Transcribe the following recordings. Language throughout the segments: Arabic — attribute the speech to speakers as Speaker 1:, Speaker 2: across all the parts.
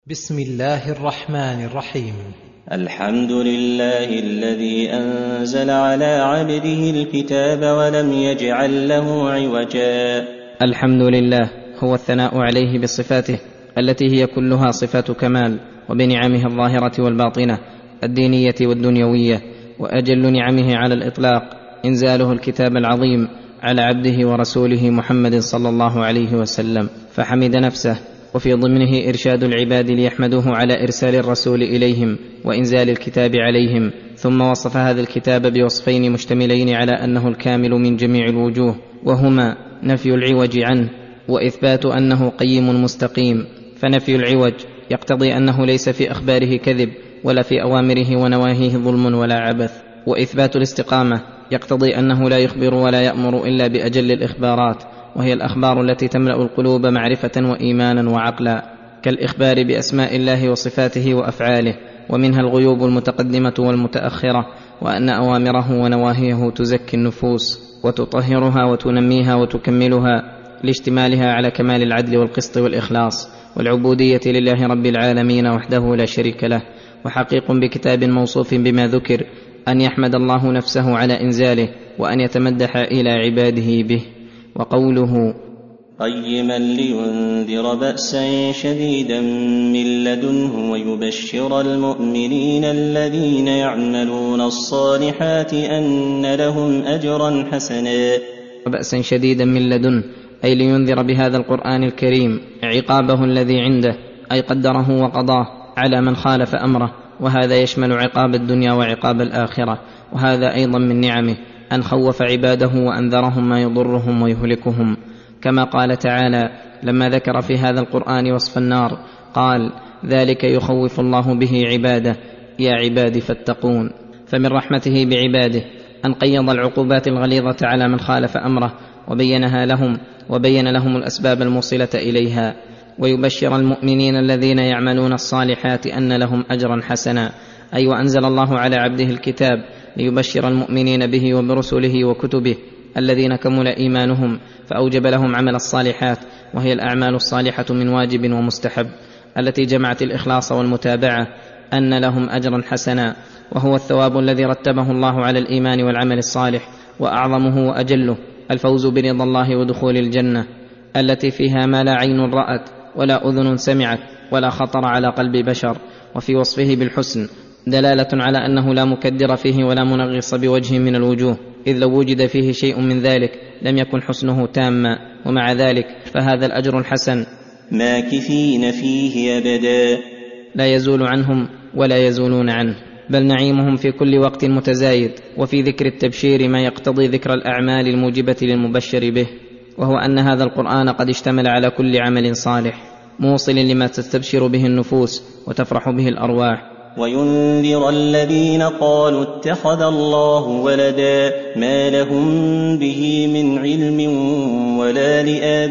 Speaker 1: بسم الله الرحمن الرحيم.
Speaker 2: الحمد لله الذي أنزل على عبده الكتاب ولم يجعل له عوجا.
Speaker 3: الحمد لله هو الثناء عليه بصفاته التي هي كلها صفات كمال، وبنعمه الظاهرة والباطنة الدينية والدنيوية، وأجل نعمه على الإطلاق إنزاله الكتاب العظيم على عبده ورسوله محمد صلى الله عليه وسلم، فحمد نفسه وفي ضمنه إرشاد العباد ليحمدوه على إرسال الرسول إليهم وإنزال الكتاب عليهم، ثم وصف هذا الكتاب بوصفين مشتملين على أنه الكامل من جميع الوجوه، وهما نفي العوج عنه وإثبات أنه قيم مستقيم. فنفي العوج يقتضي أنه ليس في أخباره كذب ولا في أوامره ونواهيه ظلم ولا عبث، وإثبات الاستقامة يقتضي أنه لا يخبر ولا يأمر إلا بأجل الإخبارات، وهي الأخبار التي تملأ القلوب معرفة وإيمانا وعقلا، كالإخبار بأسماء الله وصفاته وأفعاله، ومنها الغيوب المتقدمة والمتأخرة، وأن أوامره ونواهيه تزكي النفوس وتطهرها وتنميها وتكملها لاشتمالها على كمال العدل والقسط والإخلاص والعبودية لله رب العالمين وحده لا شريك له. وحقيق بكتاب موصوف بما ذكر أن يحمد الله نفسه على إنزاله وأن يتمدح إلى عباده به. وقوله
Speaker 2: قيما لينذر بأسا شديدا من لدنه ويبشر المؤمنين الذين يعملون الصالحات أن لهم أجرا حسنا.
Speaker 3: وبأسا شديدا من لدنه أي لينذر بهذا القرآن الكريم عقابه الذي عنده، أي قدره وقضاه على من خالف أمره، وهذا يشمل عقاب الدنيا وعقاب الآخرة. وهذا أيضا من نعمه أن خوف عباده وأنذرهم ما يضرهم ويهلكهم، كما قال تعالى لما ذكر في هذا القرآن وصف النار قال ذلك يخوف الله به عباده يا عباد فاتقون. فمن رحمته بعباده أن قيض العقوبات الغليظة على من خالف أمره وبينها لهم، وبين لهم الأسباب الموصلة إليها. ويبشر المؤمنين الذين يعملون الصالحات أن لهم أجرا حسنا، أي وأنزل الله على عبده الكتاب ليبشر المؤمنين به وبرسله وكتبه الذين كمل إيمانهم، فأوجب لهم عمل الصالحات، وهي الأعمال الصالحة من واجب ومستحب التي جمعت الإخلاص والمتابعة، أن لهم أجرا حسنا، وهو الثواب الذي رتبه الله على الإيمان والعمل الصالح، وأعظمه وأجله الفوز برضا الله ودخول الجنة التي فيها ما لا عين رأت ولا أذن سمعت ولا خطر على قلب بشر. وفي وصفه بالحسن دلالة على أنه لا مكدر فيه ولا منغص بوجه من الوجوه، إذ لو وجد فيه شيء من ذلك لم يكن حسنه تاما، ومع ذلك فهذا الأجر الحسن
Speaker 2: ماكثين فيه أبدا
Speaker 3: لا يزول عنهم ولا يزولون عنه، بل نعيمهم في كل وقت متزايد. وفي ذكر التبشير ما يقتضي ذكر الأعمال الموجبة للمبشر به، وهو أن هذا القرآن قد اشتمل على كل عمل صالح موصل لما تستبشر به النفوس وتفرح به الأرواح.
Speaker 2: وينذر الذين قالوا اتخذ الله ولدا ما لهم به من علم ولا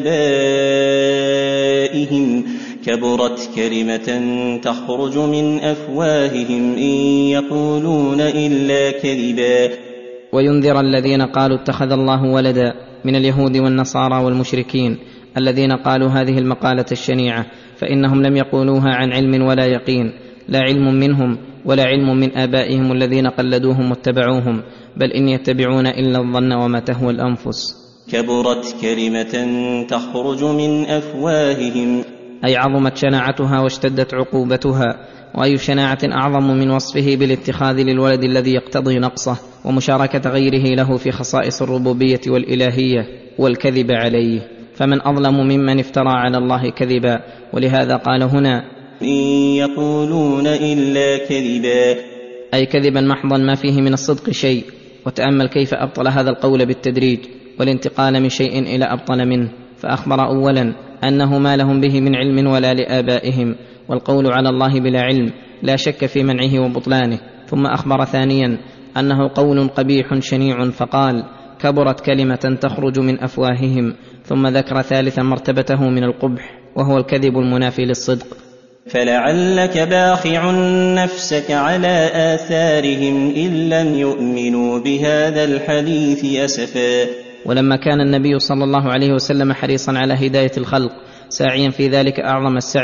Speaker 2: لآبائهم كبرت كلمة تخرج من أفواههم إن يقولون إلا كذبا.
Speaker 3: وينذر الذين قالوا اتخذ الله ولدا من اليهود والنصارى والمشركين الذين قالوا هذه المقالة الشنيعة، فإنهم لم يقولوها عن علم ولا يقين، لا علم منهم ولا علم من آبائهم الذين قلدوهم واتبعوهم، بل إن يتبعون إلا الظن وما تهوى الأنفس.
Speaker 2: كبرت كلمة تخرج من أفواههم
Speaker 3: أي عظمت شناعتها واشتدت عقوبتها. وأي شناعة أعظم من وصفه بالاتخاذ للولد الذي يقتضي نقصه ومشاركة غيره له في خصائص الربوبية والإلهية والكذب عليه، فمن أظلم ممن افترى على الله كذبا. ولهذا قال هنا
Speaker 2: إن يقولون إلا كذبا،
Speaker 3: أي كذبا محضا ما فيه من الصدق شيء. وتأمل كيف أبطل هذا القول بالتدريج والانتقال من شيء إلى أبطل منه، فأخبر أولا أنه ما لهم به من علم ولا لآبائهم، والقول على الله بلا علم لا شك في منعه وبطلانه، ثم أخبر ثانيا أنه قول قبيح شنيع، فقال كبرت كلمة تخرج من أفواههم، ثم ذكر ثالثا مرتبته من القبح وهو الكذب المنافي للصدق.
Speaker 2: فلعلك باخع نفسك على آثارهم إن لم يؤمنوا بهذا الحديث أسفا.
Speaker 3: ولما كان النبي صلى الله عليه وسلم حريصا على هداية الخلق ساعيا في ذلك أعظم السعي،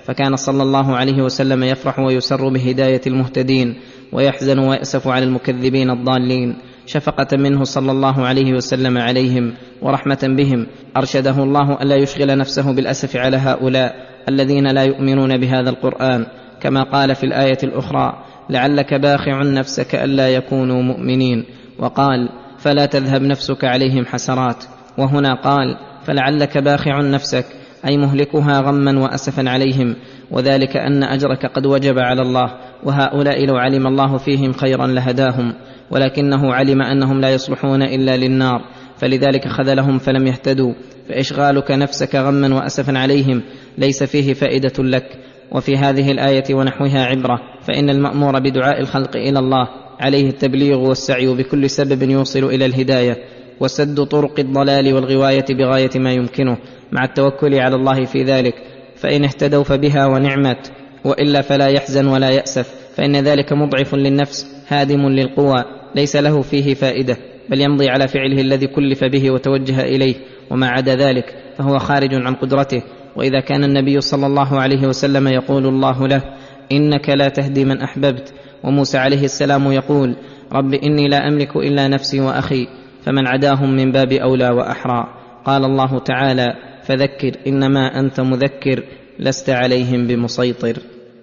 Speaker 3: فكان صلى الله عليه وسلم يفرح ويسر بهداية المهتدين ويحزن ويأسف على المكذبين الضالين. شفقة منه صلى الله عليه وسلم عليهم ورحمة بهم أرشده الله ألا يشغل نفسه بالأسف على هؤلاء الذين لا يؤمنون بهذا القرآن، كما قال في الآية الأخرى: لعلك باخع نفسك ألا يكونوا مؤمنين، وقال: فلا تذهب نفسك عليهم حسرات. وهنا قال: فلعلك باخع نفسك، أي مهلكها غما وأسفا عليهم، وذلك أن أجرك قد وجب على الله، وهؤلاء لو علم الله فيهم خيرا لهداهم، ولكنه علم أنهم لا يصلحون إلا للنار، فلذلك خذلهم فلم يهتدوا. فإشغالك نفسك غما وأسفا عليهم ليس فيه فائدة لك. وفي هذه الآية ونحوها عبرة، فإن المأمور بدعاء الخلق إلى الله عليه التبليغ والسعي بكل سبب يوصل إلى الهداية، وسد طرق الضلال والغواية بغاية ما يمكنه، مع التوكل على الله في ذلك، فإن اهتدوا فبها ونعمت، وإلا فلا يحزن ولا يأسف، فإن ذلك مضعف للنفس هادم للقوى، ليس له فيه فائدة، بل يمضي على فعله الذي كلف به وتوجه إليه، وما عدا ذلك فهو خارج عن قدرته. وإذا كان النبي صلى الله عليه وسلم يقول الله له: إنك لا تهدي من أحببت، وموسى عليه السلام يقول: رب إني لا أملك إلا نفسي وأخي، فمن عداهم من باب أولى وأحرى. قال الله تعالى: فذكر إنما أنت مذكر لست عليهم بمسيطر.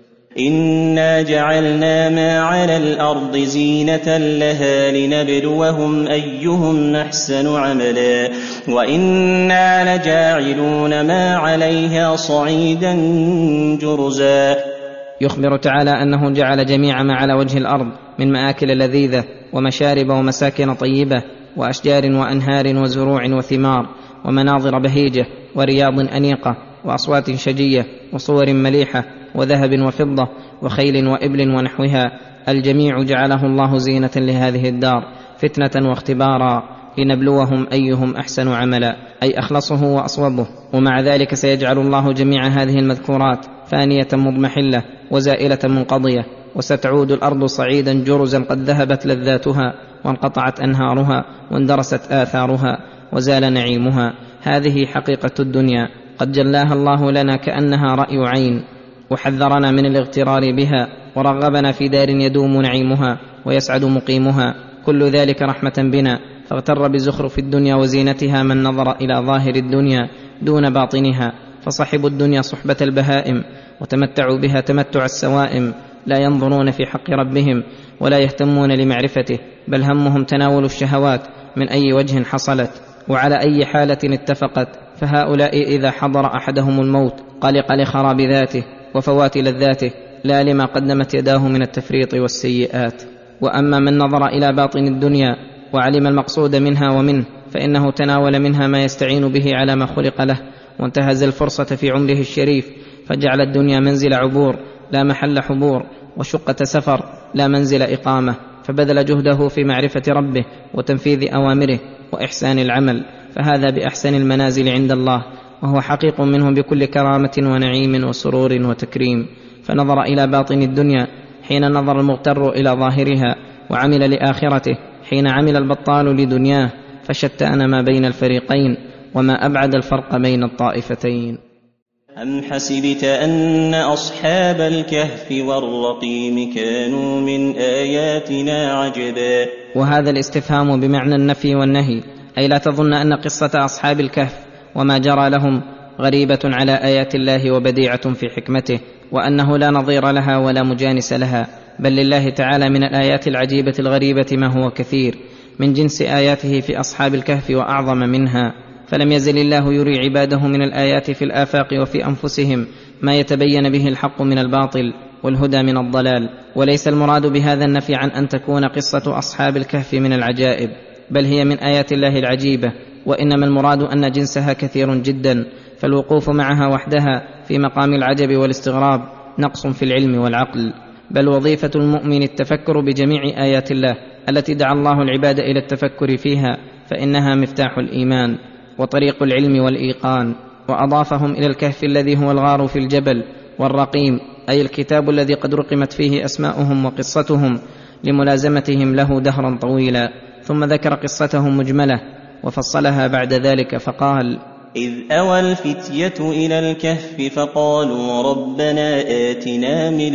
Speaker 2: إنا جعلنا ما على الأرض زينة لها لنبلوهم أيهم أحسن عملا وإنا لجاعلون ما عليها صعيدا جرزا.
Speaker 3: يخبر تعالى أنه جعل جميع ما على وجه الأرض من مآكل لذيذة ومشارب ومساكن طيبة وأشجار وأنهار وزروع وثمار ومناظر بهيجة ورياض أنيقة وأصوات شجية وصور مليحة وذهب وفضة وخيل وإبل ونحوها، الجميع جعله الله زينة لهذه الدار فتنة واختبارا لنبلوهم أيهم أحسن عملا، أي أخلصه وأصوبه. ومع ذلك سيجعل الله جميع هذه المذكورات فانية مضمحلة وزائلة منقضية، وستعود الأرض صعيدا جرزا قد ذهبت لذاتها وانقطعت أنهارها واندرست آثارها وزال نعيمها. هذه حقيقة الدنيا قد جلاها الله لنا كأنها رأي عين، وحذرنا من الاغترار بها، ورغبنا في دار يدوم نعيمها ويسعد مقيمها، كل ذلك رحمة بنا. فاغتر بزخرف الدنيا وزينتها من نظر إلى ظاهر الدنيا دون باطنها، فصحبوا الدنيا صحبة البهائم وتمتعوا بها تمتع السوائم، لا ينظرون في حق ربهم ولا يهتمون لمعرفته، بل همهم تناول الشهوات من أي وجه حصلت وعلى أي حالة اتفقت. فهؤلاء إذا حضر أحدهم الموت قلق لخراب ذاته وفوات لذاته، لا لما قدمت يداه من التفريط والسيئات. وأما من نظر إلى باطن الدنيا وعلم المقصود منها ومنه، فإنه تناول منها ما يستعين به على ما خلق له، وانتهز الفرصة في عمره الشريف، فجعل الدنيا منزل عبور لا محل حبور، وشقة سفر لا منزل إقامة، فبذل جهده في معرفة ربه وتنفيذ أوامره وإحسان العمل، فهذا بأحسن المنازل عند الله، وهو حقيق منه بكل كرامة ونعيم وسرور وتكريم. فنظر إلى باطن الدنيا حين نظر المغتر إلى ظاهرها، وعمل لآخرته حين عمل البطال لدنياه، فشتان ما بين الفريقين، وما أبعد الفرق بين الطائفتين.
Speaker 2: أم حسبت أن أصحاب الكهف والرقيم كانوا من آياتنا عجبا.
Speaker 3: وهذا الاستفهام بمعنى النفي والنهي، أي لا تظن أن قصة أصحاب الكهف وما جرى لهم غريبة على آيات الله وبديعة في حكمته، وأنه لا نظير لها ولا مجانس لها، بل لله تعالى من الآيات العجيبة الغريبة ما هو كثير، من جنس آياته في أصحاب الكهف وأعظم منها. فلم يزل الله يري عباده من الآيات في الآفاق وفي أنفسهم ما يتبين به الحق من الباطل والهدى من الضلال. وليس المراد بهذا النفي عن أن تكون قصة أصحاب الكهف من العجائب، بل هي من آيات الله العجيبة، وإنما المراد أن جنسها كثير جدا، فالوقوف معها وحدها في مقام العجب والاستغراب نقص في العلم والعقل. بل وظيفة المؤمن التفكر بجميع آيات الله التي دعا الله العباد إلى التفكر فيها، فإنها مفتاح الإيمان وطريق العلم والإيقان. وأضافهم إلى الكهف الذي هو الغار في الجبل، والرقيم أي الكتاب الذي قد رقمت فيه أسماؤهم وقصتهم لملازمتهم له دهرا طويلا. ثم ذكر قصتهم مجملة وفصلها بعد ذلك فقال:
Speaker 2: إذ أوى الفتية إلى الكهف فقالوا ربنا آتنا من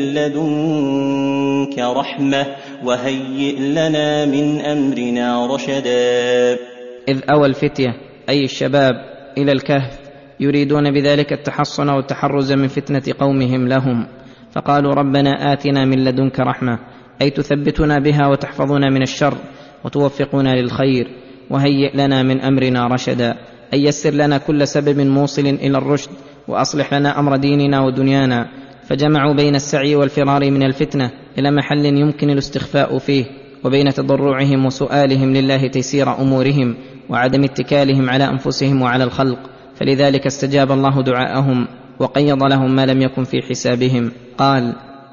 Speaker 2: لدنك رحمة وهيئ لنا من أمرنا رشدا.
Speaker 3: إذ أوى الفتية أي الشباب إلى الكهف يريدون بذلك التحصن والتحرز من فتنة قومهم لهم، فقالوا ربنا آتنا من لدنك رحمة، أي تثبتنا بها وتحفظنا من الشر وتوفقنا للخير، وهيئ لنا من أمرنا رشدا، أي يسر لنا كل سبب موصل إلى الرشد، وأصلح لنا أمر ديننا ودنيانا. فجمعوا بين السعي والفرار من الفتنة إلى محل يمكن الاستخفاء فيه، وبين تضرعهم وسؤالهم لله تيسير أمورهم وعدم اتكالهم على أنفسهم وعلى الخلق، فلذلك استجاب الله دعاءهم وقيض لهم ما لم يكن في حسابهم. قال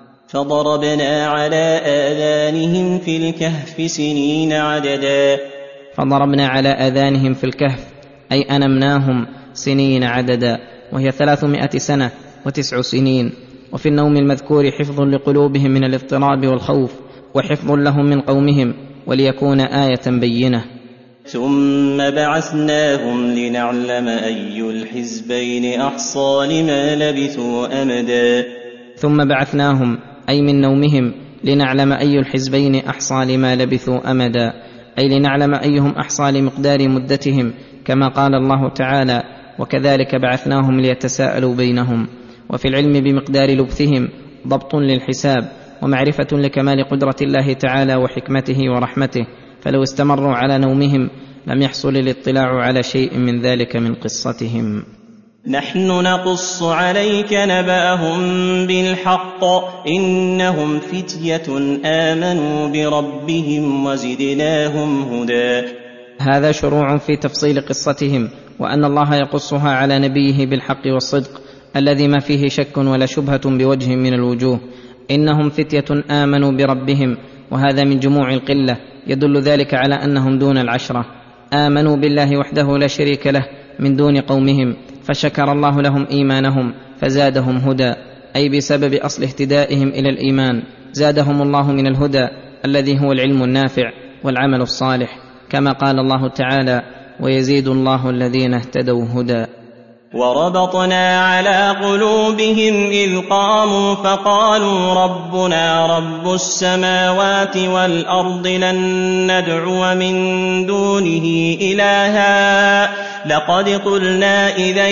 Speaker 2: فضربنا على آذانهم في الكهف سنين عددا.
Speaker 3: فضربنا على آذانهم في الكهف أي أنمناهم سنين عددا، وهي 300 سنة و9 سنين. وفي النوم المذكور حفظ لقلوبهم من الاضطراب والخوف، وحفظ لهم من قومهم وليكون آية بينة.
Speaker 2: ثم بعثناهم لنعلم أي الحزبين أحصى لما لبثوا أمدا.
Speaker 3: ثم بعثناهم أي من نومهم لنعلم أي الحزبين أحصى لما لبثوا أمدا، أي لنعلم أيهم أحصى لمقدار مدتهم، كما قال الله تعالى وكذلك بعثناهم ليتساءلوا بينهم. وفي العلم بمقدار لبثهم ضبط للحساب ومعرفة لكمال قدرة الله تعالى وحكمته ورحمته، فلو استمروا على نومهم لم يحصل الاطلاع على شيء من ذلك من قصتهم.
Speaker 2: نحن نقص عليك نبأهم بالحق إنهم فتية آمنوا بربهم وزدناهم هدى.
Speaker 3: هذا شروع في تفصيل قصتهم، وأن الله يقصها على نبيه بالحق والصدق الذي ما فيه شك ولا شبهة بوجه من الوجوه. إنهم فتية آمنوا بربهم، وهذا من جموع القلة، يدل ذلك على أنهم دون العشرة. آمنوا بالله وحده لا شريك له من دون قومهم، فشكر الله لهم إيمانهم فزادهم هدى، أي بسبب أصل اهتدائهم إلى الإيمان زادهم الله من الهدى الذي هو العلم النافع والعمل الصالح، كما قال الله تعالى ويزيد الله الذين اهتدوا هدى.
Speaker 2: وربطنا على قلوبهم إذ قاموا فقالوا ربنا رب السماوات والأرض لن ندعو من دونه إلها لقد قلنا إذا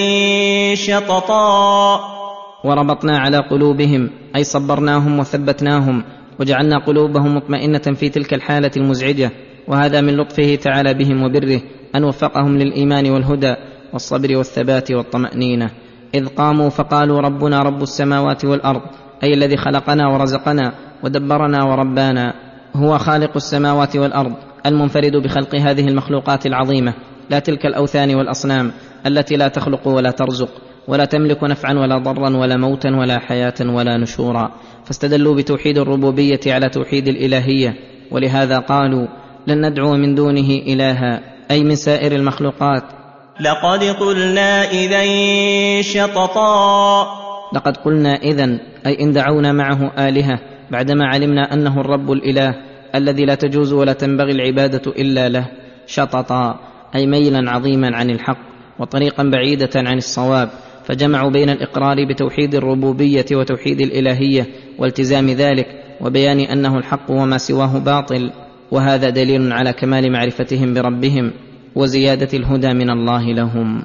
Speaker 2: شططا.
Speaker 3: وربطنا على قلوبهم أي صبرناهم وثبتناهم وجعلنا قلوبهم مطمئنة في تلك الحالة المزعجة، وهذا من لطفه تعالى بهم وبره أن وفقهم للإيمان والهدى والصبر والثبات والطمأنينة. إذ قاموا فقالوا ربنا رب السماوات والأرض، أي الذي خلقنا ورزقنا ودبرنا وربانا، هو خالق السماوات والأرض المنفرد بخلق هذه المخلوقات العظيمة، لا تلك الأوثان والأصنام التي لا تخلق ولا ترزق ولا تملك نفعا ولا ضرا ولا موتا ولا حياة ولا نشورا. فاستدلوا بتوحيد الربوبية على توحيد الإلهية، ولهذا قالوا لن ندعو من دونه إلها، أي من سائر المخلوقات.
Speaker 2: لقد قلنا إذا شططا.
Speaker 3: لقد قلنا إذن أي إن دعونا معه آلهة بعدما علمنا أنه الرب الإله الذي لا تجوز ولا تنبغي العبادة إلا له. شططا أي ميلا عظيما عن الحق وطريقا بعيدة عن الصواب، فجمعوا بين الإقرار بتوحيد الربوبية وتوحيد الإلهية والتزام ذلك وبيان أنه الحق وما سواه باطل، وهذا دليل على كمال معرفتهم بربهم وزيادة الهدى من الله لهم.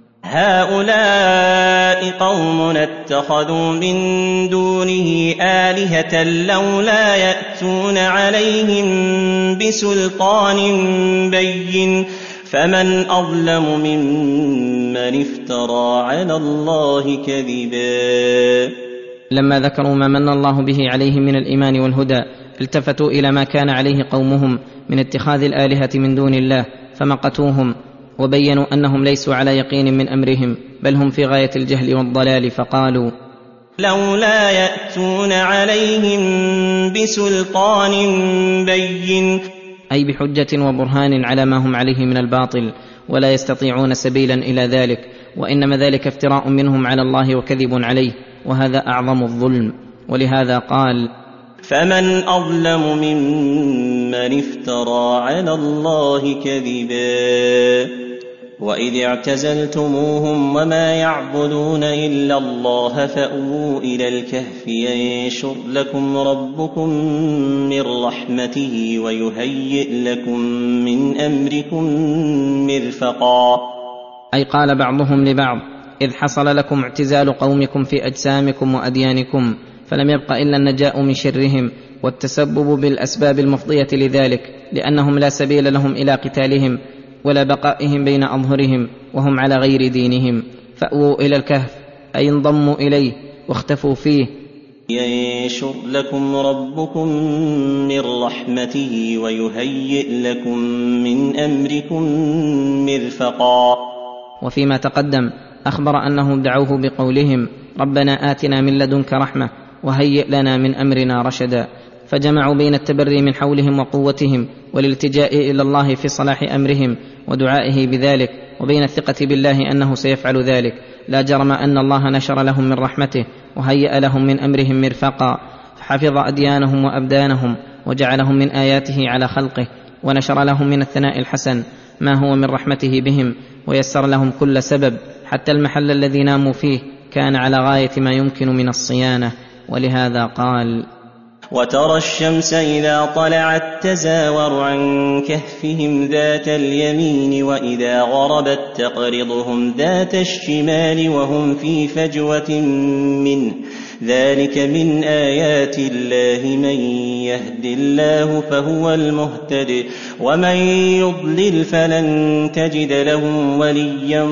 Speaker 2: هؤلاء قوم اتخذوا من دونه آلهة لولا يأتون عليهم بسلطان بين فمن أظلم ممن افترى على الله كذبا.
Speaker 3: لما ذكروا ما من الله به عليهم من الإيمان والهدى التفتوا إلى ما كان عليه قومهم من اتخاذ الآلهة من دون الله فمقتوهم وبينوا أنهم ليسوا على يقين من أمرهم، بل هم في غاية الجهل والضلال، فقالوا
Speaker 2: لولا يأتون عليهم بسلطان بين،
Speaker 3: أي بحجة وبرهان على ما هم عليه من الباطل، ولا يستطيعون سبيلا إلى ذلك، وإنما ذلك افتراء منهم على الله وكذب عليه، وهذا أعظم الظلم. ولهذا قال
Speaker 2: فمن أظلم ممن افترى على الله كذبا. وإذ اعتزلتموهم وما يعبدون إلا الله فأووا إلى الكهف ينشر لكم ربكم من رحمته ويهيئ لكم من أمركم مرفقا.
Speaker 3: أي قال بعضهم لبعض: إذ حصل لكم اعتزال قومكم في أجسامكم وأديانكم فلم يبق إلا النجاء من شرهم والتسبب بالأسباب المفضية لذلك، لأنهم لا سبيل لهم إلى قتالهم ولا بقائهم بين أظهرهم وهم على غير دينهم، فأووا إلى الكهف أي انضموا إليه واختفوا فيه.
Speaker 2: ينشر لكم ربكم من رحمته ويهيئ لكم من أمركم مرفقا.
Speaker 3: وفيما تقدم أخبر أنهم دعوه بقولهم: ربنا آتنا من لدنك رحمة وهيئ لنا من أمرنا رشدا، فجمعوا بين التبري من حولهم وقوتهم والالتجاء إلى الله في صلاح أمرهم ودعائه بذلك، وبين الثقة بالله أنه سيفعل ذلك. لا جرم أن الله نشر لهم من رحمته وهيأ لهم من أمرهم مرفقا، فحفظ أديانهم وأبدانهم وجعلهم من آياته على خلقه، ونشر لهم من الثناء الحسن ما هو من رحمته بهم، ويسر لهم كل سبب، حتى المحل الذي ناموا فيه كان على غاية ما يمكن من الصيانة. ولهذا قال:
Speaker 2: وترى الشمس إذا طلعت تزاور عن كهفهم ذات اليمين وإذا غربت تقرضهم ذات الشمال وهم في فجوة منه، ذلك من آيات الله، من يهد الله فهو المهتد ومن يضلل فلن تجد له وليا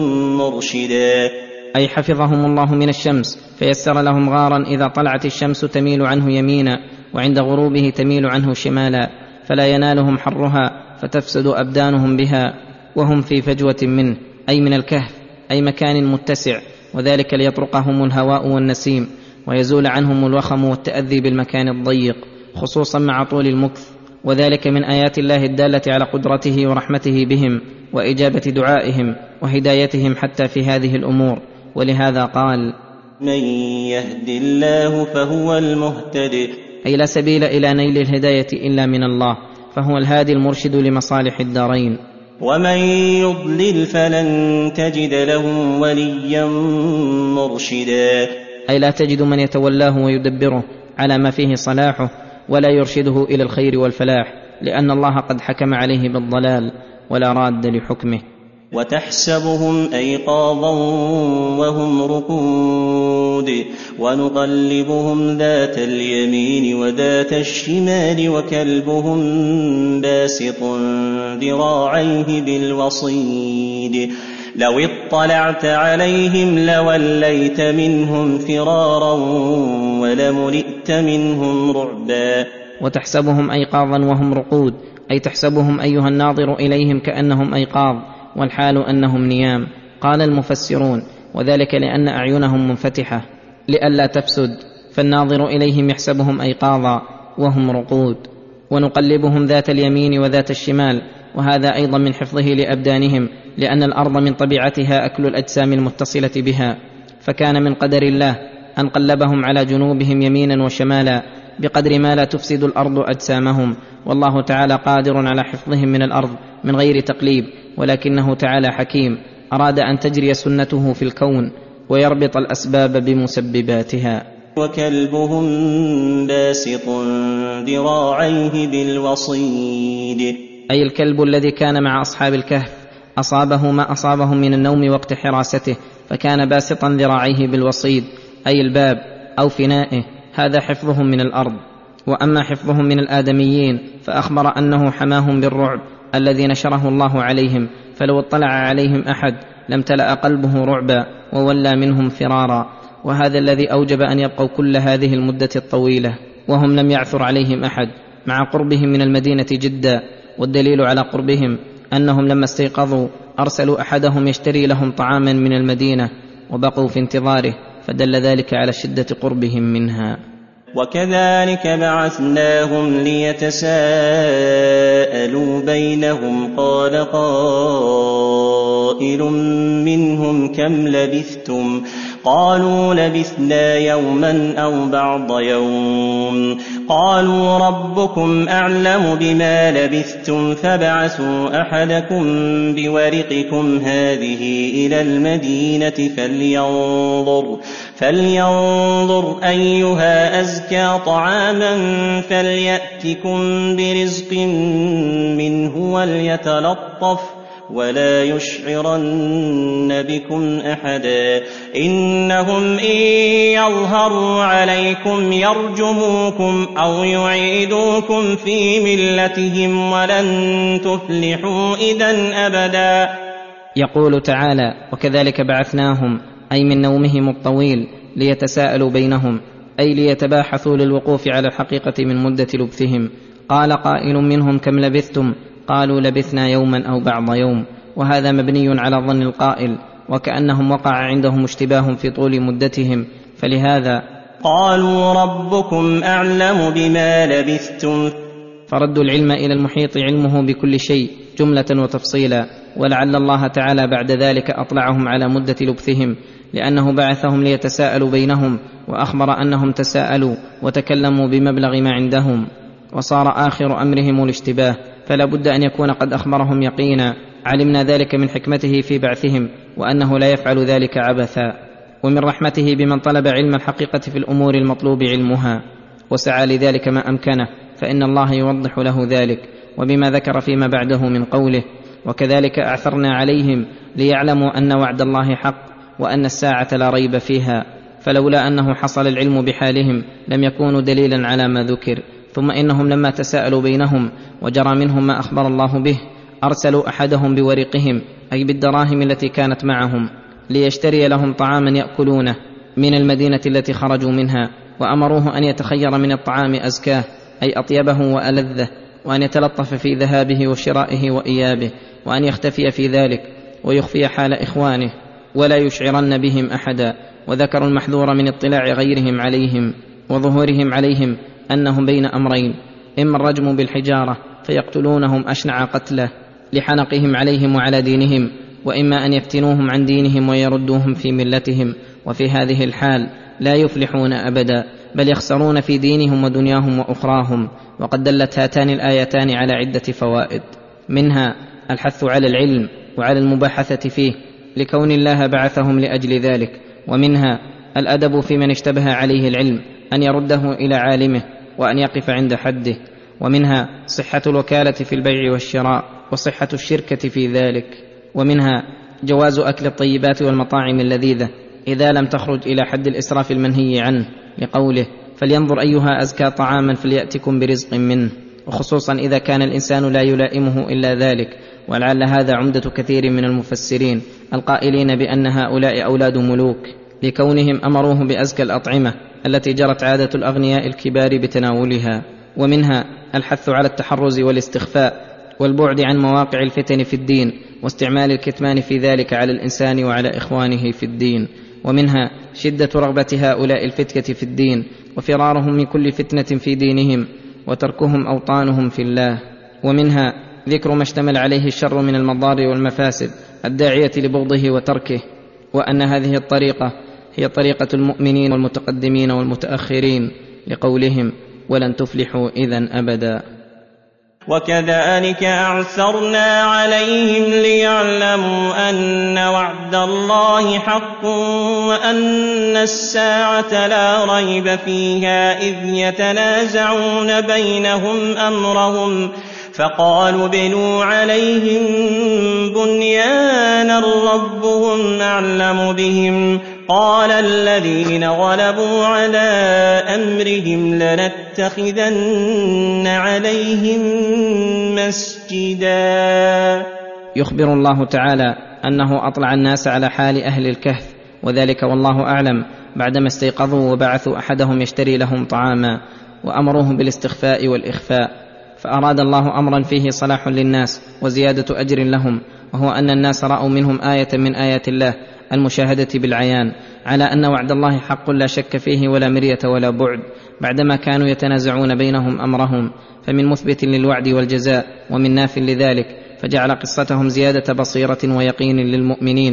Speaker 2: مرشدا.
Speaker 3: أي حفظهم الله من الشمس فيسر لهم غارا إذا طلعت الشمس تميل عنه يمينا وعند غروبه تميل عنه شمالا، فلا ينالهم حرها فتفسد أبدانهم بها وهم في فجوة منه، أي من الكهف، أي مكان متسع، وذلك ليطرقهم الهواء والنسيم ويزول عنهم الوخم والتأذي بالمكان الضيق، خصوصا مع طول المكث. وذلك من آيات الله الدالة على قدرته ورحمته بهم وإجابة دعائهم وهدايتهم حتى في هذه الأمور. ولهذا قال:
Speaker 2: من يهد الله فهو المهتد،
Speaker 3: أي لا سبيل إلى نيل الهداية إلا من الله، فهو الهادي المرشد لمصالح الدارين.
Speaker 2: ومن يضلل فلن تجد له وليا مرشدا،
Speaker 3: أي لا تجد من يتولاه ويدبره على ما فيه صلاحه ولا يرشده إلى الخير والفلاح، لأن الله قد حكم عليه بالضلال ولا راد لحكمه.
Speaker 2: وتحسبهم أيقاظا وهم رقود ونقلبهم ذات اليمين وذات الشمال وكلبهم باسط ذراعيه بالوصيد، لو اطلعت عليهم لوليت منهم فرارا ولملئت منهم رعبا.
Speaker 3: وتحسبهم أيقاظا وهم رقود، أي تحسبهم أيها الناظر إليهم كأنهم أيقاظ والحال أنهم نيام. قال المفسرون: وذلك لأن أعينهم منفتحة لئلا تفسد، فالناظر إليهم يحسبهم أيقاظا وهم رقود. ونقلبهم ذات اليمين وذات الشمال، وهذا أيضا من حفظه لأبدانهم، لأن الأرض من طبيعتها أكل الأجسام المتصلة بها، فكان من قدر الله أن قلبهم على جنوبهم يمينا وشمالا بقدر ما لا تفسد الأرض أجسامهم، والله تعالى قادر على حفظهم من الأرض من غير تقليب، ولكنه تعالى حكيم أراد أن تجري سنته في الكون ويربط الأسباب بمسبباتها.
Speaker 2: وكلبهم باسط ذراعيه بالوصيد،
Speaker 3: أي الكلب الذي كان مع أصحاب الكهف أصابه ما أصابهم من النوم وقت حراسته، فكان باسطا ذراعيه بالوصيد أي الباب أو فنائه، هذا حفظهم من الأرض. وأما حفظهم من الآدميين فأخبر أنه حماهم بالرعب الذي نشره الله عليهم، فلو اطلع عليهم أحد لم تلأ قلبه رعبا وولى منهم فرارا، وهذا الذي أوجب أن يبقوا كل هذه المدة الطويلة وهم لم يعثر عليهم أحد، مع قربهم من المدينة جدا. والدليل على قربهم أنهم لما استيقظوا أرسلوا أحدهم يشتري لهم طعاما من المدينة وبقوا في انتظاره، فدل ذلك على شدة قربهم منها.
Speaker 2: وكذلك بعثناهم ليتساءلوا بينهم، قال قائل منهم كم لبثتم قالوا لبثنا يوما أو بعض يوم قالوا ربكم أعلم بما لبثتم فابعثوا أحدكم بورقكم هذه إلى المدينة فلينظر أيها أزكى طعاما فليأتكم برزق منه وليتلطف ولا يشعرن بكم أحدا إنهم إن يظهروا عليكم يرجموكم أو يعيدوكم في ملتهم ولن تفلحوا إذن أبدا.
Speaker 3: يقول تعالى: وكذلك بعثناهم، أي من نومهم الطويل ليتساءلوا بينهم، أي ليتباحثوا للوقوف على الحقيقة من مدة لبثهم. قال قائل منهم: كم لبثتم؟ قالوا لبثنا يوما أو بعض يوم، وهذا مبني على ظن القائل، وكأنهم وقع عندهم اشتباه في طول مدتهم، فلهذا
Speaker 2: قالوا ربكم أعلم بما لبثتم.
Speaker 3: فردوا العلم إلى المحيط علمه بكل شيء جملة وتفصيلا، ولعل الله تعالى بعد ذلك أطلعهم على مدة لبثهم، لأنه بعثهم ليتساءلوا بينهم، وأخبر أنهم تساءلوا وتكلموا بمبلغ ما عندهم، وصار آخر أمرهم الاشتباه، فلا بد أن يكون قد أخبرهم يقينا. علمنا ذلك من حكمته في بعثهم، وأنه لا يفعل ذلك عبثا، ومن رحمته بمن طلب علم الحقيقة في الأمور المطلوب علمها وسعى لذلك ما أمكنه، فإن الله يوضح له ذلك. وبما ذكر فيما بعده من قوله: وكذلك أعثرنا عليهم ليعلموا أن وعد الله حق وأن الساعة لا ريب فيها، فلولا أنه حصل العلم بحالهم لم يكونوا دليلا على ما ذكر. ثم إنهم لما تساءلوا بينهم وجرى منهم ما أخبر الله به، أرسلوا أحدهم بورقهم، أي بالدراهم التي كانت معهم، ليشتري لهم طعاما يأكلونه من المدينة التي خرجوا منها، وأمروه أن يتخير من الطعام أزكاه، أي أطيبه وألذه، وأن يتلطف في ذهابه وشرائه وإيابه، وأن يختفي في ذلك ويخفي حال إخوانه ولا يشعرن بهم أحدا. وذكروا المحذور من اطلاع غيرهم عليهم وظهورهم عليهم أنهم بين أمرين: إما الرجم بالحجارة فيقتلونهم أشنع قتله لحنقهم عليهم وعلى دينهم، وإما أن يفتنوهم عن دينهم ويردوهم في ملتهم، وفي هذه الحال لا يفلحون أبدا، بل يخسرون في دينهم ودنياهم وأخراهم. وقد دلت هاتان الآيتان على عدة فوائد، منها الحث على العلم وعلى المباحثة فيه لكون الله بعثهم لأجل ذلك، ومنها الأدب في من اشتبه عليه العلم أن يرده إلى عالمه وأن يقف عند حده، ومنها صحة الوكالة في البيع والشراء وصحة الشركة في ذلك، ومنها جواز أكل الطيبات والمطاعم اللذيذة إذا لم تخرج إلى حد الإسراف المنهي عنه، لقوله: فلينظر أيها أزكى طعاما فليأتكم برزق منه، وخصوصا إذا كان الإنسان لا يلائمه إلا ذلك. ولعل هذا عمدة كثير من المفسرين القائلين بأن هؤلاء أولاد ملوك، لكونهم أمروه بأزكى الأطعمة التي جرت عادة الأغنياء الكبار بتناولها. ومنها الحث على التحرز والاستخفاء والبعد عن مواقع الفتن في الدين، واستعمال الكتمان في ذلك على الإنسان وعلى إخوانه في الدين. ومنها شدة رغبة هؤلاء الفتية في الدين وفرارهم من كل فتنة في دينهم وتركهم أوطانهم في الله. ومنها ذكر ما اشتمل عليه الشر من المضار والمفاسد الداعية لبغضه وتركه، وأن هذه الطريقة هي طريقة المؤمنين والمتقدمين والمتأخرين، لقولهم: ولن تفلحوا إذن أبدا.
Speaker 2: وكذلك أعثرنا عليهم ليعلموا أن وعد الله حق وأن الساعة لا ريب فيها إذ يتنازعون بينهم أمرهم، فقالوا ابنوا عليهم بنيانا ربهم أعلم بهم، قال الذين غلبوا على أمرهم لنتخذن عليهم مسجدا.
Speaker 3: يخبر الله تعالى أنه أطلع الناس على حال أهل الكهف، وذلك والله أعلم بعدما استيقظوا وبعثوا أحدهم يشتري لهم طعاما وأمروه بالاستخفاء والإخفاء، فأراد الله أمرا فيه صلاح للناس وزيادة أجر لهم، وهو أن الناس رأوا منهم آية من آيات الله المشاهدة بالعيان على أن وعد الله حق لا شك فيه ولا مرية ولا بعد، بعدما كانوا يتنازعون بينهم أمرهم، فمن مثبت للوعد والجزاء ومن ناف لذلك، فجعل قصتهم زيادة بصيرة ويقين للمؤمنين،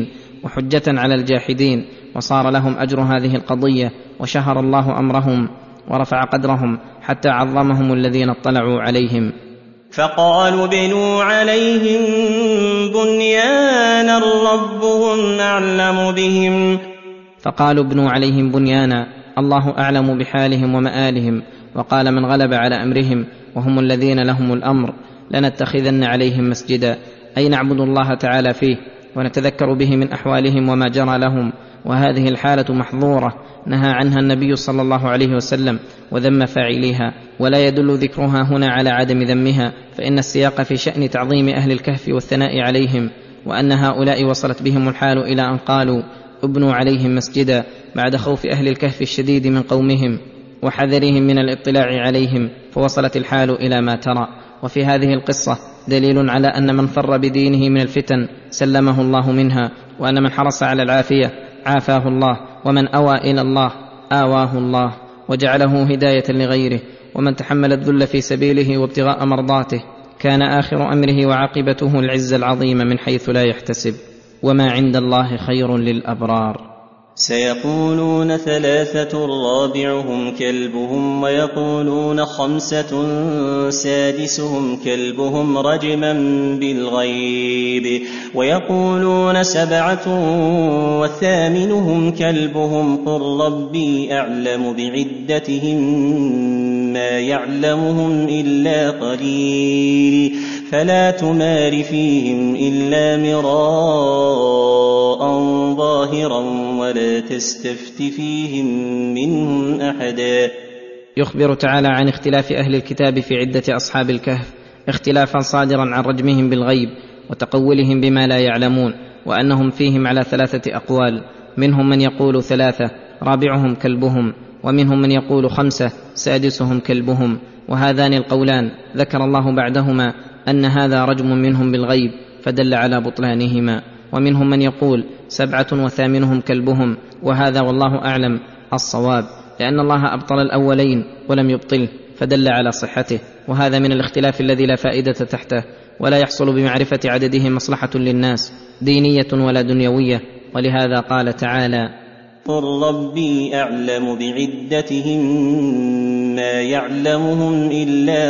Speaker 3: وحجة على الجاحدين، وصار لهم أجر هذه القضية، وشهر الله أمرهم ورفع قدرهم حتى عظمهم الذين اطلعوا عليهم.
Speaker 2: فقالوا ابنوا عليهم بنيانا ربهم أعلم بهم.
Speaker 3: فقالوا ابنوا عليهم بنيانا، الله أعلم بحالهم ومآلهم. وقال من غلب على أمرهم وهم الذين لهم الأمر لنتخذن عليهم مسجدا، أي نعبد الله تعالى فيه ونتذكر به من أحوالهم وما جرى لهم. وهذه الحالة محظورة نهى عنها النبي صلى الله عليه وسلم وذم فاعليها، ولا يدل ذكرها هنا على عدم ذمها، فإن السياق في شأن تعظيم أهل الكهف والثناء عليهم، وأن هؤلاء وصلت بهم الحال إلى أن قالوا ابنوا عليهم مسجدا بعد خوف أهل الكهف الشديد من قومهم وحذرهم من الاطلاع عليهم، فوصلت الحال إلى ما ترى. وفي هذه القصة دليل على أن من فر بدينه من الفتن سلمه الله منها، وأن من حرص على العافية عافاه الله، ومن أوى إلى الله آواه الله وجعله هداية لغيره، ومن تحمل الذل في سبيله وابتغاء مرضاته كان آخر أمره وعاقبته العز العظيم من حيث لا يحتسب، وما عند الله خير للأبرار.
Speaker 2: سيقولون 3 رابعهم كلبهم، ويقولون 5 سادسهم كلبهم رجما بالغيب، ويقولون 7 وثامنهم كلبهم، قل ربي أعلم بعدتهم ما يعلمهم إلا قليل، فلا تمار فيهم إلا مراء ظاهرا ولا تستفت فيهم منهم أحدا.
Speaker 3: يخبر تعالى عن اختلاف أهل الكتاب في عدة أصحاب الكهف، اختلافا صادرا عن رجمهم بالغيب وتقولهم بما لا يعلمون، وأنهم فيهم على 3 أقوال، منهم من يقول 3 رابعهم كلبهم، ومنهم من يقول 5 سادسهم كلبهم. وهذان القولان ذكر الله بعدهما أن هذا رجم منهم بالغيب فدل على بطلانهما. ومنهم من يقول 7 وثامنهم كلبهم، وهذا والله أعلم الصواب، لأن الله أبطل الأولين ولم يبطله فدل على صحته. وهذا من الاختلاف الذي لا فائدة تحته، ولا يحصل بمعرفة عدده مصلحة للناس دينية ولا دنيوية. ولهذا قال تعالى
Speaker 2: قل ربي أعلم بعدتهم ما يعلمهم إلا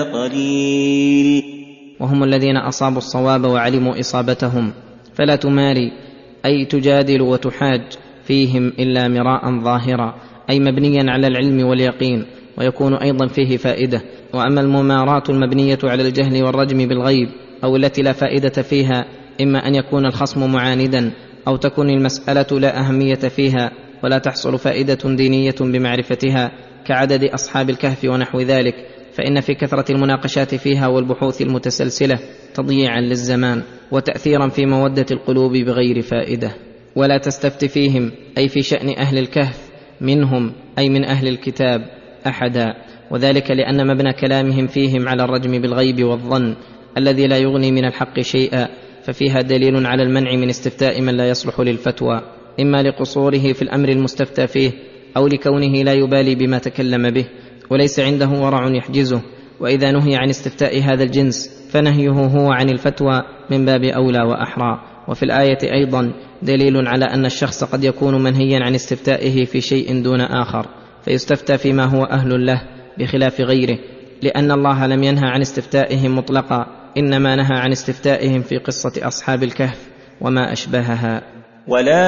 Speaker 2: قليل.
Speaker 3: وهم الذين أصابوا الصواب وعلموا إصابتهم، فلا تماري أي تجادل وتحاج فيهم إلا مراء ظاهرا، أي مبنيا على العلم واليقين، ويكون أيضا فيه فائدة. وأما المماراة المبنية على الجهل والرجم بالغيب أو التي لا فائدة فيها، إما أن يكون الخصم معاندا، أو تكون المسألة لا أهمية فيها ولا تحصل فائدة دينية بمعرفتها كعدد أصحاب الكهف ونحو ذلك، فإن في كثرة المناقشات فيها والبحوث المتسلسلة تضييعا للزمان وتأثيرا في مودة القلوب بغير فائدة. ولا تستفت فيهم أي في شأن أهل الكهف منهم أي من أهل الكتاب أحدا، وذلك لأن مبنى كلامهم فيهم على الرجم بالغيب والظن الذي لا يغني من الحق شيئا، ففيها دليل على المنع من استفتاء من لا يصلح للفتوى، إما لقصوره في الأمر المستفتى فيه، أو لكونه لا يبالي بما تكلم به وليس عنده ورع يحجزه. وإذا نهي عن استفتاء هذا الجنس فنهيه هو عن الفتوى من باب أولى وأحرى. وفي الآية أيضا دليل على أن الشخص قد يكون منهيا عن استفتائه في شيء دون آخر فيستفتى فيما هو أهل له بخلاف غيره، لأن الله لم ينهى عن استفتائهم مطلقا، إنما نهى عن استفتائهم في قصة أصحاب الكهف وما أشبهها.
Speaker 2: ولا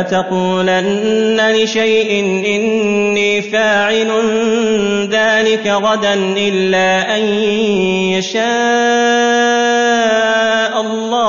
Speaker 2: تقولن لشيء إني فاعل ذلك غدا إلا أن يشاء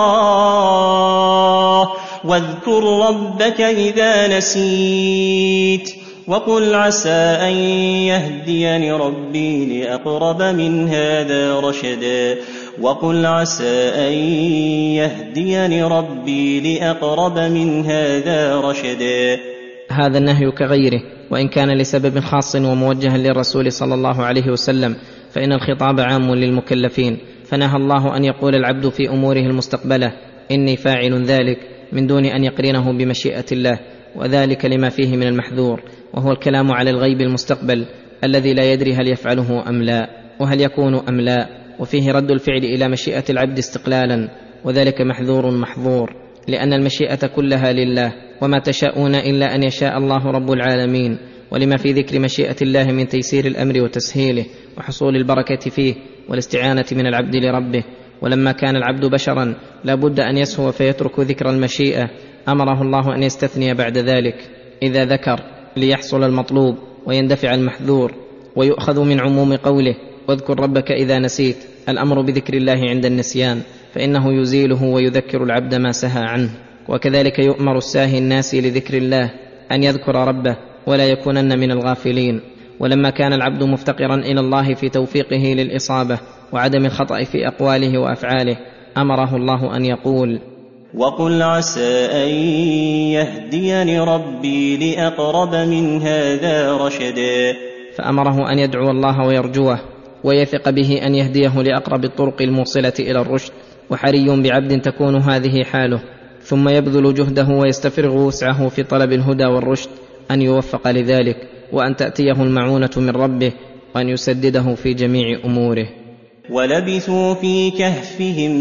Speaker 2: الله، واذكر ربك إذا نسيت، وقل عسى أن يهديني ربي لأقرب من هذا رشدا. وقل عسى أن يهديني ربي لأقرب من هذا رشدا.
Speaker 3: هذا النهي كغيره، وإن كان لسبب خاص وموجها للرسول صلى الله عليه وسلم، فإن الخطاب عام للمكلفين، فنهى الله أن يقول العبد في أموره المستقبلة إني فاعل ذلك من دون أن يقرنه بمشيئة الله، وذلك لما فيه من المحذور، وهو الكلام على الغيب المستقبل الذي لا يدري هل يفعله أم لا، وهل يكون أم لا، وفيه رد الفعل إلى مشيئة العبد استقلالا، وذلك محذور محظور، لأن المشيئة كلها لله وما تشاءون إلا أن يشاء الله رب العالمين. ولما في ذكر مشيئة الله من تيسير الأمر وتسهيله وحصول البركة فيه والاستعانة من العبد لربه. ولما كان العبد بشرا لا بد أن يسهو فيترك ذكر المشيئة، أمره الله أن يستثني بعد ذلك إذا ذكر ليحصل المطلوب ويندفع المحذور، ويؤخذ من عموم قوله واذكر ربك إذا نسيت الأمر بذكر الله عند النسيان، فإنه يزيله ويذكر العبد ما سهى عنه. وكذلك يؤمر الساهي الناسي لذكر الله أن يذكر ربه ولا يكونن من الغافلين. ولما كان العبد مفتقرا إلى الله في توفيقه للإصابة وعدم الخطأ في أقواله وأفعاله، أمره الله أن يقول
Speaker 2: وقل عسى أن يهديني ربي لأقرب من هذا رشدا،
Speaker 3: فأمره أن يدعو الله ويرجوه ويثق به أن يهديه لأقرب الطرق الموصلة إلى الرشد. وحري بعبد تكون هذه حاله ثم يبذل جهده ويستفرغ وسعه في طلب الهدى والرشد أن يوفق لذلك، وأن تأتيه المعونة من ربه، وأن يسدده في جميع أموره.
Speaker 2: ولبثوا في كهفهم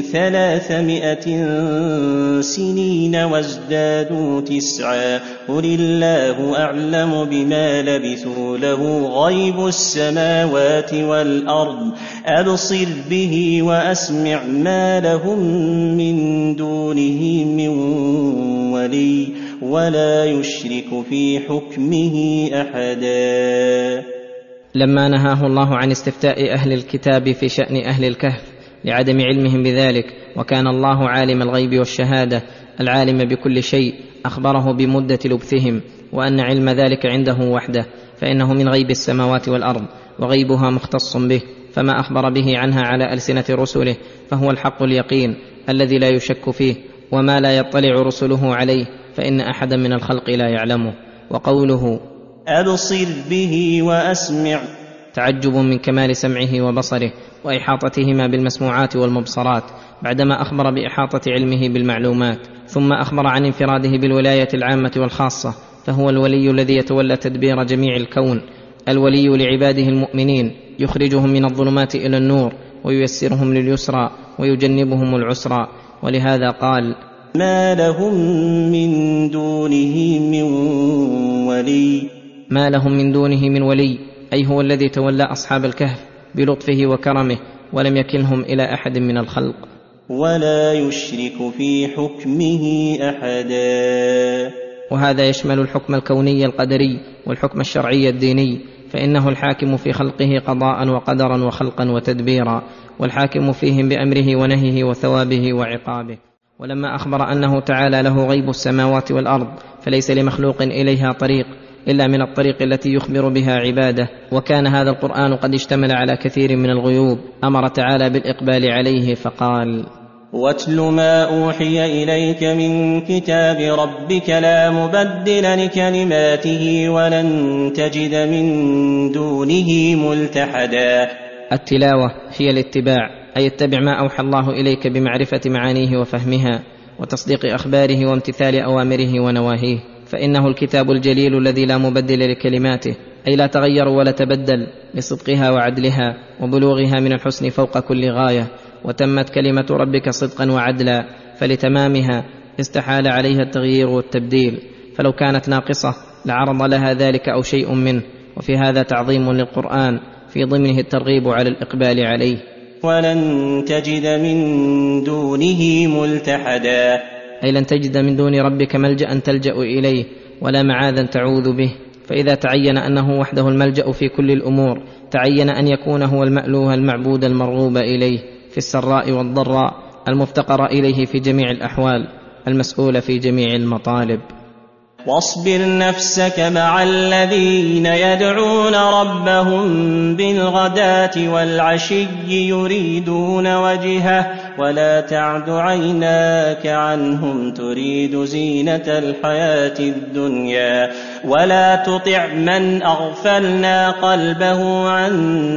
Speaker 2: 300 سنين وازدادوا 9 قل الله أعلم بما لبثوا له غيب السماوات والأرض أبصر به وأسمع ما لهم من دونه من ولي ولا يشرك في حكمه أحدا.
Speaker 3: لما نهاه الله عن استفتاء أهل الكتاب في شأن أهل الكهف لعدم علمهم بذلك، وكان الله عالم الغيب والشهادة العالم بكل شيء، أخبره بمدة لبثهم وأن علم ذلك عنده وحده، فإنه من غيب السماوات والأرض وغيبها مختص به، فما أخبر به عنها على ألسنة رسله فهو الحق اليقين الذي لا يشك فيه، وما لا يطلع رسله عليه فإن أحدا من الخلق لا يعلمه. وقوله
Speaker 2: أبصر به وأسمع
Speaker 3: تعجب من كمال سمعه وبصره وإحاطتهما بالمسموعات والمبصرات، بعدما أخبر بإحاطة علمه بالمعلومات، ثم أخبر عن انفراده بالولاية العامة والخاصة، فهو الولي الذي يتولى تدبير جميع الكون، الولي لعباده المؤمنين، يخرجهم من الظلمات إلى النور وييسرهم لليسرى ويجنبهم العسرى. ولهذا قال
Speaker 2: ما لهم من دونه من ولي،
Speaker 3: ما لهم من دونه من ولي، أي هو الذي تولى أصحاب الكهف بلطفه وكرمه ولم يكلهم إلى أحد من الخلق.
Speaker 2: ولا يشرك في حكمه أحدا.
Speaker 3: وهذا يشمل الحكم الكوني القدري والحكم الشرعي الديني، فإنه الحاكم في خلقه قضاء وقدرا وخلقا وتدبيرا، والحاكم فيهم بأمره ونهيه وثوابه وعقابه. ولما أخبر أنه تعالى له غيب السماوات والأرض، فليس لمخلوق إليها طريق إلا من الطريق التي يخبر بها عباده، وكان هذا القرآن قد اشتمل على كثير من الغيوب، أمر تعالى بالإقبال عليه فقال
Speaker 2: واتل ما أوحي إليك من كتاب ربك لا مبدل لكلماته ولن تجد من دونه ملتحدا.
Speaker 3: التلاوة هي الاتباع، أي اتبع ما أوحى الله إليك بمعرفة معانيه وفهمها وتصديق أخباره وامتثال أوامره ونواهيه، فإنه الكتاب الجليل الذي لا مبدل لكلماته، أي لا تغير ولا تبدل، لصدقها وعدلها وبلوغها من الحسن فوق كل غاية. وتمت كلمة ربك صدقا وعدلا، فلتمامها استحال عليها التغيير والتبديل، فلو كانت ناقصة لعرض لها ذلك أو شيء منه. وفي هذا تعظيم للقرآن في ضمنه الترغيب على الإقبال عليه.
Speaker 2: ولن تجد من دونه ملتحدا،
Speaker 3: أي لن تجد من دون ربك ملجأ تلجأ إليه ولا معاذا تعوذ به، فإذا تعين أنه وحده الملجأ في كل الأمور، تعين أن يكون هو المألوه المعبود المرغوب إليه في السراء والضراء، المفتقر إليه في جميع الأحوال، المسؤول في جميع المطالب.
Speaker 2: واصبر نفسك مع الذين يدعون ربهم بالغداة والعشي يريدون وجهه ولا تعد عيناك عنهم تريد زينة الحياة الدنيا ولا تطع من أغفلنا قلبه عن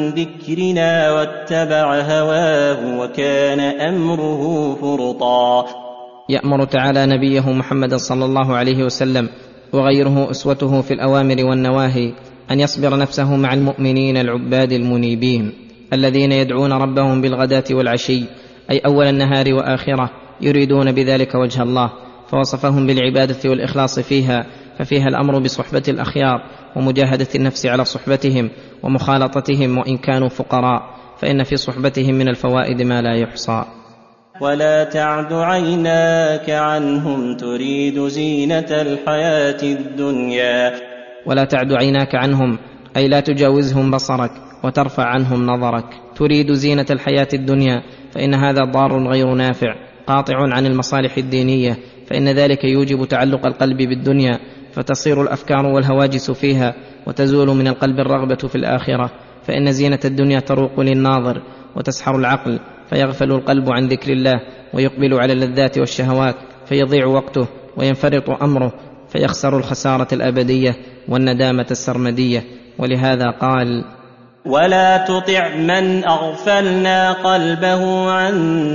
Speaker 2: ذكرنا واتبع هواه وكان أمره فرطا.
Speaker 3: يأمر تعالى نبيه محمد صلى الله عليه وسلم وغيره أسوته في الأوامر والنواهي أن يصبر نفسه مع المؤمنين العباد المنيبين الذين يدعون ربهم بالغداة والعشي، أي أول النهار وآخرة، يريدون بذلك وجه الله، فوصفهم بالعبادة والإخلاص فيها، ففيها الأمر بصحبة الأخيار ومجاهدة النفس على صحبتهم ومخالطتهم وإن كانوا فقراء، فإن في صحبتهم من الفوائد ما لا يحصى.
Speaker 2: ولا تعد عيناك عنهم تريد زينة الحياة الدنيا.
Speaker 3: ولا تعد عيناك عنهم أي لا تجاوزهم بصرك وترفع عنهم نظرك، تريد زينة الحياة الدنيا، فإن هذا ضار غير نافع قاطع عن المصالح الدينية، فإن ذلك يوجب تعلق القلب بالدنيا، فتصير الأفكار والهواجس فيها، وتزول من القلب الرغبة في الآخرة، فإن زينة الدنيا تروق للناظر وتسحر العقل، فيغفل القلب عن ذكر الله ويقبل على اللذات والشهوات، فيضيع وقته وينفرط أمره، فيخسر الخسارة الأبدية والندامة السرمدية. ولهذا قال:
Speaker 2: ولا تطع من أغفلنا قلبه عن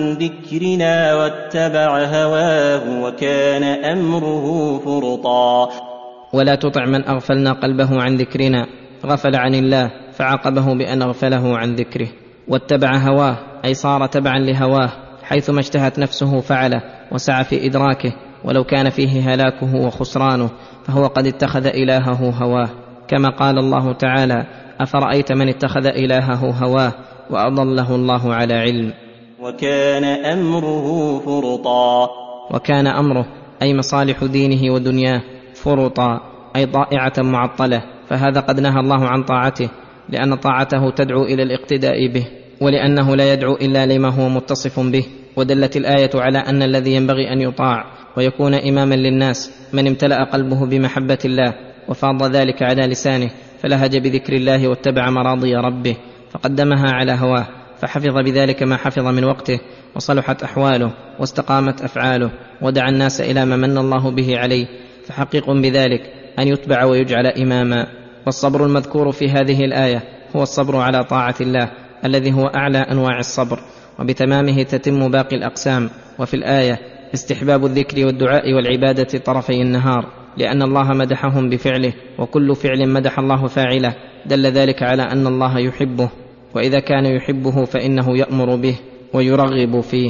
Speaker 2: ذكرنا واتبع هواه وكان أمره فرطا.
Speaker 3: ولا تطع من أغفلنا قلبه عن ذكرنا، غفل عن الله فعاقبه بأن أغفله عن ذكره. واتبع هواه أي صار تبعا لهواه، حيثما اشتهت نفسه فعله وسعى في إدراكه، ولو كان فيه هلاكه وخسرانه، فهو قد اتخذ إلهه هواه، كما قال الله تعالى: أفرأيت من اتخذ إلهه هواه وأضله الله على علم.
Speaker 2: وكان أمره فرطا.
Speaker 3: وكان أمره أي مصالح دينه ودنياه فرطا أي ضائعة معطلة، فهذا قد نهى الله عن طاعته، لأن طاعته تدعو إلى الاقتداء به، ولأنه لا يدعو إلا لما هو متصف به. ودلت الآية على أن الذي ينبغي أن يطاع ويكون إماما للناس من امتلأ قلبه بمحبة الله وفاض ذلك على لسانه، فلهج بذكر الله واتبع مراضي ربه، فقدمها على هواه، فحفظ بذلك ما حفظ من وقته، وصلحت أحواله واستقامت أفعاله، ودعا الناس إلى ما من الله به عليه، فحقيق بذلك أن يتبع ويجعل إماما. والصبر المذكور في هذه الآية هو الصبر على طاعة الله، الذي هو أعلى أنواع الصبر، وبتمامه تتم باقي الأقسام. وفي الآية استحباب الذكر والدعاء والعبادة طرفي النهار، لأن الله مدحهم بفعله، وكل فعل مدح الله فاعله، دل ذلك على أن الله يحبه، وإذا كان يحبه فإنه يأمر به ويرغب فيه.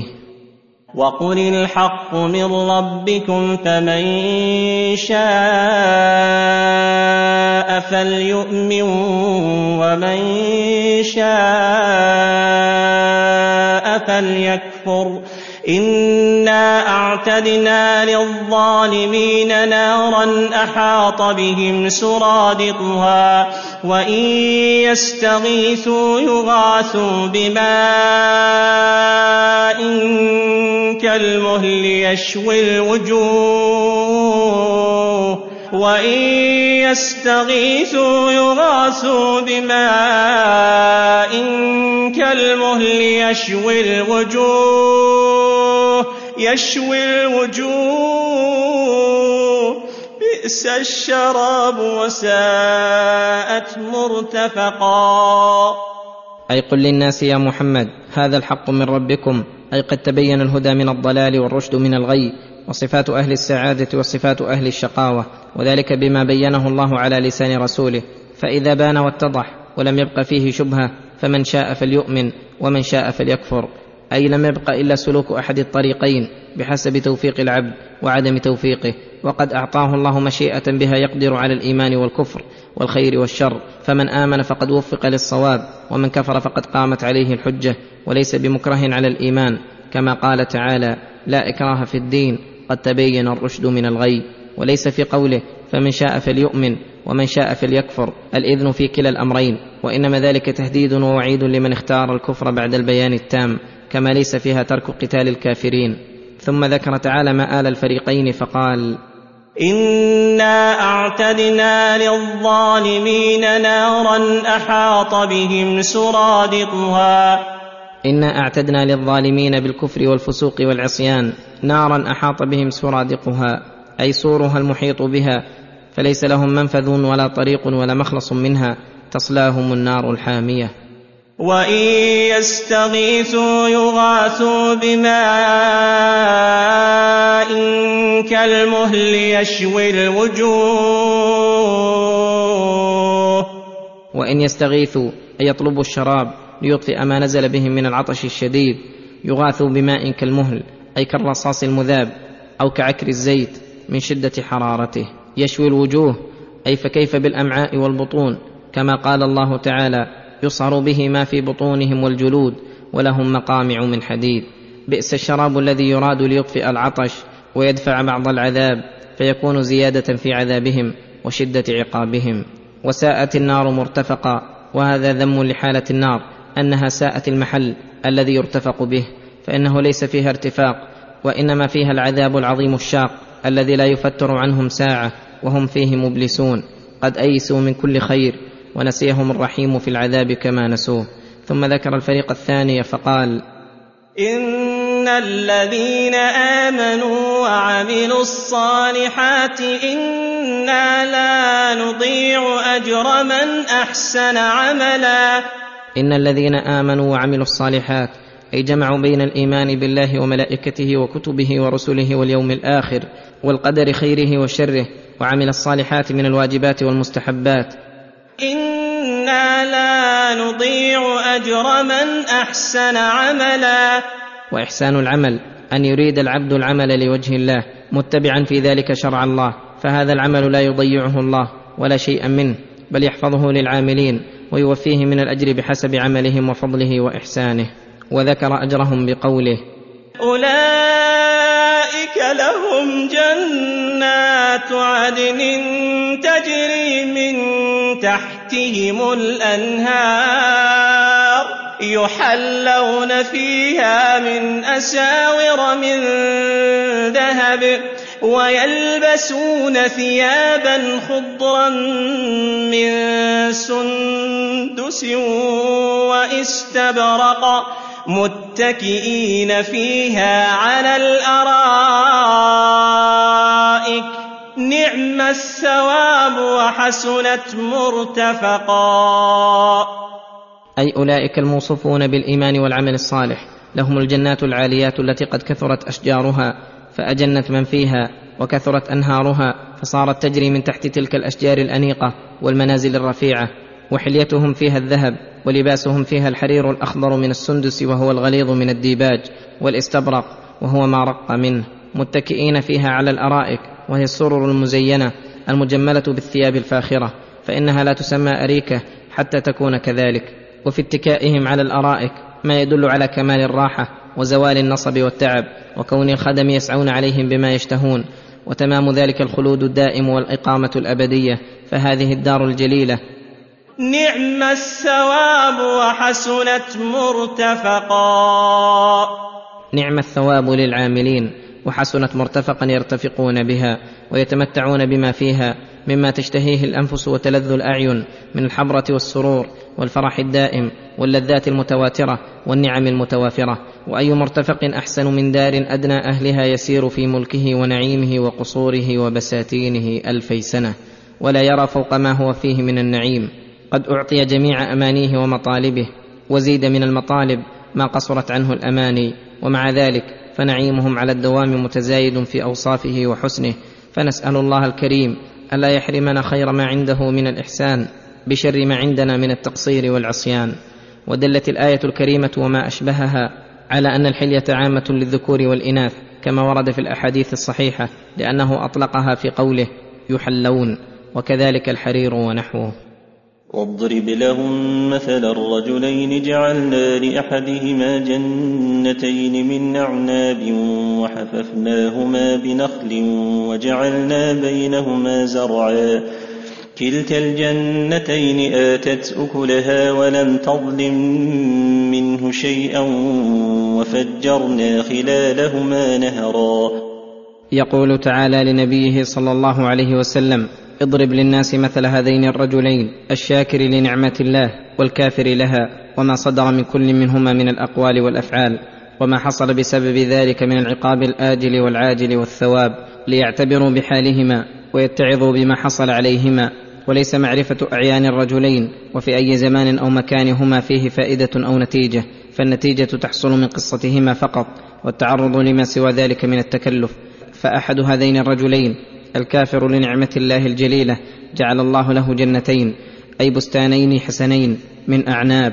Speaker 2: وقل الحق من ربكم فمن شاء فليؤمن ومن شاء فليكفر، إنا أعتدنا للظالمين نارا أحاط بهم سرادقها، وإن يستغيثوا يغاثوا بماء كالمهل يشوي الوجوه، وإن يستغيثوا يغاثوا بماء كالمهل يشوي الوجوه، بئس الشراب وساءت مرتفقا.
Speaker 3: أي قل للناس يا محمد: هذا الحق من ربكم، أي قد تبين الهدى من الضلال والرشد من الغي، وصفات أهل السعادة وصفات أهل الشقاوة، وذلك بما بينه الله على لسان رسوله. فإذا بان واتضح ولم يبق فيه شبهة، فمن شاء فليؤمن ومن شاء فليكفر، أي لم يبق إلا سلوك أحد الطريقين بحسب توفيق العبد وعدم توفيقه، وقد أعطاه الله مشيئة بها يقدر على الإيمان والكفر والخير والشر، فمن آمن فقد وفق للصواب، ومن كفر فقد قامت عليه الحجة، وليس بمكره على الإيمان، كما قال تعالى: لا إكراه في الدين قد تبين الرشد من الغي. وليس في قوله فمن شاء فليؤمن ومن شاء فليكفر الإذن في كلا الأمرين، وإنما ذلك تهديد ووعيد لمن اختار الكفر بعد البيان التام، كما ليس فيها ترك قتال الكافرين. ثم ذكر تعالى مآل الفريقين فقال:
Speaker 2: إنا أعتدنا للظالمين نارا أحاط بهم سرادقها.
Speaker 3: إنا أعتدنا للظالمين بالكفر والفسوق والعصيان نارا أحاط بهم سرادقها، أي سورها المحيط بها، فليس لهم منفذ ولا طريق ولا مخلص منها، تصلاهم النار الحامية.
Speaker 2: وإن يستغيثوا يغاثوا بماء كالمهل يشوي الوجوه.
Speaker 3: وإن يستغيثوا أي يطلبوا الشراب ليطفئ ما نزل بهم من العطش الشديد، يغاثوا بماء كالمهل أي كالرصاص المذاب، أو كعكر الزيت من شدة حرارته. يشوي الوجوه، أي فكيف بالأمعاء والبطون، كما قال الله تعالى: يصهر به ما في بطونهم والجلود ولهم مقامع من حديد. بئس الشراب الذي يراد ليطفئ العطش ويدفع بعض العذاب، فيكون زيادة في عذابهم وشدة عقابهم. وساءت النار مرتفقا، وهذا ذم لحالة النار، أنها ساءت المحل الذي يرتفق به، فإنه ليس فيها ارتفاق، وإنما فيها العذاب العظيم الشاق الذي لا يفتر عنهم ساعة وهم فيه مبلسون، قد أيسوا من كل خير، ونسيهم الرحيم في العذاب كما نسوه. ثم ذكر الفريق الثاني فقال:
Speaker 2: إن الذين آمنوا وعملوا الصالحات إنا لا نضيع أجر من أحسن عملا.
Speaker 3: إن الذين آمنوا وعملوا الصالحات، أي جمعوا بين الإيمان بالله وملائكته وكتبه ورسله واليوم الآخر والقدر خيره وشره، وعمل الصالحات من الواجبات والمستحبات.
Speaker 2: إنا لا نضيع أجر من أحسن عملا.
Speaker 3: وإحسان العمل أن يريد العبد العمل لوجه الله متبعا في ذلك شرع الله، فهذا العمل لا يضيعه الله ولا شيئا منه، بل يحفظه للعاملين ويوفيه من الأجر بحسب عملهم وفضله وإحسانه. وذكر أجرهم بقوله:
Speaker 2: أولئك لهم جنات عدن تجري من تحتهم الأنهار يحلون فيها من أساور من ذهب ويلبسون ثيابا خضرا من سندس واستبرق متكئين فيها على الأرائك نعم الثواب وحسنت مرتفقا.
Speaker 3: أي أولئك الموصوفون بالإيمان والعمل الصالح لهم الجنات العاليات التي قد كثرت أشجارها فأجنت من فيها، وكثرت أنهارها فصارت تجري من تحت تلك الأشجار الأنيقة والمنازل الرفيعة، وحليتهم فيها الذهب، ولباسهم فيها الحرير الأخضر من السندس وهو الغليظ من الديباج، والاستبرق وهو ما رق منه، متكئين فيها على الأرائك، وهي السرر المزينة المجملة بالثياب الفاخرة، فإنها لا تسمى أريكة حتى تكون كذلك. وفي اتكائهم على الأرائك ما يدل على كمال الراحة وزوال النصب والتعب، وكون الخدم يسعون عليهم بما يشتهون، وتمام ذلك الخلود الدائم والإقامة الأبدية. فهذه الدار الجليلة
Speaker 2: نعم الثواب وحسنت مرتفقا.
Speaker 3: نعم الثواب للعاملين، وحسنت مرتفقا يرتفقون بها ويتمتعون بما فيها مما تشتهيه الأنفس وتلذ الأعين من الحبرة والسرور والفرح الدائم واللذات المتواترة والنعم المتوافرة. وأي مرتفق أحسن من دار أدنى أهلها يسير في ملكه ونعيمه وقصوره وبساتينه 2000 سنة ولا يرى فوق ما هو فيه من النعيم. قد أعطي جميع أمانيه ومطالبه، وزيد من المطالب ما قصرت عنه الأماني، ومع ذلك فنعيمهم على الدوام متزايد في أوصافه وحسنه. فنسأل الله الكريم ألا يحرمنا خير ما عنده من الإحسان بشر ما عندنا من التقصير والعصيان. ودلت الآية الكريمة وما أشبهها على أن الحلية عامة للذكور والإناث كما ورد في الأحاديث الصحيحة، لأنه أطلقها في قوله يحلون، وكذلك الحرير ونحوه.
Speaker 4: واضرب لهم مثل الرجلين جعلنا لأحدهما جنتين من أعناب وحففناهما بنخل وجعلنا بينهما زرعا كلتا الجنتين آتت أكلها ولم تظلم منه شيئا وفجرنا خلالهما نهرا.
Speaker 3: يقول تعالى لنبيه صلى الله عليه وسلم: اضرب للناس مثل هذين الرجلين، الشاكر لنعمة الله والكافر لها، وما صدر من كل منهما من الأقوال والأفعال، وما حصل بسبب ذلك من العقاب الآجل والعاجل والثواب، ليعتبروا بحالهما ويتعظوا بما حصل عليهما. وليس معرفة أعيان الرجلين وفي أي زمان أو مكان هما فيه فائدة أو نتيجة، فالنتيجة تحصل من قصتهما فقط، والتعرض لما سوى ذلك من التكلف. فأحد هذين الرجلين الكافر لنعمة الله الجليلة جعل الله له جنتين، أي بستانين حسنين من أعناب،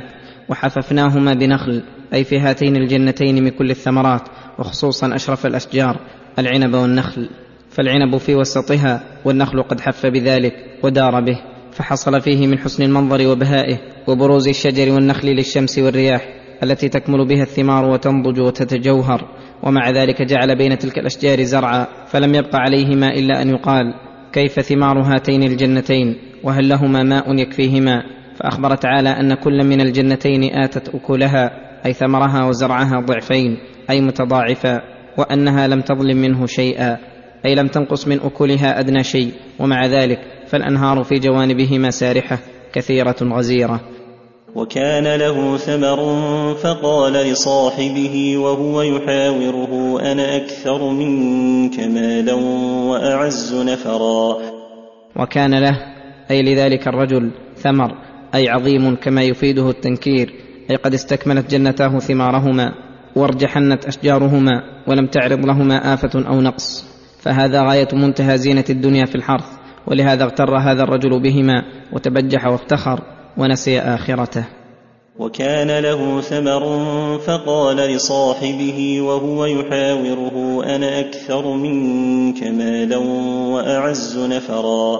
Speaker 3: وحففناهما بنخل، أي في هاتين الجنتين من كل الثمرات، وخصوصا أشرف الأشجار، العنب والنخل، فالعنب في وسطها والنخل قد حف بذلك ودار به، فحصل فيه من حسن المنظر وبهائه وبروز الشجر والنخل للشمس والرياح التي تكمل بها الثمار وتنضج وتتجوهر، ومع ذلك جعل بين تلك الأشجار زرعا، فلم يبق عليهما إلا أن يقال كيف ثمار هاتين الجنتين وهل لهما ماء يكفيهما. فأخبر تعالى أن كل من الجنتين آتت أكلها أي ثمرها وزرعها ضعفين أي متضاعفا، وأنها لم تظلم منه شيئا أي لم تنقص من أكلها أدنى شيء، ومع ذلك فالأنهار في جوانبهما سارحة كثيرة غزيرة.
Speaker 4: وكان له ثمر فقال لصاحبه وهو يحاوره أنا أكثر منك مالا وأعز نفرا.
Speaker 3: وكان له أي لذلك الرجل ثمر أي عظيم كما يفيده التنكير، أي قد استكملت جنتاه ثمارهما وارجحنت أشجارهما ولم تعرض لهما آفة أو نقص، فهذا غاية منتهى زينة الدنيا في الحرث، ولهذا اغتر هذا الرجل بهما وتبجح وافتخر ونسي آخرته.
Speaker 4: وكان له ثمر فقال لصاحبه وهو يحاوره أنا أكثر منك مالا وأعز نفرا.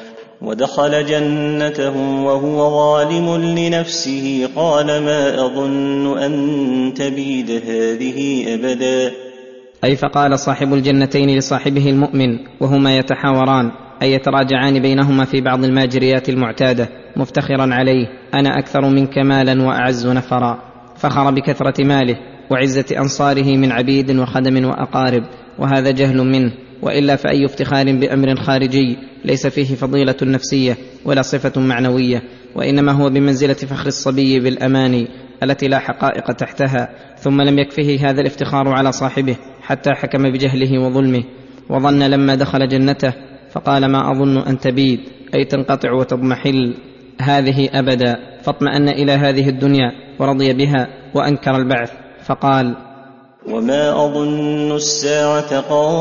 Speaker 4: ودخل جنته وهو ظالم لنفسه قال ما أظن أن تبيد هذه أبدا.
Speaker 3: أي فقال صاحب الجنتين لصاحبه المؤمن وهما يتحاوران أي يتراجعان بينهما في بعض الماجريات المعتادة مفتخرا عليه أنا أكثر منك مالا وأعز نفرا، فخر بكثرة ماله وعزة أنصاره من عبيد وخدم وأقارب، وهذا جهل منه، وإلا فأي افتخار بأمر خارجي ليس فيه فضيلة نفسية ولا صفة معنوية، وإنما هو بمنزلة فخر الصبي بالأماني التي لا حقائق تحتها. ثم لم يكفه هذا الافتخار على صاحبه حتى حكم بجهله وظلمه، وظن لما دخل جنته فقال ما أظن أن تبيد أي تنقطع وتضمحل هذه أبدا، فاطمأن إلى هذه الدنيا ورضي بها وأنكر البعث، فقال
Speaker 4: وما أظن الساعة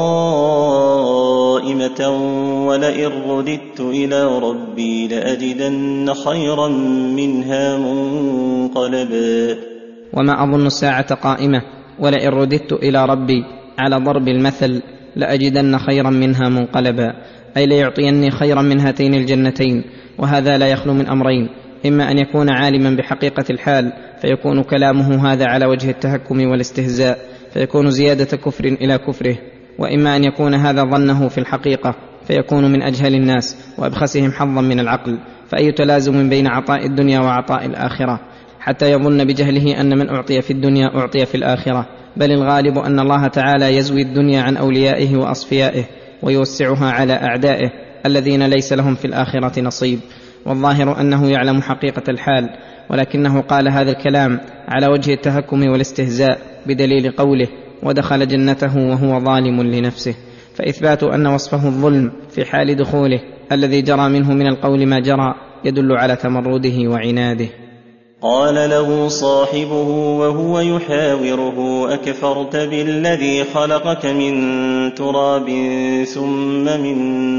Speaker 4: قائمة ولئن رددت إلى ربي لأجدن خيرا منها منقلبا.
Speaker 3: وما أظن الساعة قائمة ولئن رددت إلى ربي على ضرب المثل لأجدن خيرا منها منقلبا، أي ليعطيني خيرا من هاتين الجنتين. وهذا لا يخلو من أمرين، إما أن يكون عالما بحقيقة الحال فيكون كلامه هذا على وجه التهكم والاستهزاء فيكون زيادة كفر إلى كفره، وإما أن يكون هذا ظنه في الحقيقة فيكون من أجهل الناس وأبخسهم حظا من العقل، فأي تلازم بين عطاء الدنيا وعطاء الآخرة، حتى يظن بجهله أن من أعطي في الدنيا أعطي في الآخرة، بل الغالب أن الله تعالى يزوي الدنيا عن أوليائه وأصفيائه ويوسعها على أعدائه الذين ليس لهم في الآخرة نصيب. والظاهر أنه يعلم حقيقة الحال، ولكنه قال هذا الكلام على وجه التهكم والاستهزاء بدليل قوله ودخل جنته وهو ظالم لنفسه، فإثبات أن وصفه الظلم في حال دخوله الذي جرى منه من القول ما جرى يدل على تمرده وعناده.
Speaker 4: قال له صاحبه وهو يحاوره أكفرت بالذي خلقك من تراب ثم من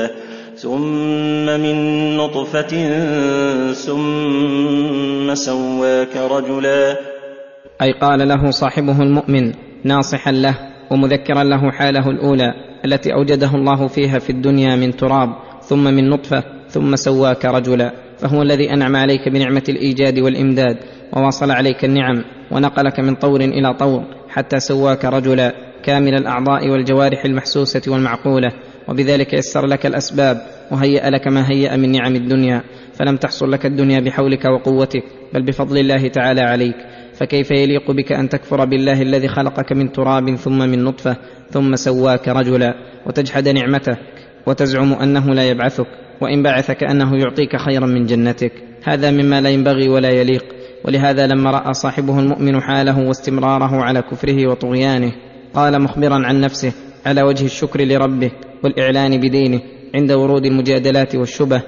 Speaker 4: نطفة ثم سواك رجلا.
Speaker 3: أي قال له صاحبه المؤمن ناصحا له ومذكرا له حاله الأولى التي أوجده الله فيها في الدنيا من تراب ثم من نطفة ثم سواك رجلا، فهو الذي أنعم عليك بنعمة الإيجاد والإمداد وواصل عليك النعم ونقلك من طور إلى طور حتى سواك رجلا كامل الأعضاء والجوارح المحسوسة والمعقولة، وبذلك يسر لك الأسباب وهيأ لك ما هيأ من نعم الدنيا، فلم تحصل لك الدنيا بحولك وقوتك بل بفضل الله تعالى عليك، فكيف يليق بك أن تكفر بالله الذي خلقك من تراب ثم من نطفة ثم سواك رجلا وتجحد نعمته وتزعم أنه لا يبعثك، وإن بعثك أنه يعطيك خيرا من جنتك؟ هذا مما لا ينبغي ولا يليق. ولهذا لما رأى صاحبه المؤمن حاله واستمراره على كفره وطغيانه قال مخبرا عن نفسه على وجه الشكر لربه والإعلان بدينه عند ورود المجادلات والشبه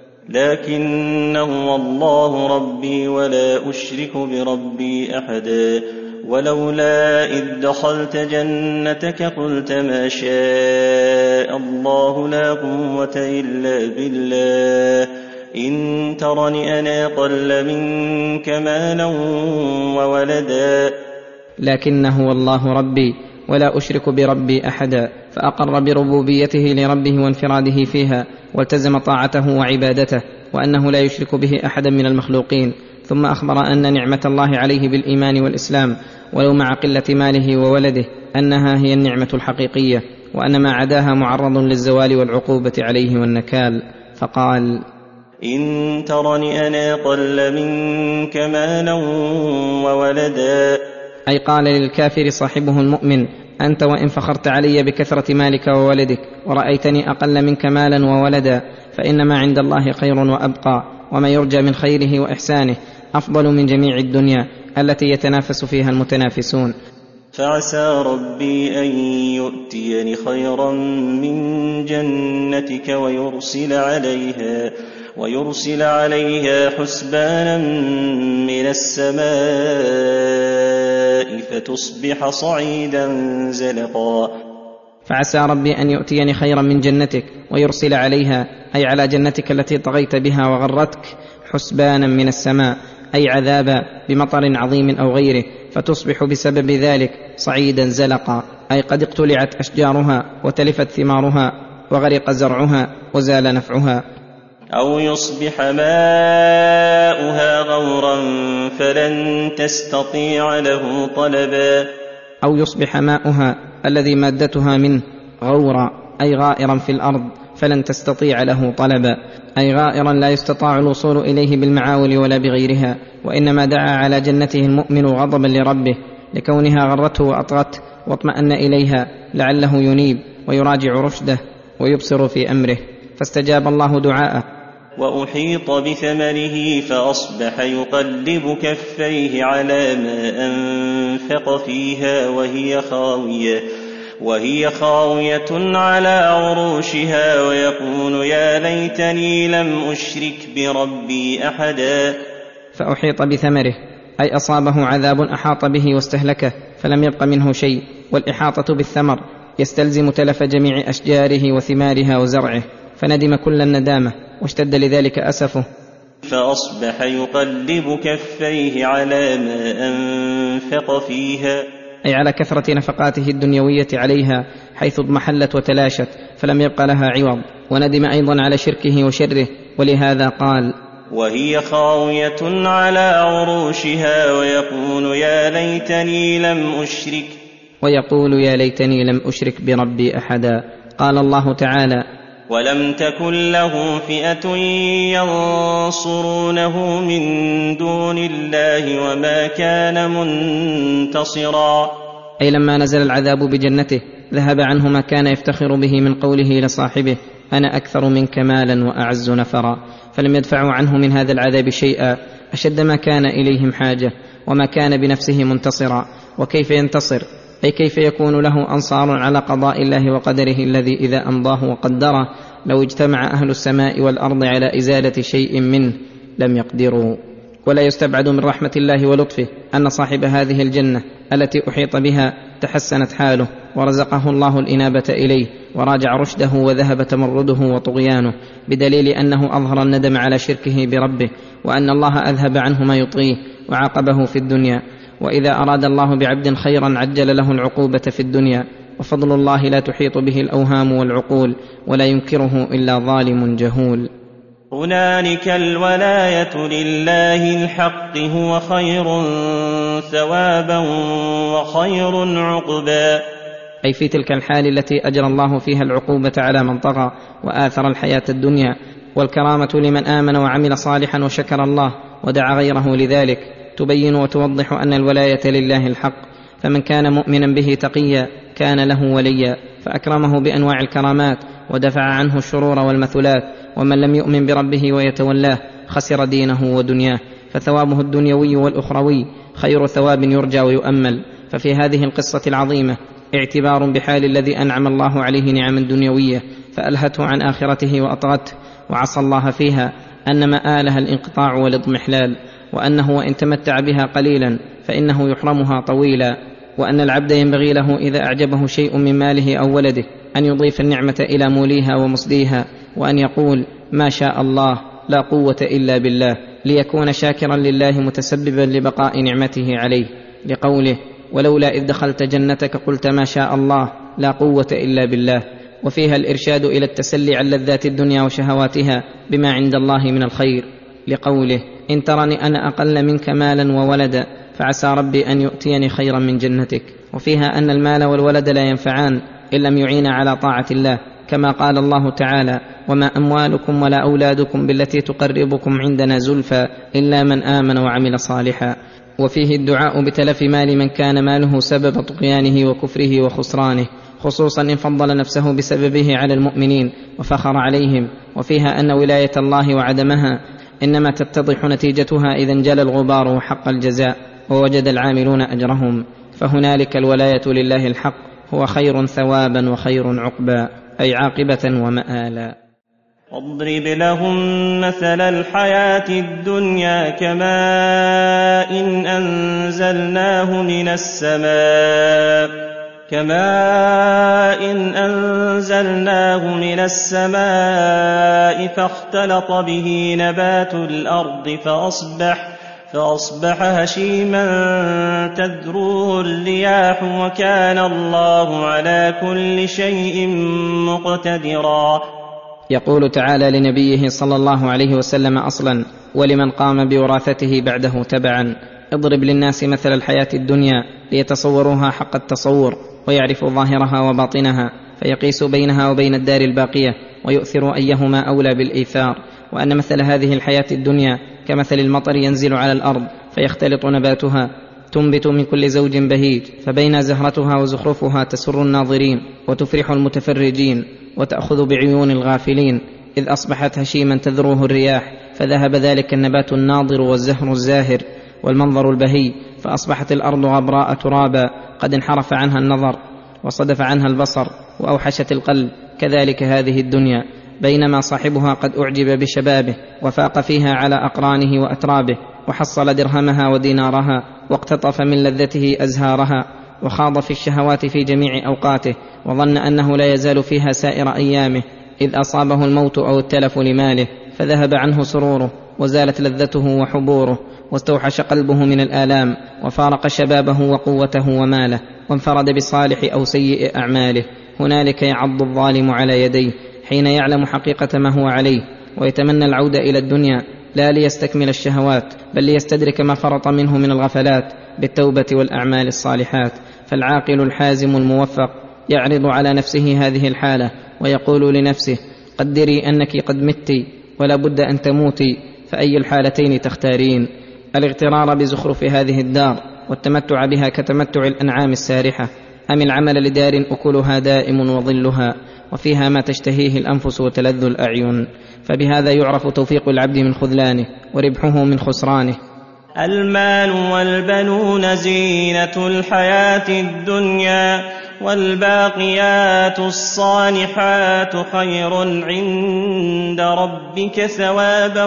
Speaker 4: لكنه الله ربي ولا أشرك بربي أحدا، ولولا إذ دخلت جنتك قلت ما شاء الله لا قوة إلا بالله إن ترني أنا أقل منك مالا وولدا.
Speaker 3: لكنه والله ربي ولا أشرك بربي أحدا، فأقر بربوبيته لربه وانفراده فيها، والتزم طاعته وعبادته، وأنه لا يشرك به أحدا من المخلوقين. ثم أخبر أن نعمة الله عليه بالإيمان والإسلام ولو مع قلة ماله وولده أنها هي النعمة الحقيقية، وأن ما عداها معرض للزوال والعقوبة عليه والنكال. فقال:
Speaker 4: إن ترني أنا أقل منك مالا وولدا.
Speaker 3: أي قال للكافر صاحبه المؤمن: أنت وإن فخرت علي بكثرة مالك وولدك ورأيتني أقل منك مالا وولدا، فإنما عند الله خير وأبقى، وما يرجى من خيره وإحسانه أفضل من جميع الدنيا التي يتنافس فيها المتنافسون.
Speaker 4: فعسى ربي أن يؤتيني خيرا من جنتك ويرسل عليها حسبانا من السماء فتصبح صعيدا زلقا.
Speaker 3: فعسى ربي أن يؤتيني خيرا من جنتك ويرسل عليها، أي على جنتك التي طغيت بها وغرتك، حسبانا من السماء، أي عذابا بمطر عظيم أو غيره، فتصبح بسبب ذلك صعيدا زلقا، أي قد اقتلعت أشجارها وتلفت ثمارها وغرق زرعها وزال نفعها.
Speaker 4: أو يصبح ماؤها غورا فلن تستطيع له طلبا.
Speaker 3: أو يصبح ماؤها الذي مادتها منه غورا، أي غائرا في الأرض، فلن تستطيع له طلبا، أي غائرا لا يستطاع الوصول إليه بالمعاول ولا بغيرها. وإنما دعا على جنته المؤمن غضبا لربه لكونها غرته وأطغته، واطمأن إليها لعله ينيب ويراجع رشده ويبصر في أمره، فاستجاب الله دعاءه.
Speaker 4: وأحيط بثمره فأصبح يقلب كفيه على ما أنفق فيها وهي خاوية على عروشها، ويقول يا ليتني لم أشرك بربي أحدا.
Speaker 3: فأحيط بثمره، أي أصابه عذاب أحاط به واستهلكه فلم يبق منه شيء، والإحاطة بالثمر يستلزم تلف جميع أشجاره وثمارها وزرعه، فندم كل الندامة واشتد لذلك أسفه.
Speaker 4: فأصبح يقلب كفيه على ما أنفق فيها،
Speaker 3: أي على كثرة نفقاته الدنيوية عليها، حيث اضمحلت وتلاشت فلم يبق لها عوض، وندم أيضا على شركه وشره، ولهذا قال
Speaker 4: وهي خاوية على عروشها ويقول يا ليتني لم أشرك
Speaker 3: بربي أحدا. قال الله تعالى
Speaker 4: ولم تكن له فئة ينصرونه من دون الله وما كان منتصرا.
Speaker 3: أي لما نزل العذاب بجنته ذهب عنه ما كان يفتخر به من قوله لصاحبه أنا أكثر منك مالا وأعز نفرا، فلم يدفعوا عنه من هذا العذاب شيئا أشد ما كان إليهم حاجة، وما كان بنفسه منتصرا. وكيف ينتصر؟ أي كيف يكون له أنصار على قضاء الله وقدره الذي إذا أمضاه وقدره لو اجتمع أهل السماء والأرض على إزالة شيء منه لم يقدروا. ولا يستبعد من رحمة الله ولطفه أن صاحب هذه الجنة التي أحيط بها تحسنت حاله ورزقه الله الإنابة إليه وراجع رشده وذهب تمرده وطغيانه، بدليل أنه أظهر الندم على شركه بربه، وأن الله أذهب عنه ما يطغيه وعاقبه في الدنيا. وإذا أراد الله بعبد خيرا عجل له العقوبة في الدنيا، وفضل الله لا تحيط به الأوهام والعقول، ولا ينكره إلا ظالم جهول.
Speaker 4: هنالك الولاية لله الحق هو خير ثوابا وخير عقبا.
Speaker 3: أي في تلك الحال التي أجرى الله فيها العقوبة على من طغى وآثر الحياة الدنيا، والكرامة لمن آمن وعمل صالحا وشكر الله ودعا غيره لذلك، تبين وتوضح أن الولاية لله الحق، فمن كان مؤمنا به تقيا كان له وليا، فأكرمه بأنواع الكرامات ودفع عنه الشرور والمثلات. ومن لم يؤمن بربه ويتولاه خسر دينه ودنياه، فثوابه الدنيوي والأخروي خير ثواب يرجى ويؤمل. ففي هذه القصة العظيمة اعتبار بحال الذي أنعم الله عليه نعما دنيوية فألهته عن آخرته وأطغته وعصى الله فيها، أن مآلها الانقطاع والاضمحلال، وأنه وإن تمتع بها قليلا فإنه يحرمها طويلا، وأن العبد ينبغي له إذا أعجبه شيء من ماله أو ولده أن يضيف النعمة إلى موليها ومصديها، وأن يقول ما شاء الله لا قوة إلا بالله، ليكون شاكرا لله متسببا لبقاء نعمته عليه، لقوله ولولا إذ دخلت جنتك قلت ما شاء الله لا قوة إلا بالله. وفيها الإرشاد إلى التسلي عن لذات الدنيا وشهواتها بما عند الله من الخير، لقوله إن ترني أنا أقل منك مالا وولدا فعسى ربي أن يؤتيني خيرا من جنتك. وفيها أن المال والولد لا ينفعان إن لم يعين على طاعة الله، كما قال الله تعالى وما أموالكم ولا أولادكم بالتي تقربكم عندنا زلفى إلا من آمن وعمل صالحا. وفيه الدعاء بتلف مال من كان ماله سبب طغيانه وكفره وخسرانه، خصوصا إن فضل نفسه بسببه على المؤمنين وفخر عليهم. وفيها أن ولاية الله وعدمها إنما تتضح نتيجتها إذا انجلى الغبار وحق الجزاء ووجد العاملون أجرهم، فهنالك الولاية لله الحق هو خير ثوابا وخير عقبا، أي عاقبة ومآلا.
Speaker 4: واضرب لهم مثل الحياة الدنيا كماء أنزلناه من السماء فاختلط به نبات الأرض فأصبح هشيما تذروه الرياح وكان الله على كل شيء مقتدرا.
Speaker 3: يقول تعالى لنبيه صلى الله عليه وسلم أصلا ولمن قام بوراثته بعده تبعا: اضرب للناس مثل الحياة الدنيا ليتصوروها حق التصور ويعرفوا ظاهرها وباطنها، فيقيسوا بينها وبين الدار الباقية ويؤثروا أيهما أولى بالإيثار. وأن مثل هذه الحياة الدنيا كمثل المطر ينزل على الأرض فيختلط نباتها، تنبت من كل زوج بهيج، فبين زهرتها وزخرفها تسر الناظرين وتفرح المتفرجين وتأخذ بعيون الغافلين، إذ أصبحت هشيما تذروه الرياح، فذهب ذلك النبات الناضر والزهر الزاهر والمنظر البهي، فأصبحت الأرض غبراء ترابا قد انحرف عنها النظر وصدف عنها البصر وأوحشت القلب. كذلك هذه الدنيا بينما صاحبها قد أعجب بشبابه وفاق فيها على أقرانه وأترابه، وحصل درهمها ودينارها واقتطف من لذته أزهارها، وخاض في الشهوات في جميع أوقاته، وظن أنه لا يزال فيها سائر أيامه، إذ أصابه الموت أو التلف لماله فذهب عنه سروره وزالت لذته وحبوره، واستوحش قلبه من الآلام، وفارق شبابه وقوته وماله، وانفرد بصالح أو سيء أعماله. هنالك يعض الظالم على يديه حين يعلم حقيقة ما هو عليه، ويتمنى العودة إلى الدنيا لا ليستكمل الشهوات بل ليستدرك ما فرط منه من الغفلات بالتوبة والأعمال الصالحات. فالعاقل الحازم الموفق يعرض على نفسه هذه الحالة ويقول لنفسه: قدري أنك قد مت ولا بد أن تموتي، فأي الحالتين تختارين؟ الاغترار بزخرف هذه الدار والتمتع بها كتمتع الأنعام السارحة، أم العمل لدار أكلها دائم وظلها وفيها ما تشتهيه الأنفس وتلذ الأعين؟ فبهذا يعرف توفيق العبد من خذلانه وربحه من خسرانه.
Speaker 2: المال والبنون زينة الحياة الدنيا، والباقيات الصالحات خير عند ربك ثوابا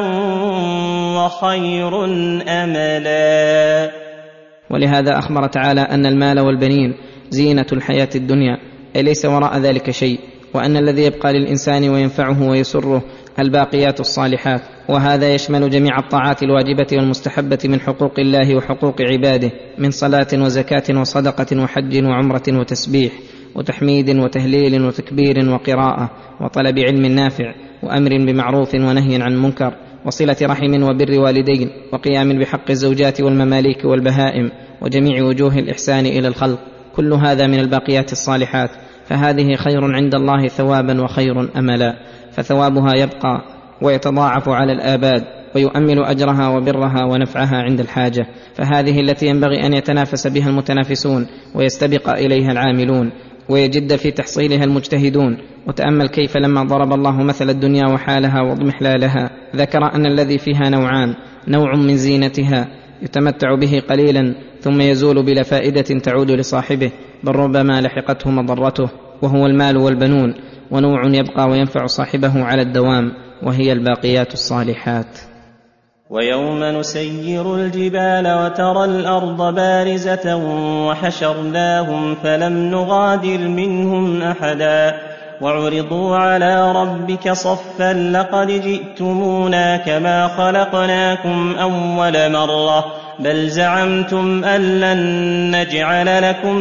Speaker 2: وخير أملا.
Speaker 3: ولهذا أخبر تعالى أن المال والبنين زينة الحياة الدنيا، أي ليس وراء ذلك شيء، وأن الذي يبقى للإنسان وينفعه ويسره الباقيات الصالحات، وهذا يشمل جميع الطاعات الواجبة والمستحبة من حقوق الله وحقوق عباده، من صلاة وزكاة وصدقة وحج وعمرة وتسبيح وتحميد وتهليل وتكبير وقراءة وطلب علم نافع وأمر بمعروف ونهي عن منكر وصلة رحم وبر والدين وقيام بحق الزوجات والمماليك والبهائم وجميع وجوه الإحسان إلى الخلق. كل هذا من الباقيات الصالحات، فهذه خير عند الله ثوابا وخير أملا، فثوابها يبقى ويتضاعف على الآباد، ويؤمل أجرها وبرها ونفعها عند الحاجة، فهذه التي ينبغي أن يتنافس بها المتنافسون ويستبق إليها العاملون ويجد في تحصيلها المجتهدون. وتأمل كيف لما ضرب الله مثل الدنيا وحالها واضمحلالها ذكر أن الذي فيها نوعان: نوع من زينتها يتمتع به قليلا ثم يزول بلا فائدة تعود لصاحبه، بل ربما لحقته مضرته، وهو المال والبنون، ونوع يبقى وينفع صاحبه على الدوام، وهي الباقيات الصالحات.
Speaker 4: ويوم نسير الجبال وترى الأرض بارزة وحشرناهم فلم نغادر منهم أحدا وعرضوا على ربك صفا لقد جئتمونا كما خلقناكم أول مرة بل زعمتم أن لن نجعل لكم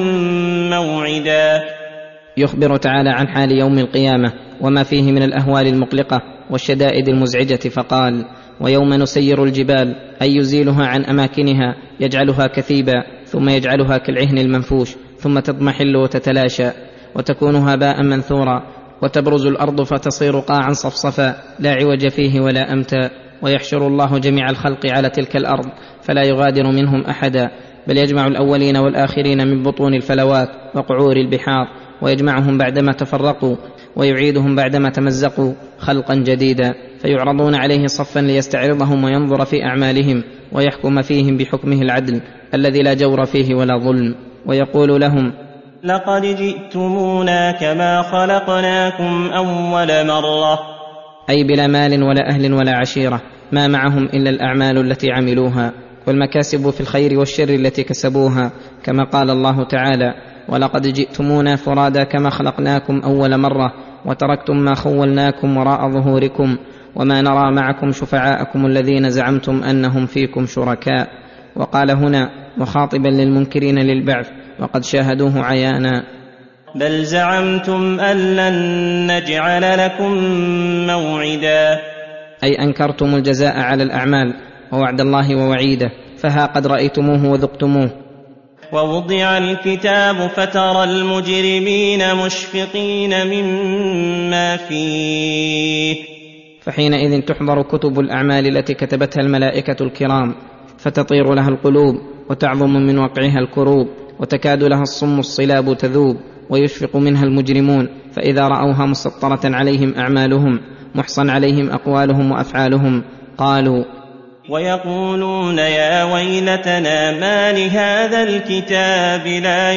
Speaker 4: موعدا.
Speaker 3: يخبر تعالى عن حال يوم القيامة وما فيه من الأهوال المقلقة والشدائد المزعجة فقال: ويوم نسير الجبال، أي يزيلها عن أماكنها، يجعلها كثيبا، ثم يجعلها كالعهن المنفوش، ثم تضمحل وتتلاشى وتكون هباء منثورا، وتبرز الأرض فتصير قاعا صفصفا لا عوج فيه ولا أمتا، ويحشر الله جميع الخلق على تلك الأرض فلا يغادر منهم أحدا، بل يجمع الأولين والآخرين من بطون الفلوات وقعور البحار، ويجمعهم بعدما تفرقوا ويعيدهم بعدما تمزقوا خلقا جديدا، فيعرضون عليه صفا ليستعرضهم وينظر في أعمالهم ويحكم فيهم بحكمه العدل الذي لا جور فيه ولا ظلم، ويقول لهم:
Speaker 4: لقد جئتمونا كما خلقناكم أول مرة،
Speaker 3: أي بلا مال ولا أهل ولا عشيرة، ما معهم إلا الأعمال التي عملوها والمكاسب في الخير والشر التي كسبوها، كما قال الله تعالى: ولقد جئتمونا فرادا كما خلقناكم أول مرة وتركتم ما خولناكم وراء ظهوركم وما نرى معكم شفعاءكم الذين زعمتم أنهم فيكم شركاء. وقال هنا مخاطبا للمنكرين للبعث وقد شاهدوه عيانا:
Speaker 4: بل زعمتم أن لن نجعل لكم موعدا،
Speaker 3: أي أنكرتم الجزاء على الأعمال ووعد الله ووعيده، فها قد رأيتموه وذقتموه.
Speaker 4: ووضع الكتاب فترى المجرمين مشفقين مما فيه،
Speaker 3: فحينئذ تحضر كتب الأعمال التي كتبتها الملائكة الكرام فتطير لها القلوب وتعظم من وقعها الكروب، وتكاد لها الصم الصلاب تذوب، ويشفق منها المجرمون، فإذا رأوها مسطرة عليهم أعمالهم محصن عليهم أقوالهم وأفعالهم قالوا:
Speaker 4: ويقولون يا ويلتنا ما لهذا الكتاب لا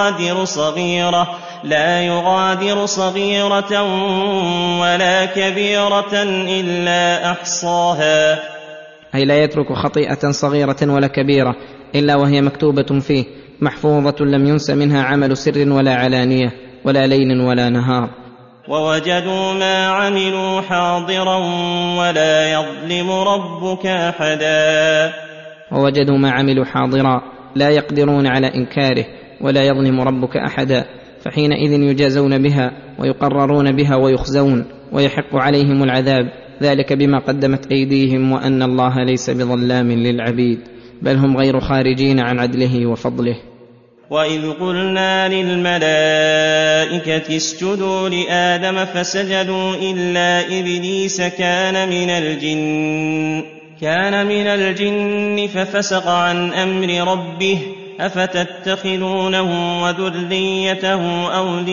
Speaker 4: يغادر صغيرة ولا كبيرة إلا أحصاها،
Speaker 3: أي لا يترك خطيئة صغيرة ولا كبيرة إلا وهي مكتوبة فيه محفوظة لم ينس منها عمل سر ولا علانية ولا ليل ولا نهار.
Speaker 4: ووجدوا ما عملوا حاضرا ولا يظلم ربك أحدا،
Speaker 3: ووجدوا ما عملوا حاضرا لا يقدرون على إنكاره ولا يظلم ربك أحدا، فحينئذ يجازون بها ويقررون بها ويخزون ويحق عليهم العذاب، ذلك بما قدمت أيديهم وأن الله ليس بظلام للعبيد، بل هم غير خارجين عن عدله وفضله.
Speaker 4: وإذ قلنا للملائكة اسجدوا لآدم فسجدوا إلا إبليس كان من الجن ففسق عن أمر ربه أفتتخذونه وذريته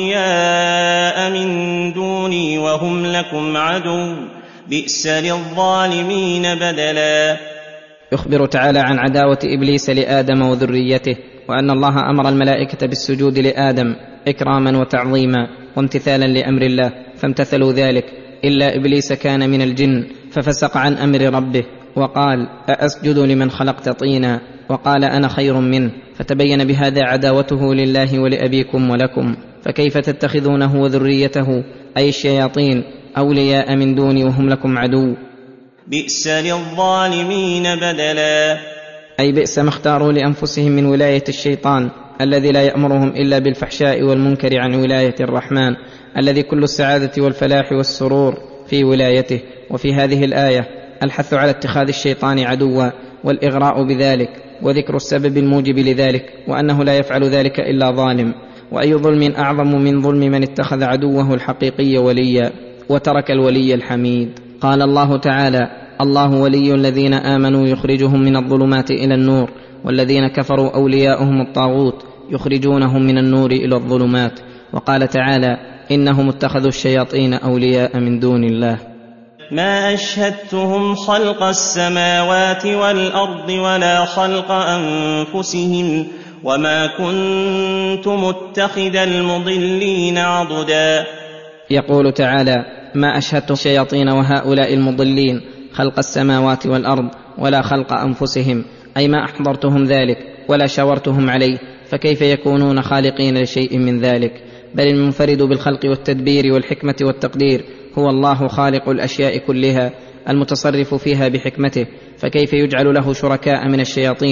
Speaker 4: أولياء من دوني وهم لكم عدو بئس للظالمين بدلا.
Speaker 3: يخبر تعالى عن عداوة إبليس لآدم وذريته، وأن الله أمر الملائكة بالسجود لآدم إكراما وتعظيما وامتثالا لأمر الله فامتثلوا ذلك، إلا إبليس كان من الجن ففسق عن أمر ربه وقال: أأسجد لمن خلقت طينا، وقال: أنا خير منه، فتبين بهذا عداوته لله ولأبيكم ولكم. فكيف تتخذونه وذريته أي الشياطين أولياء من دوني وهم لكم عدو؟
Speaker 4: بئس للظالمين بدلا،
Speaker 3: أي بئس ما اختاروا لأنفسهم من ولاية الشيطان الذي لا يأمرهم إلا بالفحشاء والمنكر عن ولاية الرحمن الذي كل السعادة والفلاح والسرور في ولايته. وفي هذه الآية الحث على اتخاذ الشيطان عدوا والإغراء بذلك وذكر السبب الموجب لذلك، وأنه لا يفعل ذلك إلا ظالم، وأي ظلم أعظم من ظلم من اتخذ عدوه الحقيقي وليا وترك الولي الحميد. قال الله تعالى: الله ولي الذين آمنوا يخرجهم من الظلمات إلى النور، والذين كفروا أولياؤهم الطاغوت يخرجونهم من النور إلى الظلمات. وقال تعالى: إنهم اتخذوا الشياطين أولياء من دون الله.
Speaker 4: ما أشهدتهم خلق السماوات والأرض ولا خلق أنفسهم وما كنت متخذ المضلين عضدا.
Speaker 3: يقول تعالى: ما أشهدت الشياطين وهؤلاء المضلين خلق السماوات والأرض ولا خلق أنفسهم، أي ما أحضرتهم ذلك ولا شاورتهم عليه، فكيف يكونون خالقين لشيء من ذلك؟ بل المنفرد بالخلق والتدبير والحكمة والتقدير هو الله خالق الأشياء كلها المتصرف فيها بحكمته، فكيف يجعل له شركاء من الشياطين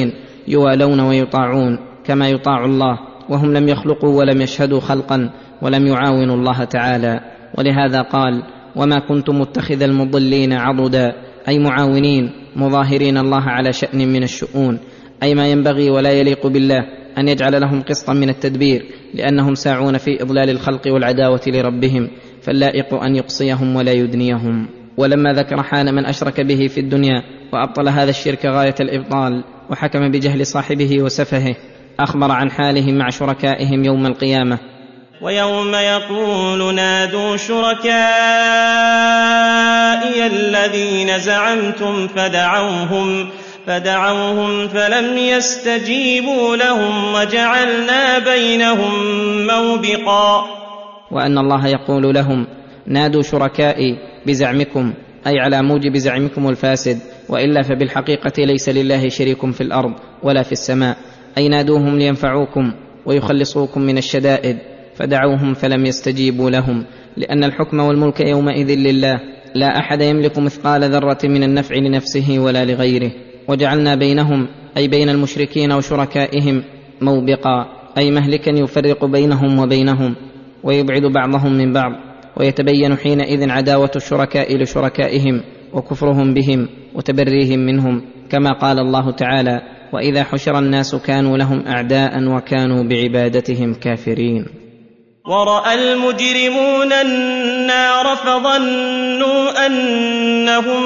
Speaker 3: يوالون ويطاعون كما يطاع الله، وهم لم يخلقوا ولم يشهدوا خلقا ولم يعاونوا الله تعالى. ولهذا قال: وما كنت متخذ المضلين عضدا، أي معاونين مظاهرين الله على شأن من الشؤون، أي ما ينبغي ولا يليق بالله أن يجعل لهم قسطا من التدبير، لأنهم ساعون في إضلال الخلق والعداوة لربهم، فاللائق أن يقصيهم ولا يدنيهم. ولما ذكر حال من أشرك به في الدنيا وأبطل هذا الشرك غاية الإبطال وحكم بجهل صاحبه وسفهه، أخبر عن حالهم مع شركائهم يوم القيامة:
Speaker 2: ويوم يقول نادوا شركائي الذين زعمتم فدعوهم فلم يستجيبوا لهم وجعلنا بينهم موبقا.
Speaker 3: وأن الله يقول لهم: نادوا شركائي بزعمكم، أي على موجب زعمكم الفاسد، وإلا فبالحقيقة ليس لله شريك في الأرض ولا في السماء، أي نادوهم لينفعوكم ويخلصوكم من الشدائد، فدعوهم فلم يستجيبوا لهم، لأن الحكم والملك يومئذ لله، لا أحد يملك مثقال ذرة من النفع لنفسه ولا لغيره. وجعلنا بينهم، أي بين المشركين وشركائهم، موبقا، أي مهلكا يفرق بينهم وبينهم ويبعد بعضهم من بعض، ويتبين حينئذ عداوة الشركاء لشركائهم وكفرهم بهم وتبريهم منهم، كما قال الله تعالى: وإذا حشر الناس كانوا لهم أعداء وكانوا بعبادتهم كافرين.
Speaker 2: ورأى المجرمون النار فظنوا أنهم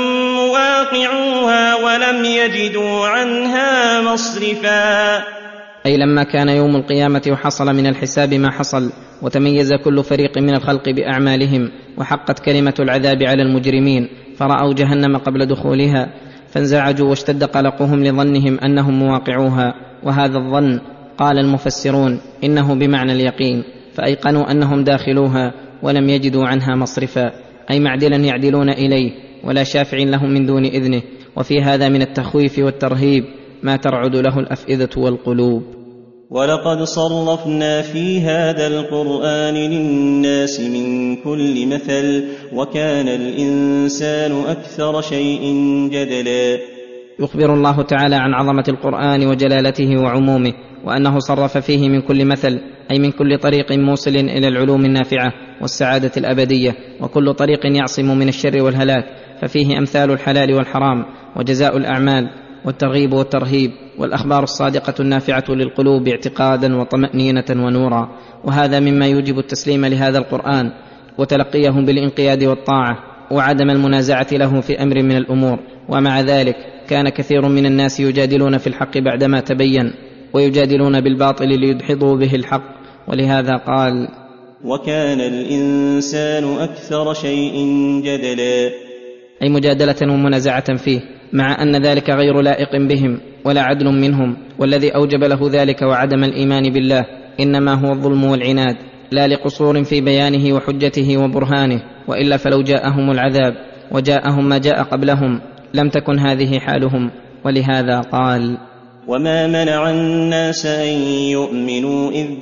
Speaker 2: مواقعوها ولم يجدوا عنها مصرفا.
Speaker 3: أي لما كان يوم القيامة وحصل من الحساب ما حصل، وتميز كل فريق من الخلق بأعمالهم، وحقت كلمة العذاب على المجرمين، فرأوا جهنم قبل دخولها، فانزعجوا واشتد قلقهم لظنهم أنهم مواقعوها. وهذا الظن قال المفسرون إنه بمعنى اليقين، فأيقنوا أنهم داخلوها ولم يجدوا عنها مصرفا، أي معدلا يعدلون إليه ولا شافع لهم من دون إذنه. وفي هذا من التخويف والترهيب ما ترعد له الأفئدة والقلوب.
Speaker 2: ولقد صرفنا في هذا القرآن للناس من كل مثل وكان الإنسان أكثر شيء جدلا.
Speaker 3: يخبر الله تعالى عن عظمة القرآن وجلالته وعمومه، وأنه صرف فيه من كل مثل، أي من كل طريق موصل إلى العلوم النافعة والسعادة الأبدية، وكل طريق يعصم من الشر والهلاك، ففيه أمثال الحلال والحرام وجزاء الأعمال والترغيب والترهيب والأخبار الصادقة النافعة للقلوب اعتقادا وطمأنينة ونورا. وهذا مما يوجب التسليم لهذا القرآن وتلقيه بالانقياد والطاعة وعدم المنازعة له في أمر من الأمور. ومع ذلك كان كثير من الناس يجادلون في الحق بعدما تبين، ويجادلون بالباطل ليدحضوا به الحق. ولهذا قال:
Speaker 2: وكان الإنسان أكثر شيء جدلا،
Speaker 3: أي مجادلة ومنازعة فيه، مع أن ذلك غير لائق بهم ولا عدل منهم، والذي أوجب له ذلك وعدم الإيمان بالله إنما هو الظلم والعناد، لا لقصور في بيانه وحجته وبرهانه، وإلا فلو جاءهم العذاب وجاءهم ما جاء قبلهم لم تكن هذه حالهم. ولهذا قال:
Speaker 2: وما منع الناس أن يؤمنوا إذ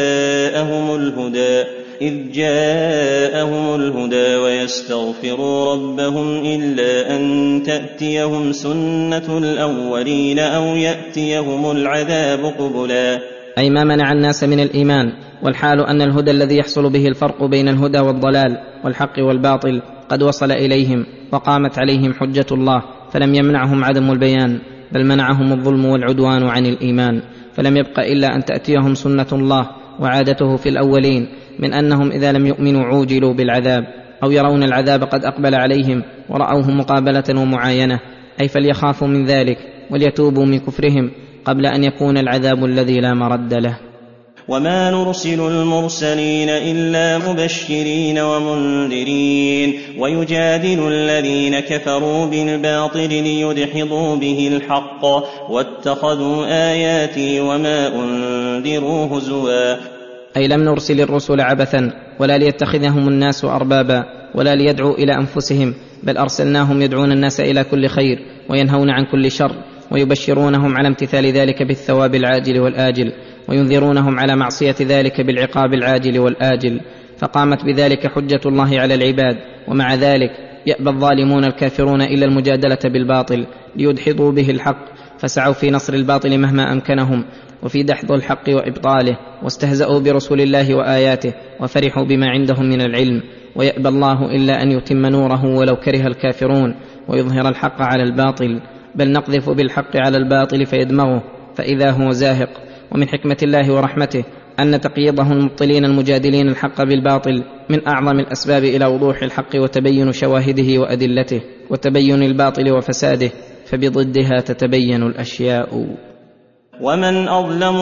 Speaker 2: جاءهم الهدى ويستغفروا ربهم إلا أن تأتيهم سنة الأولين أو يأتيهم العذاب قبلا.
Speaker 3: أي ما منع الناس من الإيمان، والحال أن الهدى الذي يحصل به الفرق بين الهدى والضلال والحق والباطل قد وصل إليهم وقامت عليهم حجة الله، فلم يمنعهم عدم البيان، بل منعهم الظلم والعدوان عن الإيمان، فلم يبق إلا أن تأتيهم سنة الله وعادته في الأولين من أنهم إذا لم يؤمنوا عوجلوا بالعذاب، أو يرون العذاب قد أقبل عليهم ورأوه مقابلة ومعاينة، أي فليخافوا من ذلك وليتوبوا من كفرهم قبل أن يكون العذاب الذي لا مرد له.
Speaker 2: وما نرسل المرسلين إلا مبشرين ومنذرين ويجادل الذين كفروا بالباطل ليدحضوا به الحق واتخذوا آياتي وما أنذروا هزوا.
Speaker 3: أي لم نرسل الرسل عبثا ولا ليتخذهم الناس أربابا ولا ليدعوا إلى أنفسهم، بل أرسلناهم يدعون الناس إلى كل خير وينهون عن كل شر، ويبشرونهم على امتثال ذلك بالثواب العاجل والآجل، وينذرونهم على معصية ذلك بالعقاب العاجل والآجل، فقامت بذلك حجة الله على العباد. ومع ذلك يأبى الظالمون الكافرون إلا المجادلة بالباطل ليدحضوا به الحق فسعوا في نصر الباطل مهما أمكنهم وفي دحض الحق وإبطاله، واستهزأوا برسول الله وآياته وفرحوا بما عندهم من العلم. ويأبى الله إلا أن يتم نوره ولو كره الكافرون ويظهر الحق على الباطل، بل نقذف بالحق على الباطل فيدمغه فإذا هو زاهق. ومن حكمة الله ورحمته أن تقييضه المبطلين المجادلين الحق بالباطل من أعظم الأسباب إلى وضوح الحق وتبين شواهده وأدلته وتبين الباطل وفساده، فبضدها تتبين الأشياء.
Speaker 4: ومن أظلم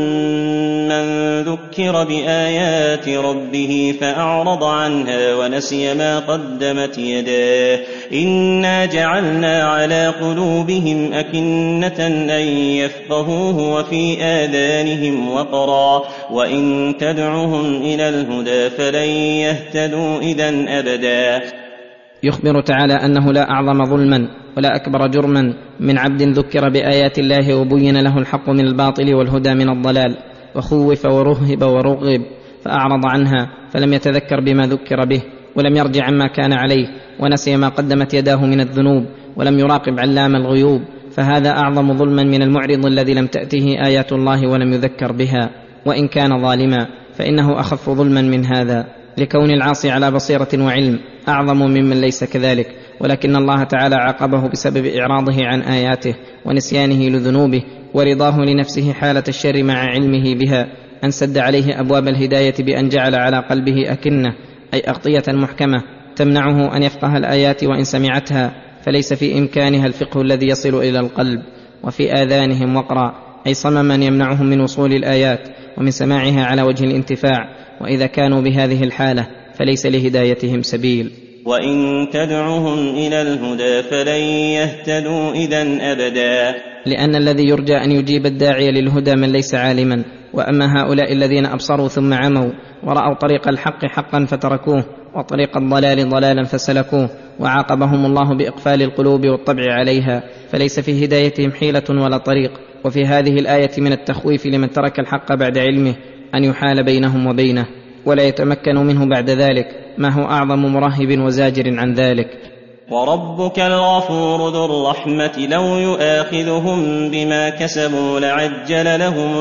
Speaker 4: ممن ذكر بآيات ربه فأعرض عنها ونسي ما قدمت يداه إنا جعلنا على قلوبهم أكنة أن يفقهوه وفي آذانهم وقرا وإن تدعهم إلى الهدى فلن يهتدوا إذن أبدا.
Speaker 3: يخبر تعالى أنه لا أعظم ظلما ولا أكبر جرما من عبد ذكر بآيات الله وبين له الحق من الباطل والهدى من الضلال، وخوف ورهب ورغب فأعرض عنها فلم يتذكر بما ذكر به ولم يرجع عما كان عليه ونسي ما قدمت يداه من الذنوب ولم يراقب علام الغيوب، فهذا أعظم ظلما من المعرض الذي لم تأته آيات الله ولم يذكر بها. وإن كان ظالما فإنه أخف ظلما من هذا، لكون العاصي على بصيرة وعلم أعظم ممن ليس كذلك، ولكن الله تعالى عاقبه بسبب إعراضه عن آياته ونسيانه لذنوبه ورضاه لنفسه حالة الشر مع علمه بها، أن سد عليه أبواب الهداية بأن جعل على قلبه أكنة أي أغطية محكمة تمنعه أن يفقه الآيات، وإن سمعتها فليس في إمكانها الفقه الذي يصل إلى القلب، وفي آذانهم وقرا أي صمما يمنعهم من وصول الآيات ومن سماعها على وجه الانتفاع، وإذا كانوا بهذه الحالة فليس لهدايتهم سبيل.
Speaker 4: وإن تدعهم إلى الهدى فلن يهتدوا إذن أبدا،
Speaker 3: لأن الذي يرجى أن يجيب الداعي للهدى من ليس عالما، وأما هؤلاء الذين أبصروا ثم عموا ورأوا طريق الحق حقا فتركوه وطريق الضلال ضلالا فسلكوه، وعاقبهم الله بإقفال القلوب والطبع عليها، فليس في هدايتهم حيلة ولا طريق. وفي هذه الآية من التخويف لمن ترك الحق بعد علمه أن يحال بينهم وبينه ولا يتمكن منه بعد ذلك، ما هو أعظم مرهب وزاجر عن ذلك.
Speaker 4: وربك الغفور ذو الرحمة لو يؤاخذهم بما كسبوا لعجل لهم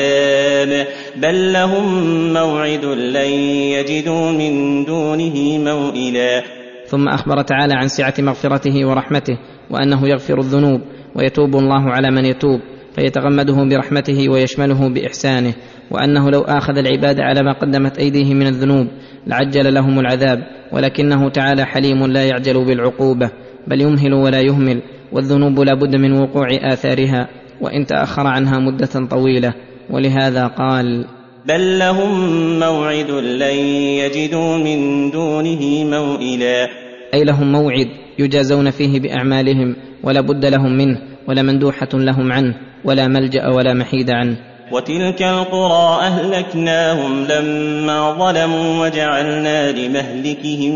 Speaker 4: العذاب بل لهم موعد لن يجدوا من دونه موئلا.
Speaker 3: ثم أخبر تعالى عن سعة مغفرته ورحمته وأنه يغفر الذنوب ويتوب الله على من يتوب فيتغمده برحمته ويشمله بإحسانه، وأنه لو آخذ العباد على ما قدمت أيديهم من الذنوب لعجل لهم العذاب، ولكنه تعالى حليم لا يعجل بالعقوبة بل يمهل ولا يهمل، والذنوب لا بد من وقوع آثارها وإن تأخر عنها مدة طويلة، ولهذا قال
Speaker 4: بل لهم موعد لن يجدوا من دونه موئلا،
Speaker 3: أي لهم موعد يجازون فيه بأعمالهم ولا بد لهم منه ولا مندوحة لهم عنه ولا ملجأ ولا محيد عنه.
Speaker 4: وتلك القرى أهلكناهم لما ظلموا وجعلنا لمهلكهم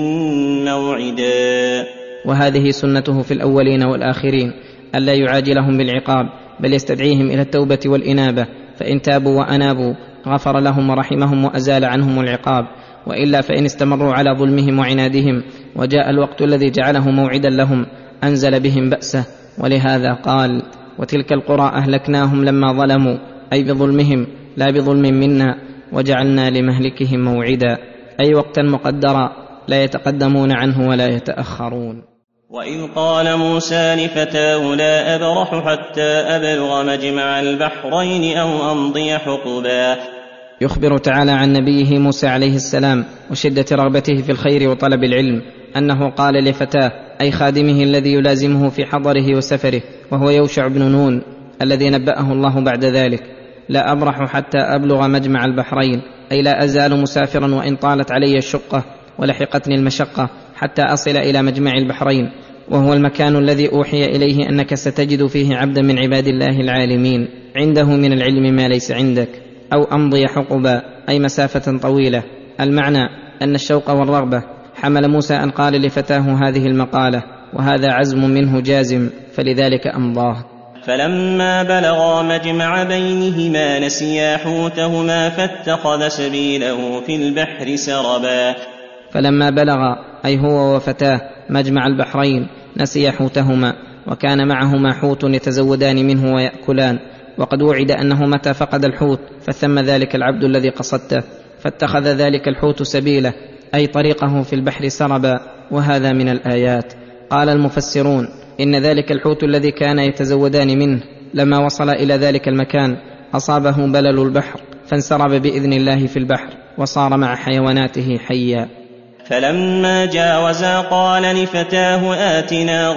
Speaker 4: موعدا.
Speaker 3: وهذه سنته في الأولين والآخرين ألا يعاجلهم بالعقاب بل يستدعيهم إلى التوبة والإنابة، فإن تابوا وأنابوا غفر لهم ورحمهم وأزال عنهم العقاب، وإلا فإن استمروا على ظلمهم وعنادهم وجاء الوقت الذي جعله موعدا لهم أنزل بهم بأسه. ولهذا قال وتلك القرى أهلكناهم لما ظلموا، أي بظلمهم لا بظلم منا، وجعلنا لمهلكهم موعدا، أي وقتا مقدرا لا يتقدمون عنه ولا يتأخرون.
Speaker 4: وإذ قال موسى لفتاه لا أبرح حتى أبلغ مجمع البحرين أو أمضي حقبا.
Speaker 3: يخبر تعالى عن نبيه موسى عليه السلام وشدة رغبته في الخير وطلب العلم أنه قال لفتاه أي خادمه الذي يلازمه في حضره وسفره وهو يوشع بن نون الذي نبأه الله بعد ذلك لا أبرح حتى أبلغ مجمع البحرين، أي لا أزال مسافرا وإن طالت علي الشقة ولحقتني المشقة حتى أصل إلى مجمع البحرين، وهو المكان الذي أوحي إليه أنك ستجد فيه عبدا من عباد الله العالمين عنده من العلم ما ليس عندك، أو أمضي حقبا أي مسافة طويلة. المعنى أن الشوق والرغبة حمل موسى أن قال لفتاه هذه المقالة، وهذا عزم منه جازم فلذلك أمضاه.
Speaker 4: فلما بلغا مجمع بينهما نسيا حوتهما فاتخذ سبيله في البحر سربا.
Speaker 3: فلما بلغ أي هو وفتاه مجمع البحرين نسيا حوتهما وكان معهما حوت يتزودان منه ويأكلان، وقد وعد أنه متى فقد الحوت فثم ذلك العبد الذي قصدته، فاتخذ ذلك الحوت سبيله أي طريقه في البحر سربا، وهذا من الآيات. قال المفسرون إن ذلك الحوت الذي كان يتزودان منه لما وصل إلى ذلك المكان أصابه بلل البحر فانسرب بإذن الله في البحر وصار مع حيواناته حيا.
Speaker 4: فلما جاوزا قال لفتاه آتنا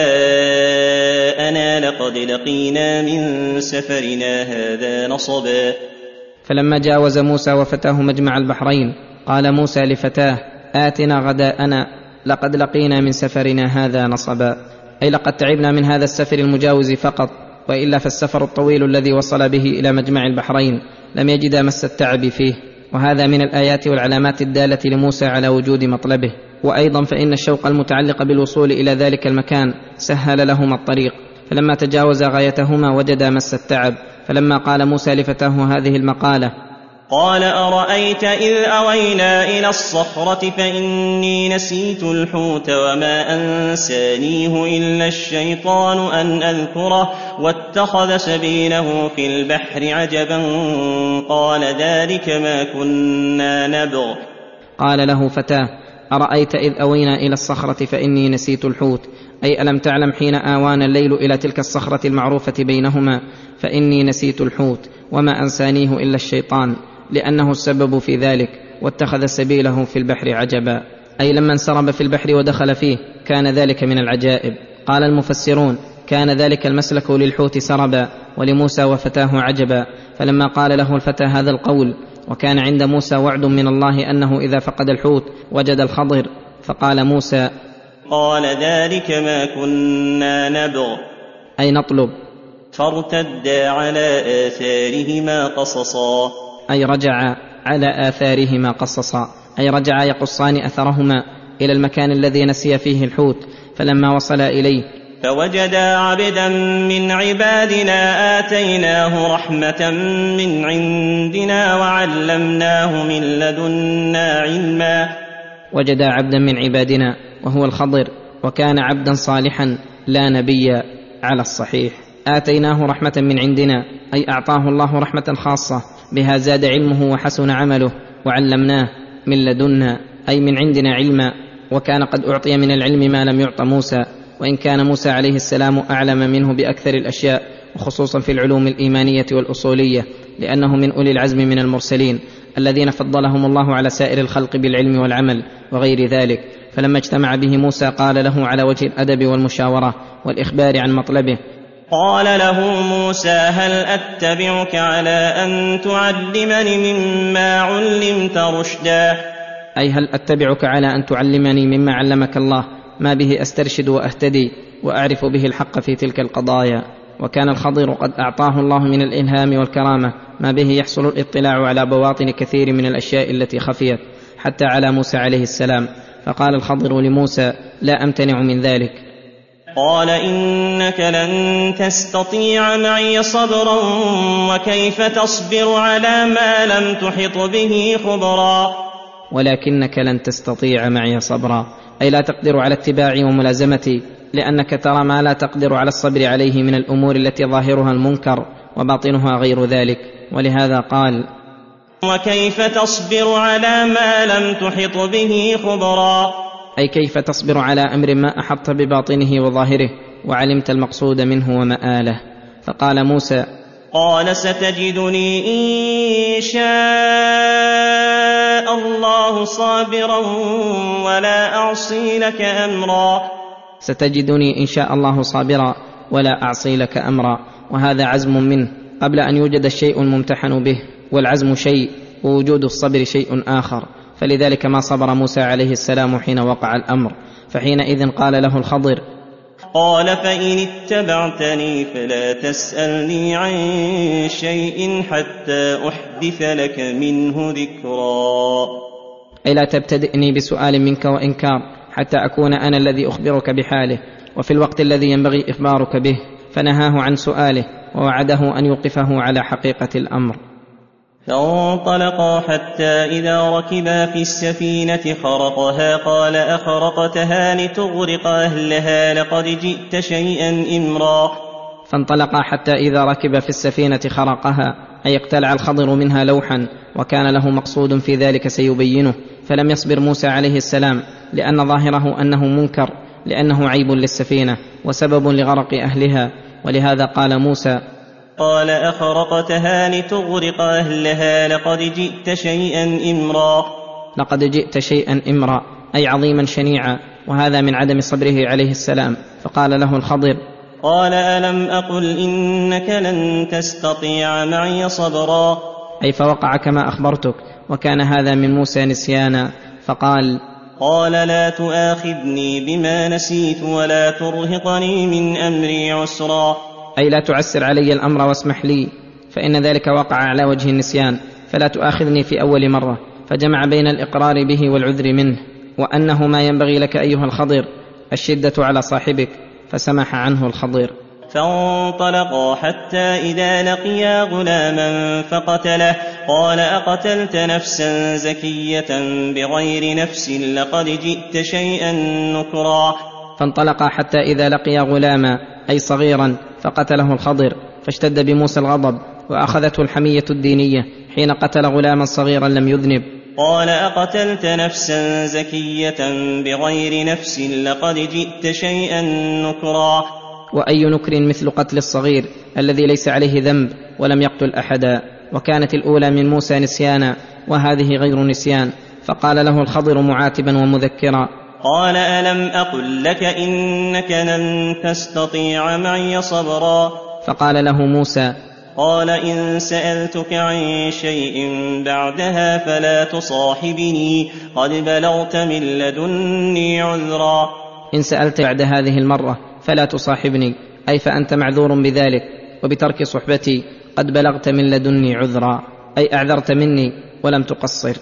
Speaker 4: غداءنا لقد لقينا من سفرنا هذا نصبا.
Speaker 3: فلما جاوز موسى وفتاه مجمع البحرين قال موسى لفتاه آتنا غداءنا لقد لقينا من سفرنا هذا نصبا، أي لقد تعبنا من هذا السفر المجاوز فقط، وإلا فالسفر الطويل الذي وصل به إلى مجمع البحرين لم يجد مس التعب فيه. وهذا من الآيات والعلامات الدالة لموسى على وجود مطلبه. وأيضا فإن الشوق المتعلق بالوصول إلى ذلك المكان سهل لهما الطريق، فلما تجاوز غايتهما وجدا مس التعب. فلما قال موسى لفتاه هذه المقالة
Speaker 4: قال أرأيت إذ أوينا إلى الصخرة فإني نسيت الحوت وما أنسانيه إلا الشيطان أن أذكره واتخذ سبيله في البحر عجبا قال ذلك ما كنا نبغ.
Speaker 3: قال له فتاه أرأيت إذ أوينا إلى الصخرة فإني نسيت الحوت، أي ألم تعلم حين آوانا الليل إلى تلك الصخرة المعروفة بينهما فإني نسيت الحوت وما أنسانيه إلا الشيطان، لأنه السبب في ذلك، واتخذ سبيله في البحر عجبا، أي لما انسرب في البحر ودخل فيه كان ذلك من العجائب. قال المفسرون كان ذلك المسلك للحوت سربا ولموسى وفتاه عجبا. فلما قال له الفتى هذا القول وكان عند موسى وعد من الله أنه إذا فقد الحوت وجد الخضر، فقال موسى
Speaker 4: قال ذلك ما كنا نبغ،
Speaker 3: أي نطلب.
Speaker 4: فارتدا على آثارهما قصصا،
Speaker 3: أي رجع على آثارهما قصصا، أي رجع يقصان أثرهما إلى المكان الذي نسي فيه الحوت. فلما وصل إليه
Speaker 4: فوجدا عبدا من عبادنا آتيناه رحمة من عندنا وعلمناه من لدنا علما.
Speaker 3: وجدا عبدا من عبادنا وهو الخضر، وكان عبدا صالحا لا نبيا على الصحيح. آتيناه رحمة من عندنا، أي أعطاه الله رحمة خاصة بها زاد علمه وحسن عمله، وعلمناه من لدنا أي من عندنا علما، وكان قد أعطي من العلم ما لم يعط موسى، وإن كان موسى عليه السلام أعلم منه بأكثر الأشياء، وخصوصا في العلوم الإيمانية والأصولية، لأنه من أولي العزم من المرسلين الذين فضلهم الله على سائر الخلق بالعلم والعمل وغير ذلك. فلما اجتمع به موسى قال له على وجه الأدب والمشاورة والإخبار عن مطلبه
Speaker 4: قال له موسى هل أتبعك على أن تعلمني مما علمت رشدا،
Speaker 3: أي هل أتبعك على أن تعلمني مما علمك الله ما به أسترشد وأهتدي وأعرف به الحق في تلك القضايا. وكان الخضر قد أعطاه الله من الإلهام والكرامة ما به يحصل الاطلاع على بواطن كثير من الأشياء التي خفيت حتى على موسى عليه السلام. فقال الخضر لموسى لا أمتنع من ذلك.
Speaker 4: قال إنك لن تستطيع معي صبرا وكيف تصبر على ما لم تحط به خبرا.
Speaker 3: ولكنك لن تستطيع معي صبرا، أي لا تقدر على اتباعي وملازمتي، لأنك ترى ما لا تقدر على الصبر عليه من الأمور التي ظاهرها المنكر وباطنها غير ذلك. ولهذا قال
Speaker 4: وكيف تصبر على ما لم تحط به خبرا،
Speaker 3: أي كيف تصبر على أمر ما أحط بباطنه وظاهره وعلمت المقصود منه ومآله. فقال موسى
Speaker 4: قال ستجدني إن شاء الله صابرا ولا أعصي لك أمرا.
Speaker 3: ستجدني إن شاء الله صابرا ولا أعصي لك أمرا، وهذا عزم منه قبل أن يوجد الشيء الممتحن به، والعزم شيء ووجود الصبر شيء آخر. فلذلك ما صبر موسى عليه السلام حين وقع الأمر، فحينئذ قال له الخضر
Speaker 4: قال فإن اتبعتني فلا تسألني عن شيء حتى أحدث لك منه ذكرا،
Speaker 3: أي لا تبتدئني بسؤال منك وإنكار حتى أكون أنا الذي أخبرك بحاله وفي الوقت الذي ينبغي إخبارك به. فنهاه عن سؤاله ووعده أن يوقفه على حقيقة الأمر.
Speaker 4: فانطلقا حتى إذا ركبا في السفينة خرقها قال أخرقتها لتغرق أهلها لقد جئت شيئا إمرا.
Speaker 3: فانطلقا حتى إذا ركب في السفينة خرقها، أي اقتلع الخضر منها لوحا، وكان له مقصود في ذلك سيبينه، فلم يصبر موسى عليه السلام لأن ظاهره أنه منكر، لأنه عيب للسفينة وسبب لغرق أهلها، ولهذا قال موسى
Speaker 4: قال أخرقتها لتغرق أهلها لقد جئت شيئا إمرا.
Speaker 3: لقد جئت شيئا إمرا، أي عظيما شنيعا، وهذا من عدم صبره عليه السلام. فقال له الخضر
Speaker 4: قال ألم أقل إنك لن تستطيع معي صبرا.
Speaker 3: أي فوقع كما أخبرتك، وكان هذا من موسى نسيانا. فقال
Speaker 4: لا تؤاخذني بما نسيت ولا ترهقني من أمري عسرا.
Speaker 3: أي لا تعسر علي الأمر واسمح لي، فإن ذلك وقع على وجه النسيان، فلا تؤاخذني في أول مرة. فجمع بين الإقرار به والعذر منه، وأنه ما ينبغي لك أيها الخضر الشدة على صاحبك، فسمح عنه الخضر.
Speaker 4: فانطلقا حتى إذا لقيا غلاما فقتله قال أقتلت نفسا زكية بغير نفس لقد جئت شيئا نكرا.
Speaker 3: فانطلقا حتى إذا لقيا غلاما، أي صغيرا، فقتله الخضر، فاشتد بموسى الغضب وأخذته الحمية الدينية حين قتل غلاما صغيرا لم يذنب.
Speaker 4: قال أقتلت نفسا زكية بغير نفس لقد جئت شيئا نكرا.
Speaker 3: وأي نكر مثل قتل الصغير الذي ليس عليه ذنب ولم يقتل أحدا. وكانت الأولى من موسى نسيانا، وهذه غير نسيان. فقال له الخضر معاتبا ومذكرا
Speaker 4: قال ألم أقل لك إنك لن تستطيع معي صبرا.
Speaker 3: فقال له موسى
Speaker 4: قال إن سألتك عن شيء بعدها فلا تصاحبني قد بلغت من لدني عذرا.
Speaker 3: إن سألت بعد هذه المرة فلا تصاحبني، أي فأنت معذور بذلك وبترك صحبتي، قد بلغت من لدني عذرا، أي أعذرت مني ولم تقصر.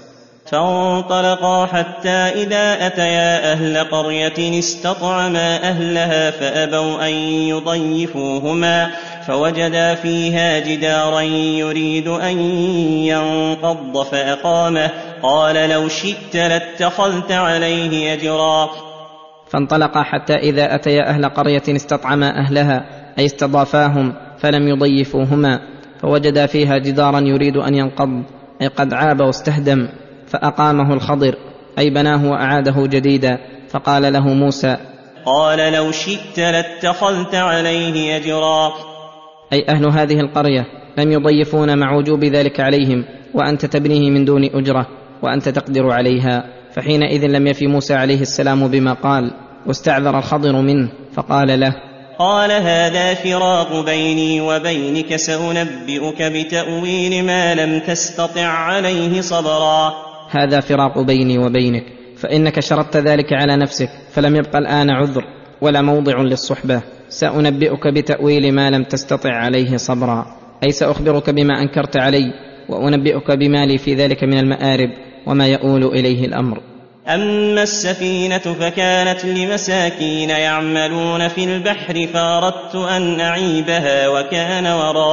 Speaker 4: فانطلقا حتى إذا أتيا أهل قرية استطعما أهلها فأبوا أن يضيفوهما فوجدا فيها جدارا يريد أن ينقض فأقامه قال لو شئت لاتخذت عليه أجرا.
Speaker 3: فانطلقا حتى إذا أتيا أهل قرية استطعما أهلها، أي استضافاهم فلم يضيفوهما، فوجدا فيها جدارا يريد أن ينقض، أي قد عاب واستهدم، فأقامه الخضر، أي بناه وأعاده جديدا. فقال له موسى
Speaker 4: قال لو شئت لاتخذت عليه أجرا.
Speaker 3: أي أهل هذه القرية لم يضيفون مع وجوب ذلك عليهم، وأنت تبنيه من دون أجرة وأنت تقدر عليها. فحينئذ لم يفي موسى عليه السلام بما قال، واستعذر الخضر منه، فقال له
Speaker 4: قال هذا فراق بيني وبينك سأنبئك بتأويل ما لم تستطع عليه صبرا.
Speaker 3: هذا فراق بيني وبينك، فإنك شرطت ذلك على نفسك، فلم يبق الآن عذر ولا موضع للصحبة. سأنبئك بتأويل ما لم تستطع عليه صبرا، أي سأخبرك بما أنكرت علي، وأنبئك بما لي في ذلك من المآرب وما يؤول إليه الأمر.
Speaker 4: أما السفينة فكانت لمساكين يعملون في البحر فأردت أن أعيبها وكان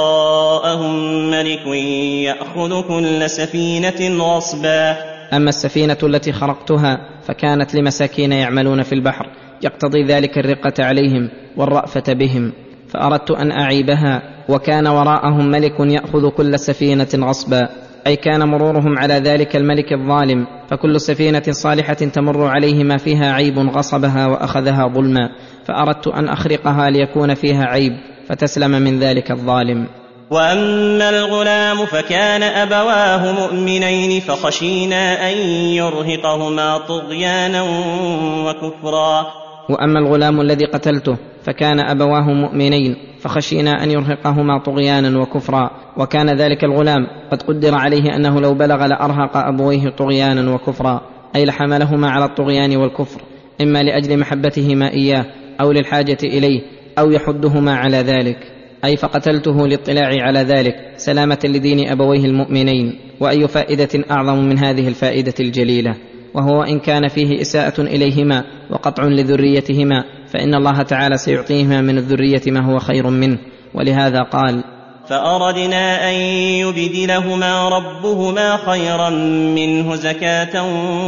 Speaker 4: وراءهم ملك يأخذ كل سفينة غصبا.
Speaker 3: أما السفينة التي خرقتها فكانت لمساكين يعملون في البحر، يقتضي ذلك الرقة عليهم والرأفة بهم، فأردت أن أعيبها وكان وراءهم ملك يأخذ كل سفينة غصبا، أي كان مرورهم على ذلك الملك الظالم، فكل سفينة صالحة تمر عليه ما فيها عيب غصبها وأخذها ظلما، فأردت أن أخرقها ليكون فيها عيب فتسلم من ذلك الظالم.
Speaker 4: وأما الغلام فكان أبواه مؤمنين فخشينا أن يرهقهما طغيانا وكفرا.
Speaker 3: وأما الغلام الذي قتلته فكان أبواه مؤمنين فخشينا أن يرهقهما طغيانا وكفرا، وكان ذلك الغلام قد قدر عليه أنه لو بلغ لأرهق أبويه طغيانا وكفرا، أي لحملهما على الطغيان والكفر، إما لأجل محبتهما إياه أو للحاجة إليه أو يحدهما على ذلك، أي فقتلته للاطلاع على ذلك سلامة لدين أبويه المؤمنين. وأي فائدة أعظم من هذه الفائدة الجليلة، وهو إن كان فيه إساءة إليهما وقطع لذريتهما، فإن الله تعالى سيعطيهما من الذرية ما هو خير منه، ولهذا قال
Speaker 4: فأردنا أن يبدلهما ربهما خيرا منه زكاة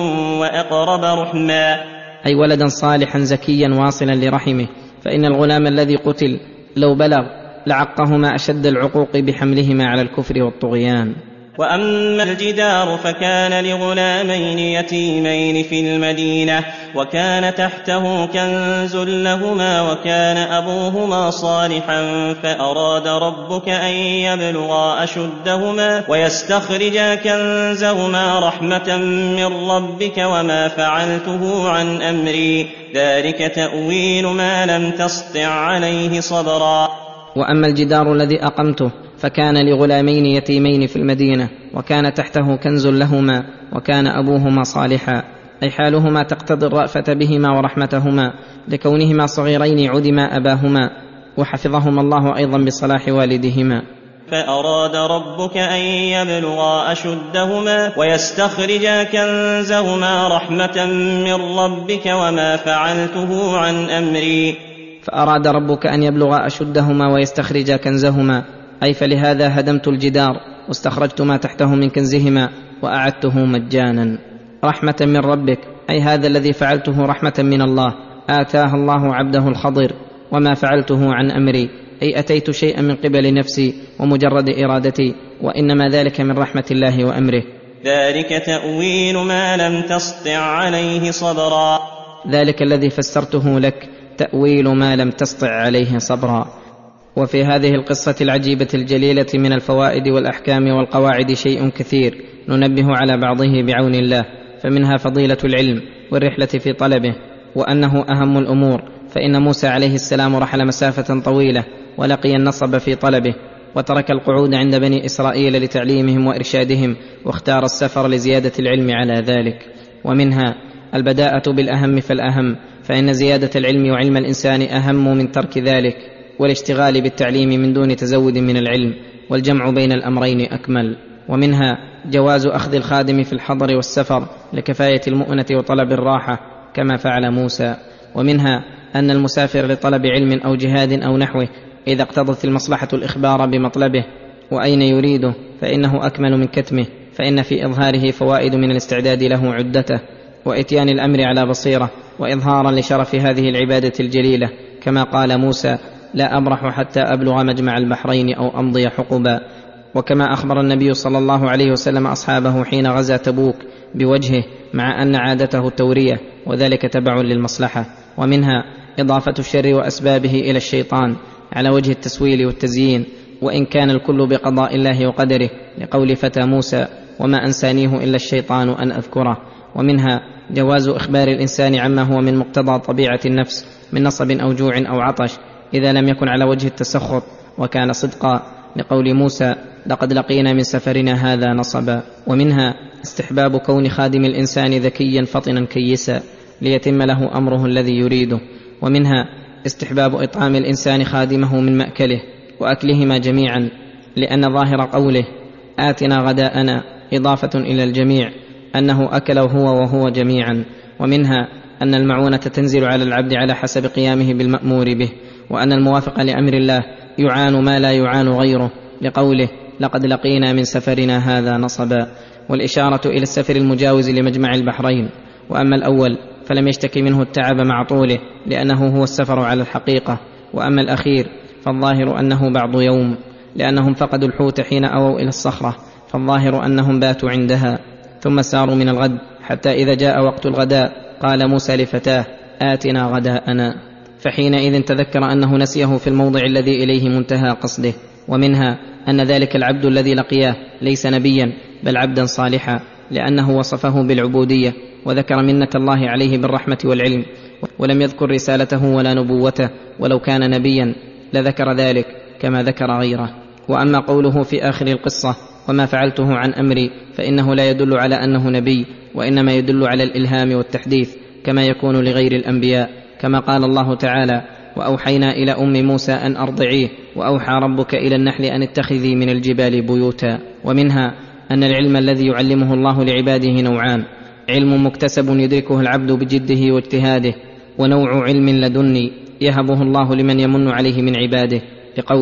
Speaker 4: وأقرب رحما،
Speaker 3: أي ولدا صالحا زكيا واصلا لرحمه، فإن الغلام الذي قتل لو بلغ لعقهما أشد العقوق بحملهما على الكفر والطغيان.
Speaker 4: وأما الجدار فكان لغلامين يتيمين في المدينة وكان تحته كنز لهما وكان أبوهما صالحا فأراد ربك أن يبلغا أشدهما ويستخرجا كنزهما رحمة من ربك وما فعلته عن أمري ذلك تأويل ما لم تسطع عليه صبرا.
Speaker 3: وأما الجدار الذي أقمته فكان لغلامين يتيمين في المدينة وكان تحته كنز لهما وكان أبوهما صالحا، أي حالهما تقتضي الرأفة بهما ورحمتهما لكونهما صغيرين عدما أباهما وحفظهما الله أيضا بصلاح والدهما.
Speaker 4: فأراد ربك أن يبلغا أشدهما ويستخرجا كنزهما رحمة من ربك وما فعلته عن أمري.
Speaker 3: فأراد ربك أن يبلغا أشدهما ويستخرجا كنزهما، أي فلهذا هدمت الجدار واستخرجت ما تحته من كنزهما وأعدته مجانا. رحمة من ربك، أي هذا الذي فعلته رحمة من الله آتاها الله عبده الخضر، وما فعلته عن أمري، أي أتيت شيئا من قبل نفسي ومجرد إرادتي، وإنما ذلك من رحمة الله وأمره.
Speaker 4: ذلك تأويل ما لم تسطع عليه صبرا.
Speaker 3: ذلك الذي فسرته لك تأويل ما لم تسطع عليه صبرا. وفي هذه القصة العجيبة الجليلة من الفوائد والأحكام والقواعد شيء كثير ننبه على بعضه بعون الله، فمنها فضيلة العلم والرحلة في طلبه، وأنه أهم الأمور، فإن موسى عليه السلام رحل مسافة طويلة ولقي النصب في طلبه، وترك القعود عند بني إسرائيل لتعليمهم وإرشادهم، واختار السفر لزيادة العلم على ذلك. ومنها البداءة بالأهم فالأهم، فإن زيادة العلم وعلم الإنسان أهم من ترك ذلك، والاشتغال بالتعليم من دون تزود من العلم، والجمع بين الأمرين أكمل. ومنها جواز أخذ الخادم في الحضر والسفر لكفاية المؤنة وطلب الراحة كما فعل موسى. ومنها أن المسافر لطلب علم أو جهاد أو نحوه إذا اقتضت المصلحة الإخبار بمطلبه وأين يريده فإنه أكمل من كتمه، فإن في إظهاره فوائد من الاستعداد له عدته، وإتيان الأمر على بصيرة، وإظهارا لشرف هذه العبادة الجليلة، كما قال موسى: لا أبرح حتى أبلغ مجمع البحرين أو أمضي حقبا. وكما أخبر النبي صلى الله عليه وسلم أصحابه حين غزا تبوك بوجهه، مع أن عادته التورية، وذلك تبع للمصلحة. ومنها إضافة الشر وأسبابه إلى الشيطان على وجه التسويل والتزيين، وإن كان الكل بقضاء الله وقدره، لقول فتى موسى: وما أنسانيه إلا الشيطان أن أذكره. ومنها جواز إخبار الإنسان عما هو من مقتضى طبيعة النفس من نصب أو جوع أو عطش إذا لم يكن على وجه التسخط وكان صدقا، لقول موسى: لقد لقينا من سفرنا هذا نصبا. ومنها استحباب كون خادم الإنسان ذكيا فطنا كيسا ليتم له أمره الذي يريده. ومنها استحباب إطعام الإنسان خادمه من مأكله وأكلهما جميعا، لأن ظاهر قوله آتنا غداءنا إضافة إلى الجميع، أنه أكل وهو جميعا. ومنها أن المعونة تنزل على العبد على حسب قيامه بالمأمور به، وأن الموافق لأمر الله يعان ما لا يعان غيره، لقوله: لقد لقينا من سفرنا هذا نصبا، والإشارة إلى السفر المجاوز لمجمع البحرين. وأما الأول فلم يشتكي منه التعب مع طوله، لأنه هو السفر على الحقيقة. وأما الأخير فالظاهر أنه بعض يوم، لأنهم فقدوا الحوت حين أووا إلى الصخرة، فالظاهر أنهم باتوا عندها ثم ساروا من الغد، حتى إذا جاء وقت الغداء قال موسى لفتاه: آتنا غداءنا، فحينئذ تذكر أنه نسيه في الموضع الذي إليه منتهى قصده. ومنها أن ذلك العبد الذي لقياه ليس نبيا بل عبدا صالحا، لأنه وصفه بالعبودية وذكر منة الله عليه بالرحمة والعلم، ولم يذكر رسالته ولا نبوته، ولو كان نبيا لذكر ذلك كما ذكر غيره. وأما قوله في آخر القصة: وما فعلته عن أمري، فإنه لا يدل على أنه نبي، وإنما يدل على الإلهام والتحديث كما يكون لغير الأنبياء، كما قال الله تعالى: وأوحينا إلى أم موسى أن أرضعيه، وأوحى ربك إلى النحل أن اتخذي من الجبال بيوتا. ومنها أن العلم الذي يعلمه الله لعباده نوعان: علم مكتسب يدركه العبد بجده واجتهاده، ونوع علم لدني يهبه الله لمن يمن عليه من عباده، لقوله: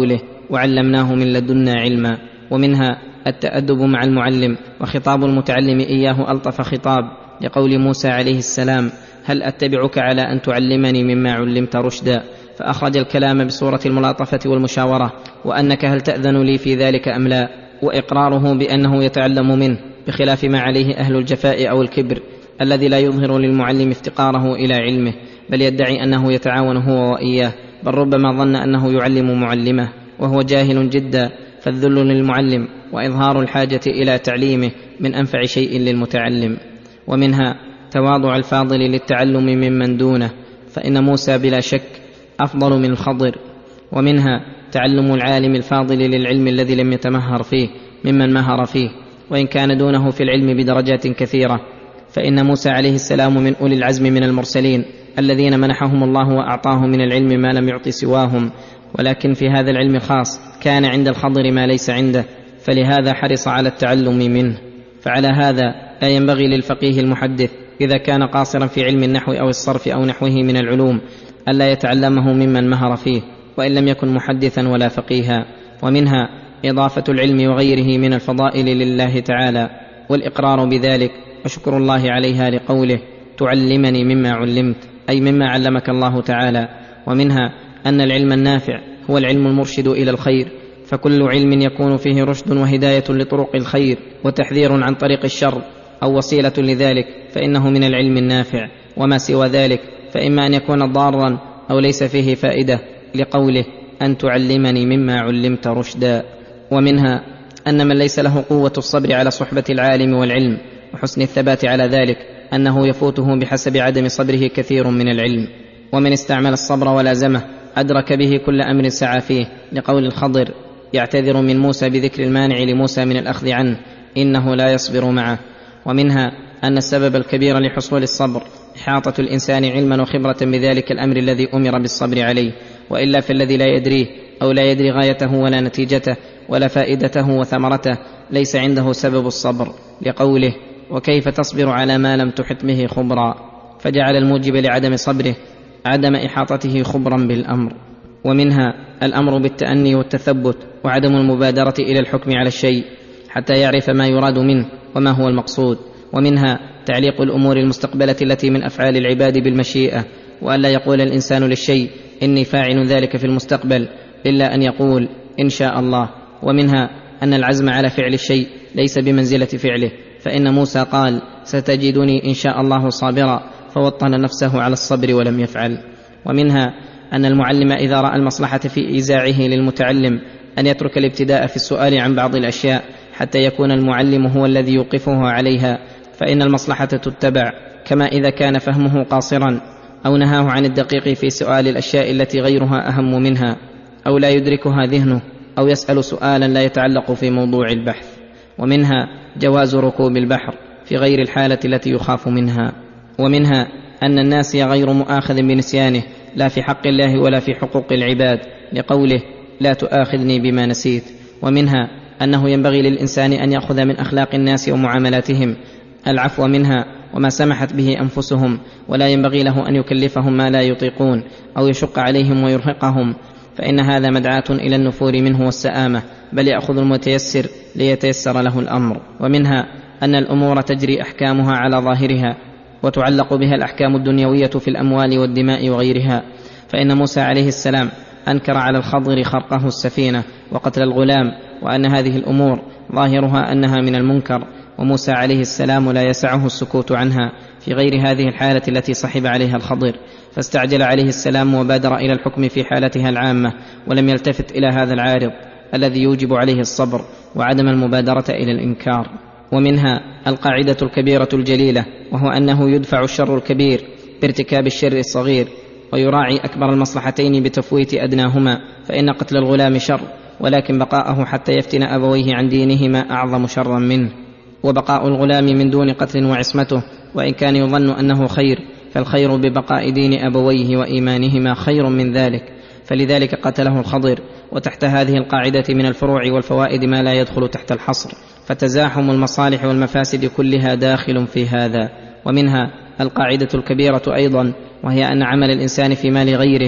Speaker 3: وعلمناه من لدنا علما. ومنها التأدب مع المعلم، وخطاب المتعلم إياه ألطف خطاب، لقول موسى عليه السلام: هل أتبعك على أن تعلمني مما علمت رشدا؟ فأخرج الكلام بصورة الملاطفة والمشاورة، وأنك هل تأذن لي في ذلك أم لا، وإقراره بأنه يتعلم منه، بخلاف ما عليه أهل الجفاء أو الكبر الذي لا يظهر للمعلم افتقاره إلى علمه، بل يدعي أنه يتعاون هو وإياه، بل ربما ظن أنه يعلم معلمه وهو جاهل جدا. فالذل للمعلم وإظهار الحاجة إلى تعليمه من أنفع شيء للمتعلم. ومنها تواضع الفاضل للتعلم ممن دونه، فإن موسى بلا شك أفضل من الخضر. ومنها تعلم العالم الفاضل للعلم الذي لم يتمهر فيه ممن مهر فيه، وإن كان دونه في العلم بدرجات كثيرة. فإن موسى عليه السلام من أولي العزم من المرسلين الذين منحهم الله وأعطاهم من العلم ما لم يعط سواهم، ولكن في هذا العلم خاص كان عند الخضر ما ليس عنده، فلهذا حرص على التعلم منه. فعلى هذا لا ينبغي للفقيه المحدث إذا كان قاصرا في علم النحو أو الصرف أو نحوه من العلوم ألا يتعلمه ممن مهر فيه، وإن لم يكن محدثا ولا فقيها. ومنها إضافة العلم وغيره من الفضائل لله تعالى، والإقرار بذلك وشكر الله عليها، لقوله: تعلمني مما علمت، أي مما علمك الله تعالى. ومنها أن العلم النافع هو العلم المرشد إلى الخير، فكل علم يكون فيه رشد وهداية لطرق الخير وتحذير عن طريق الشر أو وسيلة لذلك فإنه من العلم النافع، وما سوى ذلك فإما أن يكون ضارا أو ليس فيه فائدة، لقوله: أن تعلمني مما علمت رشدا. ومنها أن من ليس له قوة الصبر على صحبة العالم والعلم وحسن الثبات على ذلك أنه يفوته بحسب عدم صبره كثير من العلم، ومن استعمل الصبر ولازمه أدرك به كل أمر سعى فيه، لقول الخضر يعتذر من موسى بذكر المانع لموسى من الأخذ عنه: إنه لا يصبر معه. ومنها أن السبب الكبير لحصول الصبر إحاطة الإنسان علما وخبرة بذلك الأمر الذي أمر بالصبر عليه، وإلا فالذي لا يدريه أو لا يدري غايته ولا نتيجته ولا فائدته وثمرته ليس عنده سبب الصبر، لقوله: وكيف تصبر على ما لم تحط به خبرا، فجعل الموجب لعدم صبره عدم إحاطته خبرا بالأمر. ومنها الأمر بالتأني والتثبت وعدم المبادرة إلى الحكم على الشيء حتى يعرف ما يراد منه وما هو المقصود. ومنها تعليق الأمور المستقبلة التي من أفعال العباد بالمشيئة، وألا يقول الإنسان للشيء إني فاعل ذلك في المستقبل إلا أن يقول إن شاء الله. ومنها أن العزم على فعل الشيء ليس بمنزلة فعله، فإن موسى قال: ستجدني إن شاء الله صابرا، فوطن نفسه على الصبر ولم يفعل. ومنها أن المعلم إذا رأى المصلحة في إيزاعه للمتعلم أن يترك الابتداء في السؤال عن بعض الأشياء حتى يكون المعلم هو الذي يوقفه عليها، فإن المصلحة تتبع، كما إذا كان فهمه قاصرا أو نهاه عن الدقيق في سؤال الأشياء التي غيرها أهم منها، أو لا يدركها ذهنه، أو يسأل سؤالا لا يتعلق في موضوع البحث. ومنها جواز ركوب البحر في غير الحالة التي يخاف منها. ومنها أن الناسي غير مؤاخذ بنسيانه لا في حق الله ولا في حقوق العباد، لقوله: لا تؤاخذني بما نسيت. ومنها أنه ينبغي للإنسان أن يأخذ من أخلاق الناس ومعاملاتهم العفو منها وما سمحت به أنفسهم، ولا ينبغي له أن يكلفهم ما لا يطيقون أو يشق عليهم ويرهقهم، فإن هذا مدعاة إلى النفور منه والسآمة، بل يأخذ المتيسر ليتيسر له الأمر. ومنها أن الأمور تجري أحكامها على ظاهرها، وتعلق بها الأحكام الدنيوية في الأموال والدماء وغيرها. فإن موسى عليه السلام أنكر على الخضر خرقه السفينة وقتل الغلام، وأن هذه الأمور ظاهرها أنها من المنكر، وموسى عليه السلام لا يسعه السكوت عنها في غير هذه الحالة التي صحب عليها الخضر، فاستعجل عليه السلام وبادر إلى الحكم في حالتها العامة، ولم يلتفت إلى هذا العارض الذي يوجب عليه الصبر وعدم المبادرة إلى الإنكار. ومنها القاعدة الكبيرة الجليلة، وهو أنه يدفع الشر الكبير بارتكاب الشر الصغير، ويراعي أكبر المصلحتين بتفويت أدناهما، فإن قتل الغلام شر، ولكن بقاءه حتى يفتن أبويه عن دينهما أعظم شرا منه، وبقاء الغلام من دون قتل وعصمته وإن كان يظن أنه خير، فالخير ببقاء دين أبويه وإيمانهما خير من ذلك، فلذلك قتله الخضر. وتحت هذه القاعدة من الفروع والفوائد ما لا يدخل تحت الحصر، فتزاحم المصالح والمفاسد كلها داخل في هذا. ومنها القاعدة الكبيرة أيضا، وهي أن عمل الإنسان في مال غيره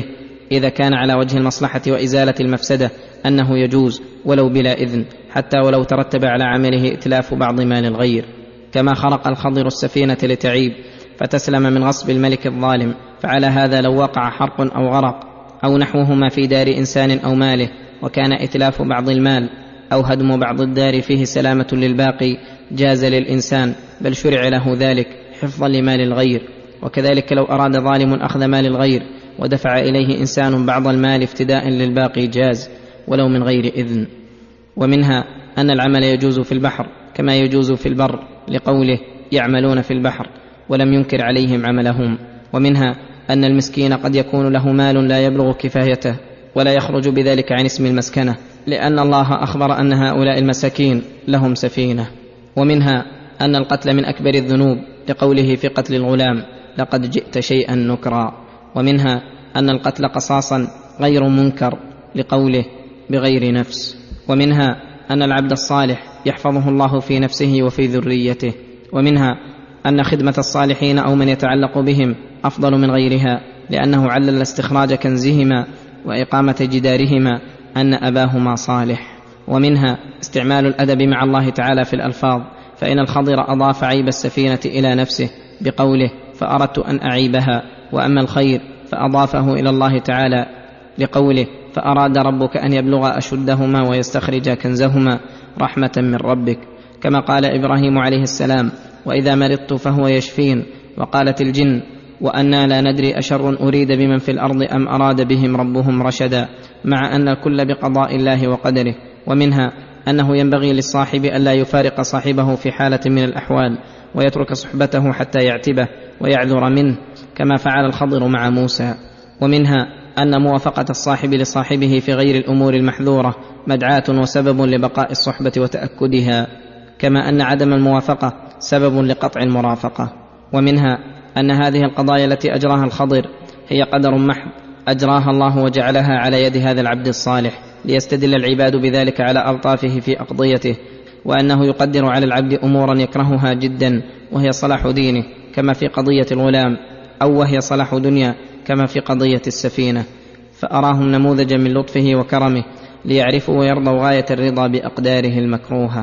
Speaker 3: إذا كان على وجه المصلحة وإزالة المفسدة أنه يجوز ولو بلا إذن، حتى ولو ترتب على عمله إتلاف بعض مال الغير، كما خرق الخضر السفينة لتعيب فتسلم من غصب الملك الظالم. فعلى هذا لو وقع حرق أو غرق أو نحوهما في دار إنسان أو ماله، وكان إتلاف بعض المال أو هدم بعض الدار فيه سلامة للباقي، جاز للإنسان، بل شرع له ذلك حفظا لمال الغير. وكذلك لو أراد ظالم أخذ مال الغير ودفع إليه إنسان بعض المال افتداء للباقي، جاز ولو من غير إذن. ومنها أن العمل يجوز في البحر كما يجوز في البر، لقوله يعملون في البحر، ولم ينكر عليهم عملهم. ومنها أن المسكين قد يكون له مال لا يبلغ كفايته ولا يخرج بذلك عن اسم المسكنة، لأن الله أخبر أن هؤلاء المساكين لهم سفينة. ومنها أن القتل من أكبر الذنوب، لقوله في قتل الغلام لقد جئت شيئا نكرا. ومنها أن القتل قصاصا غير منكر، لقوله بغير نفس. ومنها أن العبد الصالح يحفظه الله في نفسه وفي ذريته. ومنها أن خدمة الصالحين أو من يتعلق بهم أفضل من غيرها، لأنه علل استخراج كنزهما وإقامة جدارهما أن أباهما صالح. ومنها استعمال الأدب مع الله تعالى في الألفاظ، فإن الخضر أضاف عيب السفينة إلى نفسه بقوله فأردت أن أعيبها، وأما الخير فأضافه إلى الله تعالى لقوله فأراد ربك أن يبلغ أشدهما ويستخرج كنزهما رحمة من ربك، كما قال إبراهيم عليه السلام وإذا مرضت فهو يشفين. وقالت الجن وأنا لا ندري أشر أريد بمن في الأرض أم أراد بهم ربهم رشدا، مع أن الكل بقضاء الله وقدره. ومنها أنه ينبغي للصاحب ألا يفارق صاحبه في حالة من الأحوال، ويترك صحبته حتى يعتبه ويعذر منه، كما فعل الخضر مع موسى. ومنها أن موافقة الصاحب لصاحبه في غير الأمور المحذورة مدعاة وسبب لبقاء الصحبة وتأكدها، كما أن عدم الموافقة سبب لقطع المرافقة. ومنها أن هذه القضايا التي أجراها الخضر هي قدر محض أجراها الله وجعلها على يد هذا العبد الصالح، ليستدل العباد بذلك على ألطافه في أقضيته، وأنه يقدر على العبد أمورا يكرهها جدا وهي صلاح دينه كما في قضية الغلام، أو وهي صلاح دنيا كما في قضية السفينة، فأراهم نموذجا من لطفه وكرمه ليعرفوا ويرضوا غاية الرضا بأقداره المكروهة.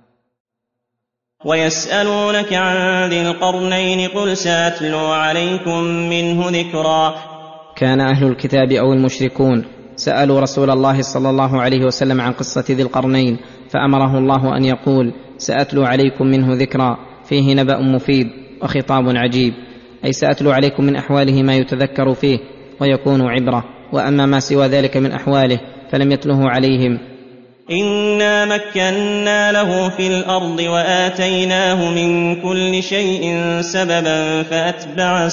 Speaker 4: ويسألونك عن ذي القرنين قل سأتلو عليكم منه ذكرا.
Speaker 3: كان أهل الكتاب أو المشركون سألوا رسول الله صلى الله عليه وسلم عن قصة ذي القرنين، فأمره الله أن يقول سأتلو عليكم منه ذكرا، فيه نبأ مفيد وخطاب عجيب، أي سأتلو عليكم من أحواله ما يتذكر فيه ويكون عبرة، وأما ما سوى ذلك من أحواله فلم يتله عليهم.
Speaker 4: إنا مكنا له في الأرض وآتيناه من كل شيء سببا فأتبع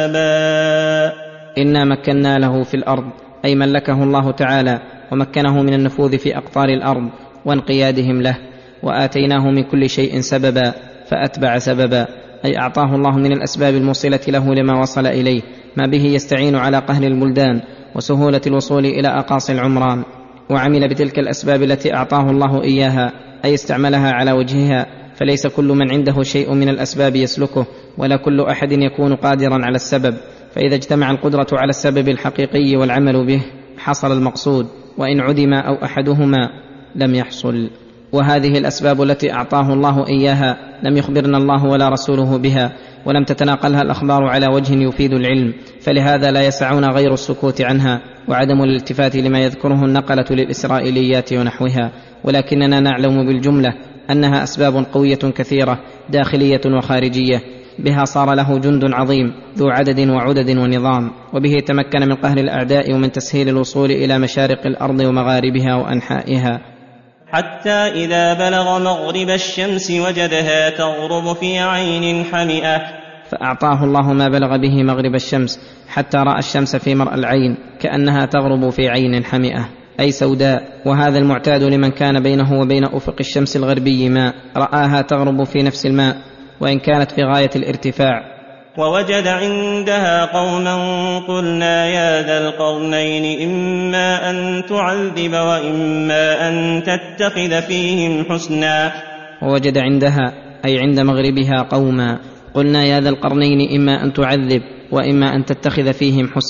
Speaker 4: سببا.
Speaker 3: إنا مكنا له في الأرض، أي ملكه الله تعالى ومكنه من النفوذ في أقطار الأرض وانقيادهم له، وآتيناه من كل شيء سببا فأتبع سببا، أي أعطاه الله من الأسباب الموصلة له لما وصل إليه، ما به يستعين على قهر البلدان وسهولة الوصول إلى أقاصي العمران، وعمل بتلك الأسباب التي أعطاه الله إياها، أي استعملها على وجهها، فليس كل من عنده شيء من الأسباب يسلكه، ولا كل أحد يكون قادرا على السبب، فإذا اجتمع القدرة على السبب الحقيقي والعمل به حصل المقصود، وإن عدم أو أحدهما لم يحصل. وهذه الأسباب التي أعطاه الله إياها لم يخبرنا الله ولا رسوله بها، ولم تتناقلها الأخبار على وجه يفيد العلم، فلهذا لا يسعنا غير السكوت عنها وعدم الالتفات لما يذكره النقلة للإسرائيليات ونحوها، ولكننا نعلم بالجملة أنها أسباب قوية كثيرة داخلية وخارجية، بها صار له جند عظيم ذو عدد وعدد ونظام، وبه تمكن من قهر الأعداء ومن تسهيل الوصول إلى مشارق الأرض ومغاربها وأنحائها،
Speaker 4: حتى إذا بلغ مغرب الشمس وجدها تغرب في عين حمئة،
Speaker 3: فأعطاه الله ما بلغ به مغرب الشمس، حتى رأى الشمس في مرء العين كأنها تغرب في عين حمئة، أي سوداء، وهذا المعتاد لمن كان بينه وبين أفق الشمس الغربي ماء، رآها تغرب في نفس الماء وإن كانت في غاية الارتفاع.
Speaker 4: ووجد عندها قوما قلنا يا ذا القرنين إما أن تعذب وإما أن تتخذ فيهم حسنا.
Speaker 3: ووجد عندها أي عند مغربها قوما قلنا يا ذا القرنين إما أن تعذب وإما أن تتخذ فيهم حسنا،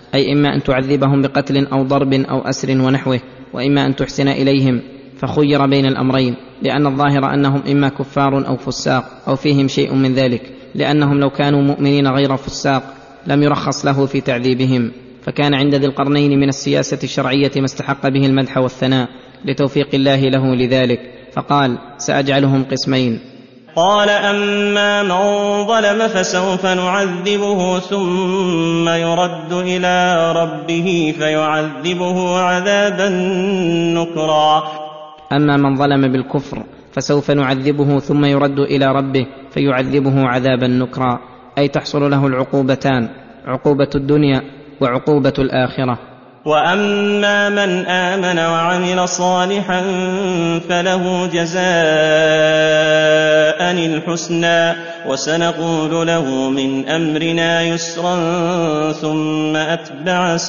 Speaker 3: أي إما أن تعذبهم بقتل أو ضرب أو أسر ونحوه، وإما أن تحسن إليهم، فخير بين الأمرين، لأن الظاهر أنهم إما كفار أو فساق أو فيهم شيء من ذلك، لأنهم لو كانوا مؤمنين غير فساق لم يرخص له في تعذيبهم. فكان عند ذي القرنين من السياسة الشرعية ما استحق به المدح والثناء لتوفيق الله له لذلك، فقال: سأجعلهم قسمين.
Speaker 4: قال: أما من ظلم فسوف نعذبه ثم يرد إلى ربه فيعذبه عذابا نكرا.
Speaker 3: أما من ظلم بالكفر فسوف نعذبه ثم يرد إلى ربه فيعذبه عذابا نكرا، أي تحصل له العقوبتان، عقوبة الدنيا وعقوبة الآخرة.
Speaker 4: وأما من آمن وعمل صالحا فله جزاء الحسنى وسنقول له من أمرنا يسرا ثم أتبع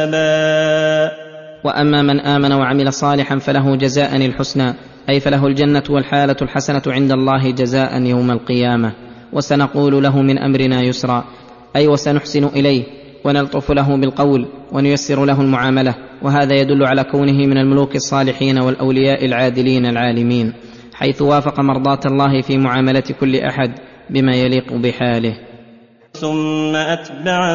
Speaker 4: سببا.
Speaker 3: وأما من آمن وعمل صالحا فله جزاء الحسنى، أي فله الجنة والحالة الحسنة عند الله جزاء يوم القيامة. وسنقول له من أمرنا يسرا، أي وسنحسن إليه ونلطف له بالقول ونيسر له المعاملة، وهذا يدل على كونه من الملوك الصالحين والأولياء العادلين العالمين، حيث وافق مرضاة الله في معاملة كل أحد بما يليق بحاله.
Speaker 4: ثم أتبع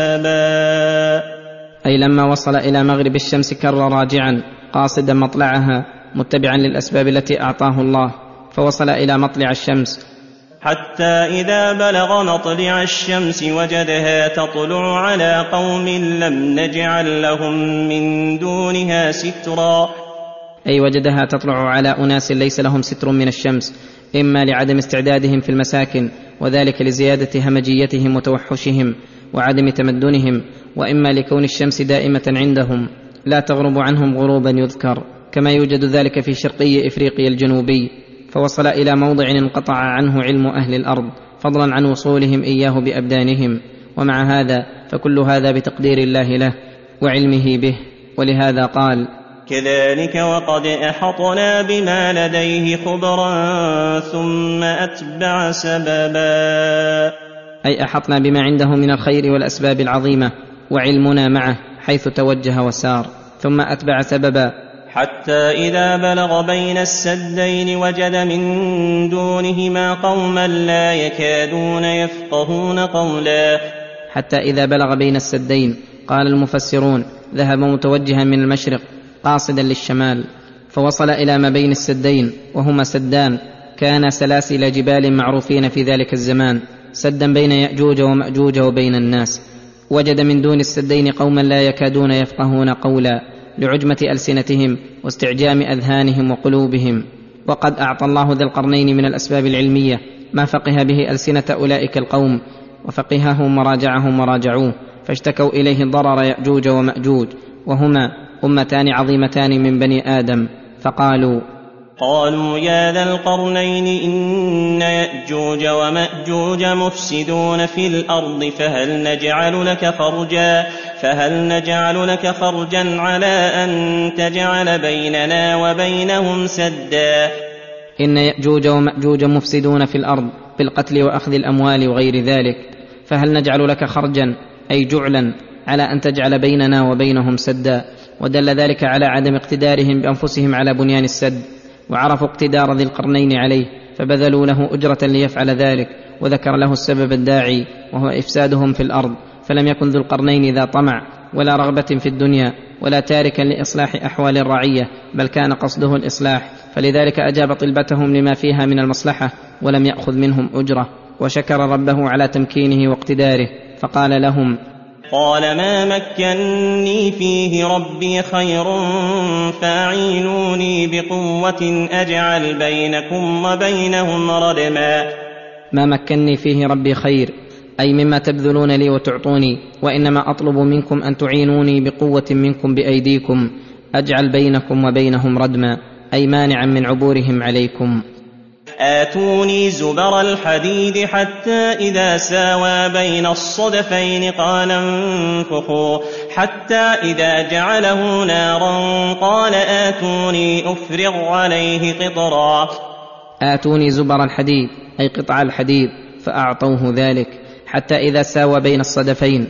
Speaker 4: سببا،
Speaker 3: أي لما وصل إلى مغرب الشمس كر راجعا قاصدا مطلعها متبعا للأسباب التي أعطاه الله، فوصل إلى مطلع الشمس
Speaker 4: حتى إذا بلغ مطلع الشمس وجدها تطلع على قوم لم نجعل لهم من دونها سترا،
Speaker 3: أي وجدها تطلع على أناس ليس لهم ستر من الشمس، إما لعدم استعدادهم في المساكن وذلك لزيادة همجيتهم وتوحشهم وعدم تمدنهم، وإما لكون الشمس دائمة عندهم لا تغرب عنهم غروبا يذكر، كما يوجد ذلك في شرقي إفريقيا الجنوبي. فوصل إلى موضع انقطع عنه علم أهل الأرض فضلا عن وصولهم إياه بأبدانهم، ومع هذا فكل هذا بتقدير الله له وعلمه به، ولهذا قال:
Speaker 4: كذلك وقد أحطنا بما لديه خبرا ثم أتبع سببا،
Speaker 3: أي أحطنا بما عنده من الخير والأسباب العظيمة وعلمنا معه حيث توجه وسار، ثم أتبع سببا
Speaker 4: حتى إذا بلغ بين السدين وجد من دونهما قوما لا يكادون يفقهون قولا.
Speaker 3: حتى إذا بلغ بين السدين، قال المفسرون ذهب متوجها من المشرق قاصدا للشمال، فوصل إلى ما بين السدين، وهما سدان كان سلاسل جبال معروفين في ذلك الزمان، سدا بين يأجوج ومأجوج وبين الناس. وجد من دون السدين قوما لا يكادون يفقهون قولا لعجمة ألسنتهم واستعجام أذهانهم وقلوبهم. وقد أعطى الله ذي القرنين من الأسباب العلمية ما فقه به ألسنة أولئك القوم، وفقههم وراجعهم وراجعوه، فاشتكوا إليه ضرر يأجوج ومأجوج، وهما أمتان عظيمتان من بني آدم، فقالوا
Speaker 4: يا ذا القرنين إن يأجوج ومأجوج مفسدون في الأرض فهل نجعل لك خرجا على أن تجعل بيننا وبينهم سدا.
Speaker 3: إن يأجوج ومأجوج مفسدون في الأرض بالقتل وأخذ الأموال وغير ذلك، فهل نجعل لك خرجا أي جعلا على أن تجعل بيننا وبينهم سدا. ودل ذلك على عدم اقتدارهم بأنفسهم على بنيان السد، وعرفوا اقتدار ذي القرنين عليه فبذلوا له أجرة ليفعل ذلك، وذكر له السبب الداعي وهو إفسادهم في الأرض. فلم يكن ذو القرنين ذا طمع ولا رغبة في الدنيا ولا تاركا لإصلاح أحوال الرعية، بل كان قصده الإصلاح، فلذلك أجاب طلبتهم لما فيها من المصلحة ولم يأخذ منهم أجرة، وشكر ربه على تمكينه واقتداره، فقال لهم:
Speaker 4: قال ما مكني فيه ربي خير فاعينوني بقوة أجعل بينكم وبينهم ردما.
Speaker 3: ما مكني فيه ربي خير أي مما تبذلون لي وتعطوني، وإنما أطلب منكم أن تعينوني بقوة منكم بأيديكم أجعل بينكم وبينهم ردما، أي مانعا من عبورهم عليكم.
Speaker 4: آتوني زبر الحديد حتى إذا ساوى بين الصدفين قال انفخوا حتى إذا جعله نارا قال آتوني أفرغ عليه قطرا.
Speaker 3: آتوني زبر الحديد أي قطع الحديد، فأعطوه ذلك حتى إذا ساوى بين الصدفين،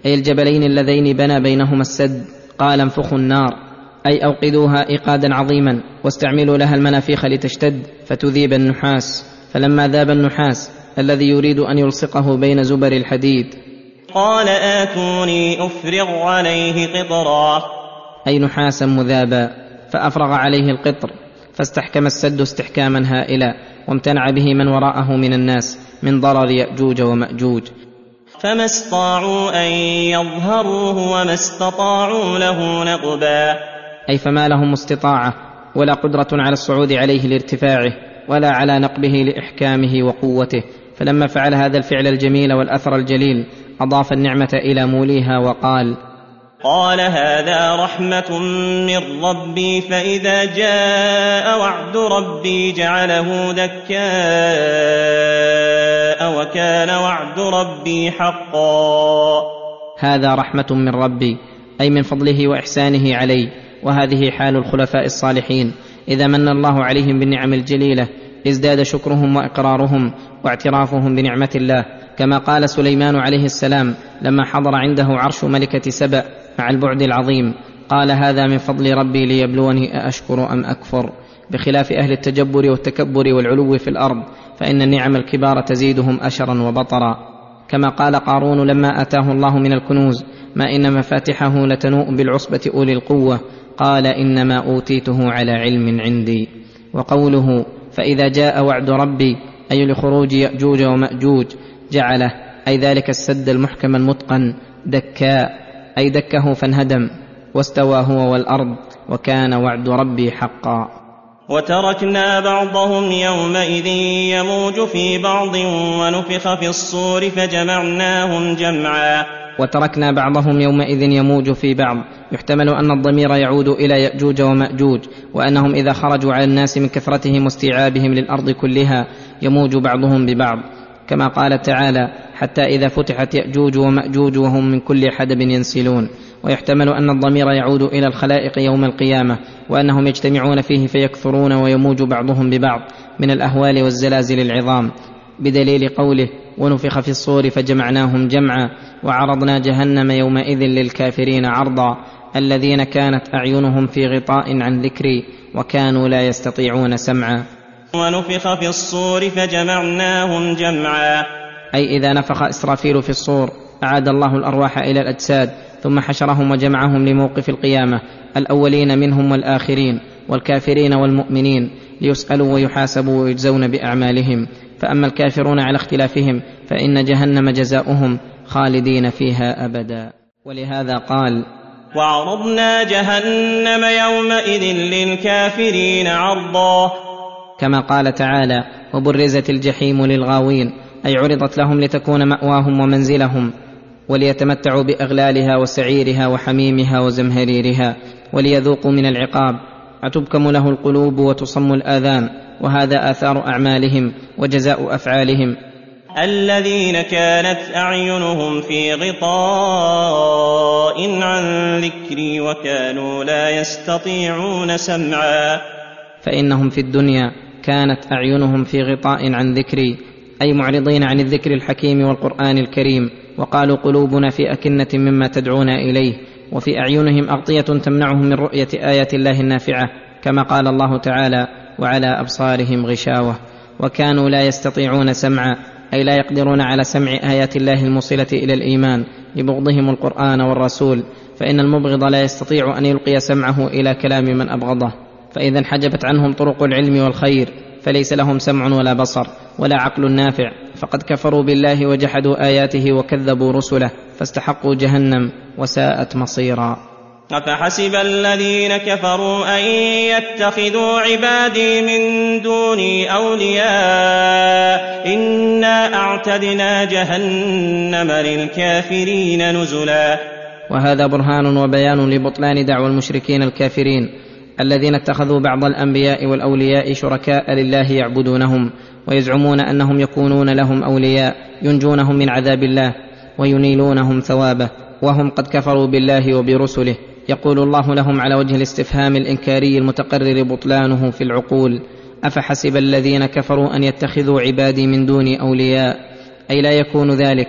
Speaker 3: أي الجبلين اللذين بنى بينهما السد. قال انفخوا النار أي أوقدوها إيقادا عظيما، واستعملوا لها المنافيخ لتشتد فتذيب النحاس. فلما ذاب النحاس الذي يريد أن يلصقه بين زبر الحديد
Speaker 4: قال آتوني أفرغ عليه قطرا،
Speaker 3: أي نحاسا مذابا، فأفرغ عليه القطر فاستحكم السد استحكاما هائلا، وامتنع به من وراءه من الناس من ضرر يأجوج ومأجوج.
Speaker 4: فما استطاعوا أن يظهروه وما استطاعوا له نقبا،
Speaker 3: أي فما لهم استطاعة ولا قدرة على الصعود عليه لارتفاعه، ولا على نقبه لإحكامه وقوته. فلما فعل هذا الفعل الجميل والأثر الجليل أضاف النعمة إلى موليها وقال:
Speaker 4: قال هذا رحمة من ربي فإذا جاء وعد ربي جعله دكاء وكان وعد ربي حقا.
Speaker 3: هذا رحمة من ربي، أي من فضله وإحسانه علي. وهذه حال الخلفاء الصالحين، إذا من الله عليهم بالنعم الجليلة ازداد شكرهم وإقرارهم واعترافهم بنعمة الله، كما قال سليمان عليه السلام لما حضر عنده عرش ملكة سبأ مع البعد العظيم: قال هذا من فضل ربي ليبلوني أأشكر أم أكفر. بخلاف أهل التجبر والتكبر والعلو في الأرض، فإن النعم الكبار تزيدهم أشرا وبطرا. كما قال قارون لما أتاه الله من الكنوز: ما إن مفاتحه لتنوء بالعصبة أولي القوة، قال إنما أوتيته على علم عندي. وقوله فإذا جاء وعد ربي أي لخروج يأجوج ومأجوج جعله، أي ذلك السد المحكم المتقن، دكاء أي دكه فانهدم، واستوى هو والأرض، وكان وعد ربي حقا.
Speaker 4: وتركنا بعضهم يومئذ يموج في بعض ونفخ في الصور فجمعناهم جمعا.
Speaker 3: وتركنا بعضهم يومئذ يموج في بعض، يحتمل أن الضمير يعود إلى يأجوج ومأجوج، وأنهم إذا خرجوا على الناس من كثرتهم واستيعابهم للأرض كلها يموج بعضهم ببعض، كما قال تعالى: حتى إذا فتحت يأجوج ومأجوج وهم من كل حدب ينسلون. ويحتمل أن الضمير يعود إلى الخلائق يوم القيامة، وأنهم يجتمعون فيه فيكثرون ويموج بعضهم ببعض من الأهوال والزلازل العظام، بدليل قوله: ونفخ في الصور فجمعناهم جمعا وعرضنا جهنم يومئذ للكافرين عرضا الذين كانت أعينهم في غطاء عن ذكري وكانوا لا يستطيعون سمعا.
Speaker 4: ونفخ في الصور فجمعناهم جمعا،
Speaker 3: أي إذا نفخ إسرافيل في الصور أعاد الله الأرواح إلى الأجساد، ثم حشرهم وجمعهم لموقف القيامة، الأولين منهم والآخرين والكافرين والمؤمنين، ليسألوا ويحاسبوا ويجزون بأعمالهم. فأما الكافرون على اختلافهم فإن جهنم جزاؤهم خالدين فيها أبدا. ولهذا قال:
Speaker 4: وعرضنا جهنم يومئذ للكافرين عرضا،
Speaker 3: كما قال تعالى: وبرزت الجحيم للغاوين، أي عرضت لهم لتكون مأواهم ومنزلهم، وليتمتعوا بأغلالها وسعيرها وحميمها وزمهريرها، وليذوقوا من العقاب، فتبكم له القلوب وتصم الآذان، وهذا آثار أعمالهم وجزاء أفعالهم.
Speaker 4: الذين كانت أعينهم في غطاء عن ذكري وكانوا لا يستطيعون سمعا.
Speaker 3: فإنهم في الدنيا كانت أعينهم في غطاء عن ذكري، أي معرضين عن الذكر الحكيم والقرآن الكريم، وقالوا قلوبنا في أكنة مما تدعونا إليه، وفي أعينهم أغطية تمنعهم من رؤية آيات الله النافعة، كما قال الله تعالى: وعلى أبصارهم غشاوة. وكانوا لا يستطيعون سمعا، أي لا يقدرون على سمع آيات الله الموصلة إلى الإيمان لبغضهم القرآن والرسول، فإن المبغض لا يستطيع أن يلقي سمعه إلى كلام من أبغضه، فإذا انحجبت عنهم طرق العلم والخير فليس لهم سمع ولا بصر ولا عقل نافع، فقد كفروا بالله وجحدوا آياته وكذبوا رسله، فاستحقوا جهنم وساءت مصيرا.
Speaker 4: أفحسب الذين كفروا أن يتخذوا عبادي من دوني أولياء إنا أعتدنا جهنم للكافرين نزلا.
Speaker 3: وهذا برهان وبيان لبطلان دعوى المشركين الكافرين الذين اتخذوا بعض الأنبياء والأولياء شركاء لله يعبدونهم، ويزعمون أنهم يكونون لهم أولياء ينجونهم من عذاب الله وينيلونهم ثوابه، وهم قد كفروا بالله وبرسله. يقول الله لهم على وجه الاستفهام الإنكاري المتقرر بطلانه في العقول: أفحسب الذين كفروا أن يتخذوا عبادي من دوني أولياء، أي لا يكون ذلك،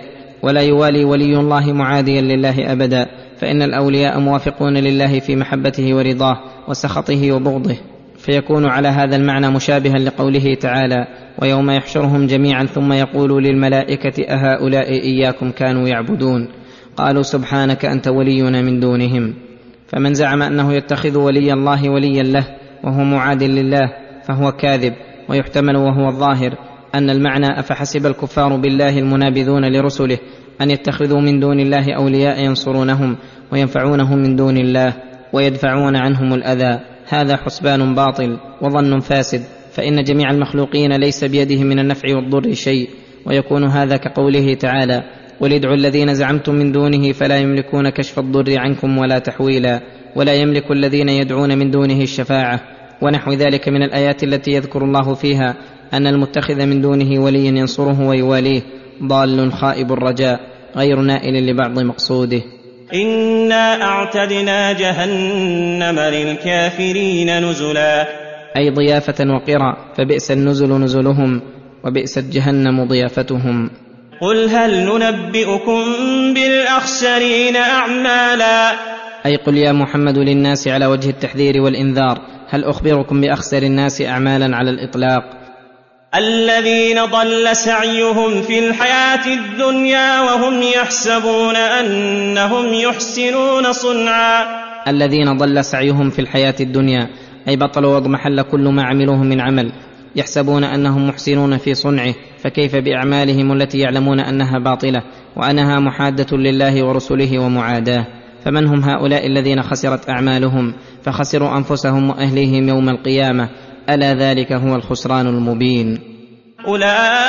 Speaker 3: ولا يوالي ولي الله معاديا لله أبدا، فإن الأولياء موافقون لله في محبته ورضاه وسخطه وبغضه، فيكون على هذا المعنى مشابها لقوله تعالى: ويوم يحشرهم جميعا ثم يقول للملائكة أهؤلاء إياكم كانوا يعبدون؟ قالوا سبحانك أنت ولينا من دونهم. فمن زعم أنه يتخذ ولي الله وليا له وهو معاد لله فهو كاذب. ويحتمل وهو الظاهر أن المعنى: أفحسب الكفار بالله المنابذون لرسله أن يتخذوا من دون الله أولياء ينصرونهم وينفعونهم من دون الله ويدفعون عنهم الأذى. هذا حسبان باطل وظن فاسد، فإن جميع المخلوقين ليس بيده من النفع والضر شيء. ويكون هذا كقوله تعالى: قل ادعوا الذين زعمتم من دونه فلا يملكون كشف الضر عنكم ولا تحويلا، ولا يملك الذين يدعون من دونه الشفاعة، ونحو ذلك من الآيات التي يذكر الله فيها أن المتخذ من دونه وليا ينصره ويواليه ضال خائب الرجاء غير نائل لبعض مقصوده.
Speaker 4: إنا أعتدنا جهنم للكافرين نزلا،
Speaker 3: أي ضيافة وقرا، فبئس النزل نزلهم وبئست جهنم ضيافتهم.
Speaker 4: قل هل ننبئكم بالأخسرين أعمالا،
Speaker 3: أي قل يا محمد للناس على وجه التحذير والإنذار: هل أخبركم بأخسر الناس أعمالا على الإطلاق؟
Speaker 4: الذين ضل سعيهم في الحياة الدنيا وهم يحسبون أنهم يحسنون صنعا.
Speaker 3: الذين ضل سعيهم في الحياة الدنيا أي بطلوا واضمحل كل ما عملوه من عمل، يحسبون أنهم محسنون في صنعه، فكيف بأعمالهم التي يعلمون أنها باطلة وأنها محادة لله ورسله ومعاداه؟ فمن هم هؤلاء الذين خسرت أعمالهم فخسروا أنفسهم وأهليهم يوم القيامة؟ ألا ذلك هو الخسران المبين.
Speaker 4: أولئك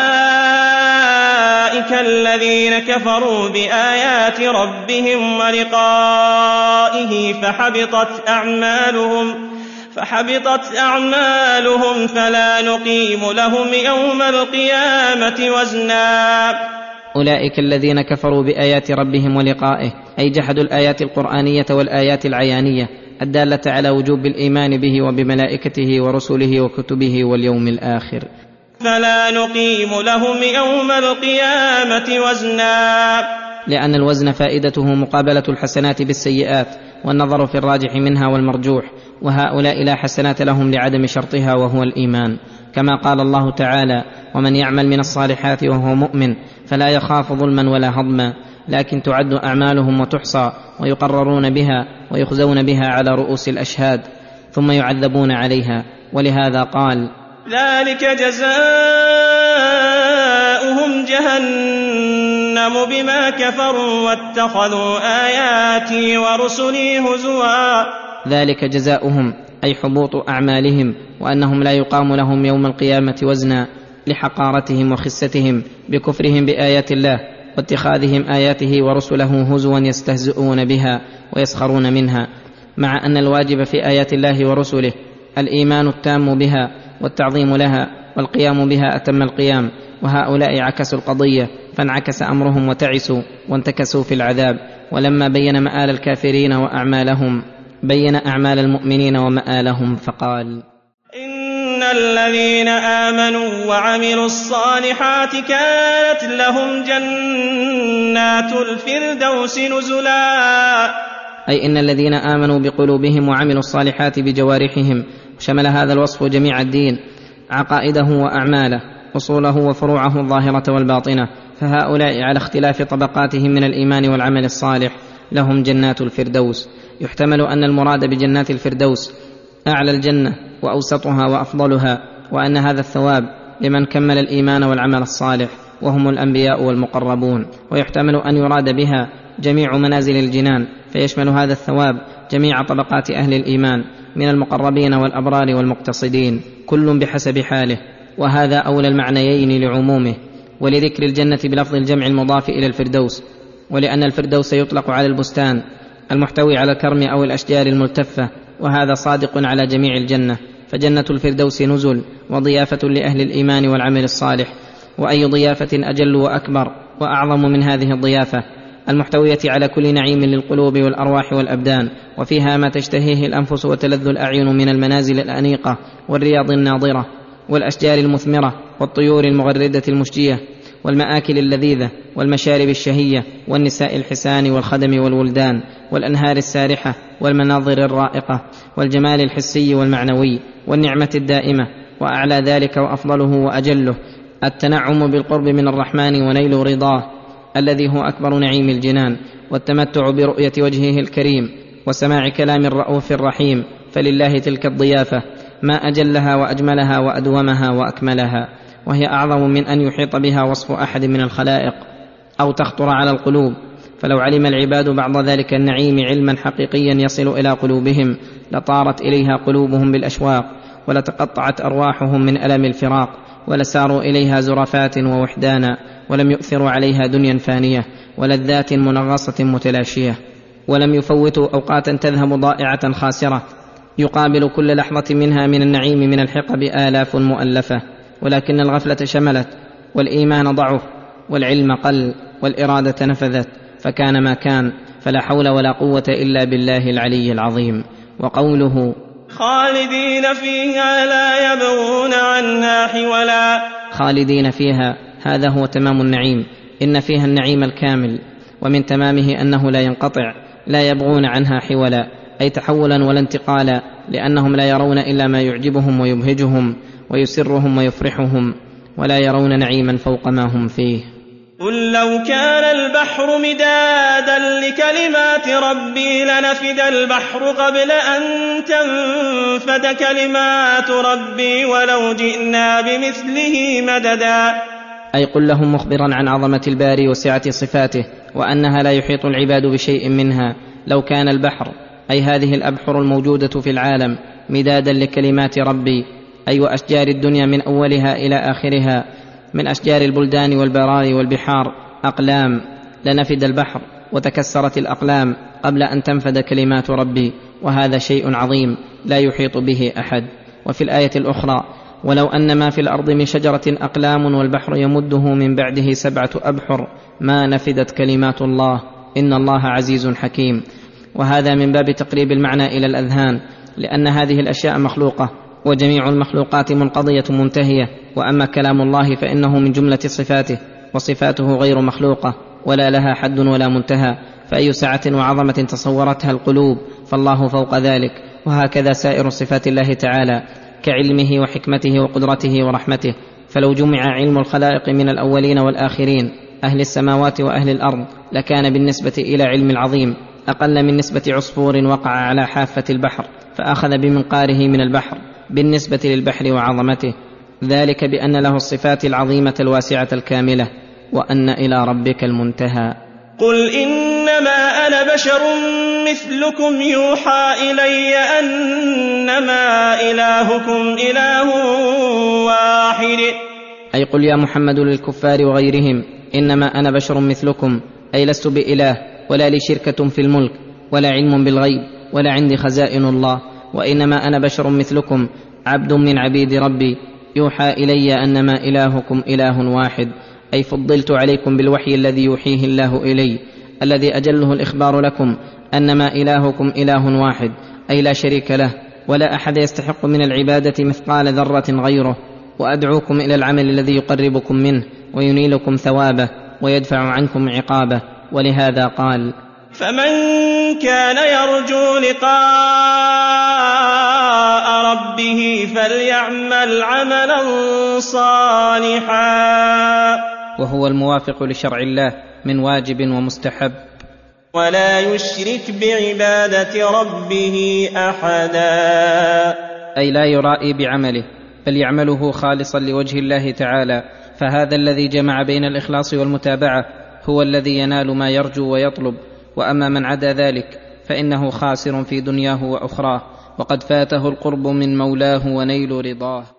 Speaker 4: الذين كفروا بآيات ربهم ولقائه فحبطت أعمالهم فلا نقيم لهم يوم القيامة وزنا.
Speaker 3: أولئك الذين كفروا بآيات ربهم ولقائه أي جحدوا الآيات القرآنية والآيات العيانية الدالة على وجوب الإيمان به وبملائكته ورسله وكتبه واليوم الآخر.
Speaker 4: فلا نقيم لهم يوم القيامة وزنا،
Speaker 3: لأن الوزن فائدته مقابلة الحسنات بالسيئات والنظر في الراجح منها والمرجوح، وهؤلاء لا حسنات لهم لعدم شرطها وهو الإيمان، كما قال الله تعالى: ومن يعمل من الصالحات وهو مؤمن فلا يخاف ظلما ولا هضما، لكن تعد أعمالهم وتحصى ويقررون بها ويخزون بها على رؤوس الأشهاد ثم يعذبون عليها. ولهذا قال:
Speaker 4: ذلك جزاؤهم جهنم بما كفروا واتخذوا آياتي ورسلي هزوا.
Speaker 3: ذلك جزاؤهم أي حبوط أعمالهم، وأنهم لا يقام لهم يوم القيامة وزنا لحقارتهم وخستهم بكفرهم بآيات الله واتخاذهم آياته ورسله هزوا يستهزئون بها ويسخرون منها، مع أن الواجب في آيات الله ورسله الإيمان التام بها والتعظيم لها والقيام بها أتم القيام، وهؤلاء عكسوا القضية فانعكس أمرهم وتعسوا وانتكسوا في العذاب. ولما بين مآل الكافرين وأعمالهم بين أعمال المؤمنين ومآلهم فقال:
Speaker 4: إن الذين آمنوا وعملوا الصالحات كانت لهم جنات الفردوس نزلا،
Speaker 3: أي إن الذين آمنوا بقلوبهم وعملوا الصالحات بجوارحهم، وشمل هذا الوصف جميع الدين، عقائده وأعماله، أصوله وفروعه الظاهرة والباطنة، فهؤلاء على اختلاف طبقاتهم من الإيمان والعمل الصالح لهم جنات الفردوس. يحتمل أن المراد بجنات الفردوس أعلى الجنة وأوسطها وأفضلها، وأن هذا الثواب لمن كمل الإيمان والعمل الصالح وهم الأنبياء والمقربون. ويحتمل أن يراد بها جميع منازل الجنان، فيشمل هذا الثواب جميع طبقات أهل الإيمان من المقربين والأبرار والمقتصدين، كل بحسب حاله، وهذا أولى المعنيين لعمومه. ولذكر الجنة بلفظ الجمع المضاف إلى الفردوس، ولأن الفردوس يطلق على البستان المحتوي على الكرم أو الأشجار الملتفة، وهذا صادق على جميع الجنة، فجنة الفردوس نزل وضيافة لأهل الإيمان والعمل الصالح. وأي ضيافة أجل وأكبر وأعظم من هذه الضيافة المحتوية على كل نعيم للقلوب والأرواح والأبدان، وفيها ما تشتهيه الأنفس وتلذ الأعين من المنازل الأنيقة والرياض الناضرة والأشجار المثمرة والطيور المغردة المشجية، والمآكل اللذيذة والمشارب الشهية والنساء الحسان والخدم والولدان والأنهار السارحة والمناظر الرائقة والجمال الحسي والمعنوي والنعمة الدائمة. وأعلى ذلك وأفضله وأجله التنعم بالقرب من الرحمن ونيل رضاه الذي هو أكبر نعيم الجنان، والتمتع برؤية وجهه الكريم وسماع كلام الرؤوف الرحيم. فلله تلك الضيافة ما أجلها وأجملها وأدومها وأكملها، وهي أعظم من أن يحيط بها وصف أحد من الخلائق أو تخطر على القلوب. فلو علم العباد بعض ذلك النعيم علما حقيقيا يصل إلى قلوبهم لطارت إليها قلوبهم بالأشواق، ولتقطعت أرواحهم من ألم الفراق، ولساروا إليها زرفات ووحدانا، ولم يؤثروا عليها دنيا فانية ولذات منغصة متلاشية، ولم يفوتوا أوقاتا تذهب ضائعة خاسرة يقابل كل لحظة منها من النعيم من الحقب آلاف مؤلفة. ولكن الغفلة شملت، والإيمان ضعف، والعلم قل، والإرادة نفذت، فكان ما كان، فلا حول ولا قوة إلا بالله العلي العظيم. وقوله
Speaker 4: خالدين فيها لا يبغون عنها حولا،
Speaker 3: خالدين فيها هذا هو تمام النعيم، إن فيها النعيم الكامل، ومن تمامه أنه لا ينقطع، لا يبغون عنها حولا أي تحولا ولا انتقالا، لأنهم لا يرون إلا ما يعجبهم ويبهجهم ويسرهم ويفرحهم، ولا يرون نعيما فوق ما هم فيه.
Speaker 4: قل لو كان البحر مدادا لكلمات ربي لنفد البحر قبل أن تنفد كلمات ربي ولو جئنا بمثله مددا.
Speaker 3: أي قل لهم مخبرا عن عظمة الباري وسعة صفاته، وأنها لا يحيط العباد بشيء منها. لو كان البحر أي هذه الأبحر الموجودة في العالم مدادا لكلمات ربي، أي وأشجار الدنيا من أولها إلى آخرها، من أشجار البلدان والبراري والبحار أقلام، لنفد البحر وتكسرت الأقلام قبل أن تنفد كلمات ربي، وهذا شيء عظيم لا يحيط به أحد. وفي الآية الأخرى ولو أن ما في الأرض من شجرة أقلام والبحر يمده من بعده 7 أبحر ما نفدت كلمات الله إن الله عزيز حكيم. وهذا من باب تقريب المعنى إلى الأذهان، لأن هذه الأشياء مخلوقة، وجميع المخلوقات منقضية منتهية، وأما كلام الله فإنه من جملة صفاته، وصفاته غير مخلوقة ولا لها حد ولا منتهى، فأي سعة وعظمة تصورتها القلوب فالله فوق ذلك. وهكذا سائر صفات الله تعالى كعلمه وحكمته وقدرته ورحمته. فلو جمع علم الخلائق من الأولين والآخرين أهل السماوات وأهل الأرض لكان بالنسبة إلى علم العظيم أقل من نسبة عصفور وقع على حافة البحر فأخذ بمنقاره من البحر بالنسبة للبحر وعظمته، ذلك بأن له الصفات العظيمة الواسعة الكاملة، وأن إلى ربك المنتهى.
Speaker 4: قل إنما أنا بشر مثلكم يوحى إلي أنما إلهكم إله واحد.
Speaker 3: أي قل يا محمد للكفار وغيرهم إنما أنا بشر مثلكم، أي لست بإله ولا لي شركة في الملك ولا علم بالغيب ولا عندي خزائن الله، وإنما أنا بشر مثلكم عبد من عبيد ربي يوحى إلي أنما إلهكم إله واحد، أي فضلت عليكم بالوحي الذي يوحيه الله إلي، الذي أجله الإخبار لكم أنما إلهكم إله واحد، أي لا شريك له ولا أحد يستحق من العبادة مثقال ذرة غيره، وأدعوكم إلى العمل الذي يقربكم منه وينيلكم ثوابه ويدفع عنكم عقابه. ولهذا قال
Speaker 4: فمن كان يرجو لقاء ربه فليعمل عملا صالحا،
Speaker 3: وهو الموافق لشرع الله من واجب ومستحب،
Speaker 4: ولا يشرك بعبادة ربه أحدا،
Speaker 3: أي لا يرائي بعمله بل يعمله خالصا لوجه الله تعالى. فهذا الذي جمع بين الإخلاص والمتابعة هو الذي ينال ما يرجو ويطلب. وأما من عدا ذلك فإنه خاسر في دنياه وأخراه، وقد فاته القرب من مولاه ونيل رضاه.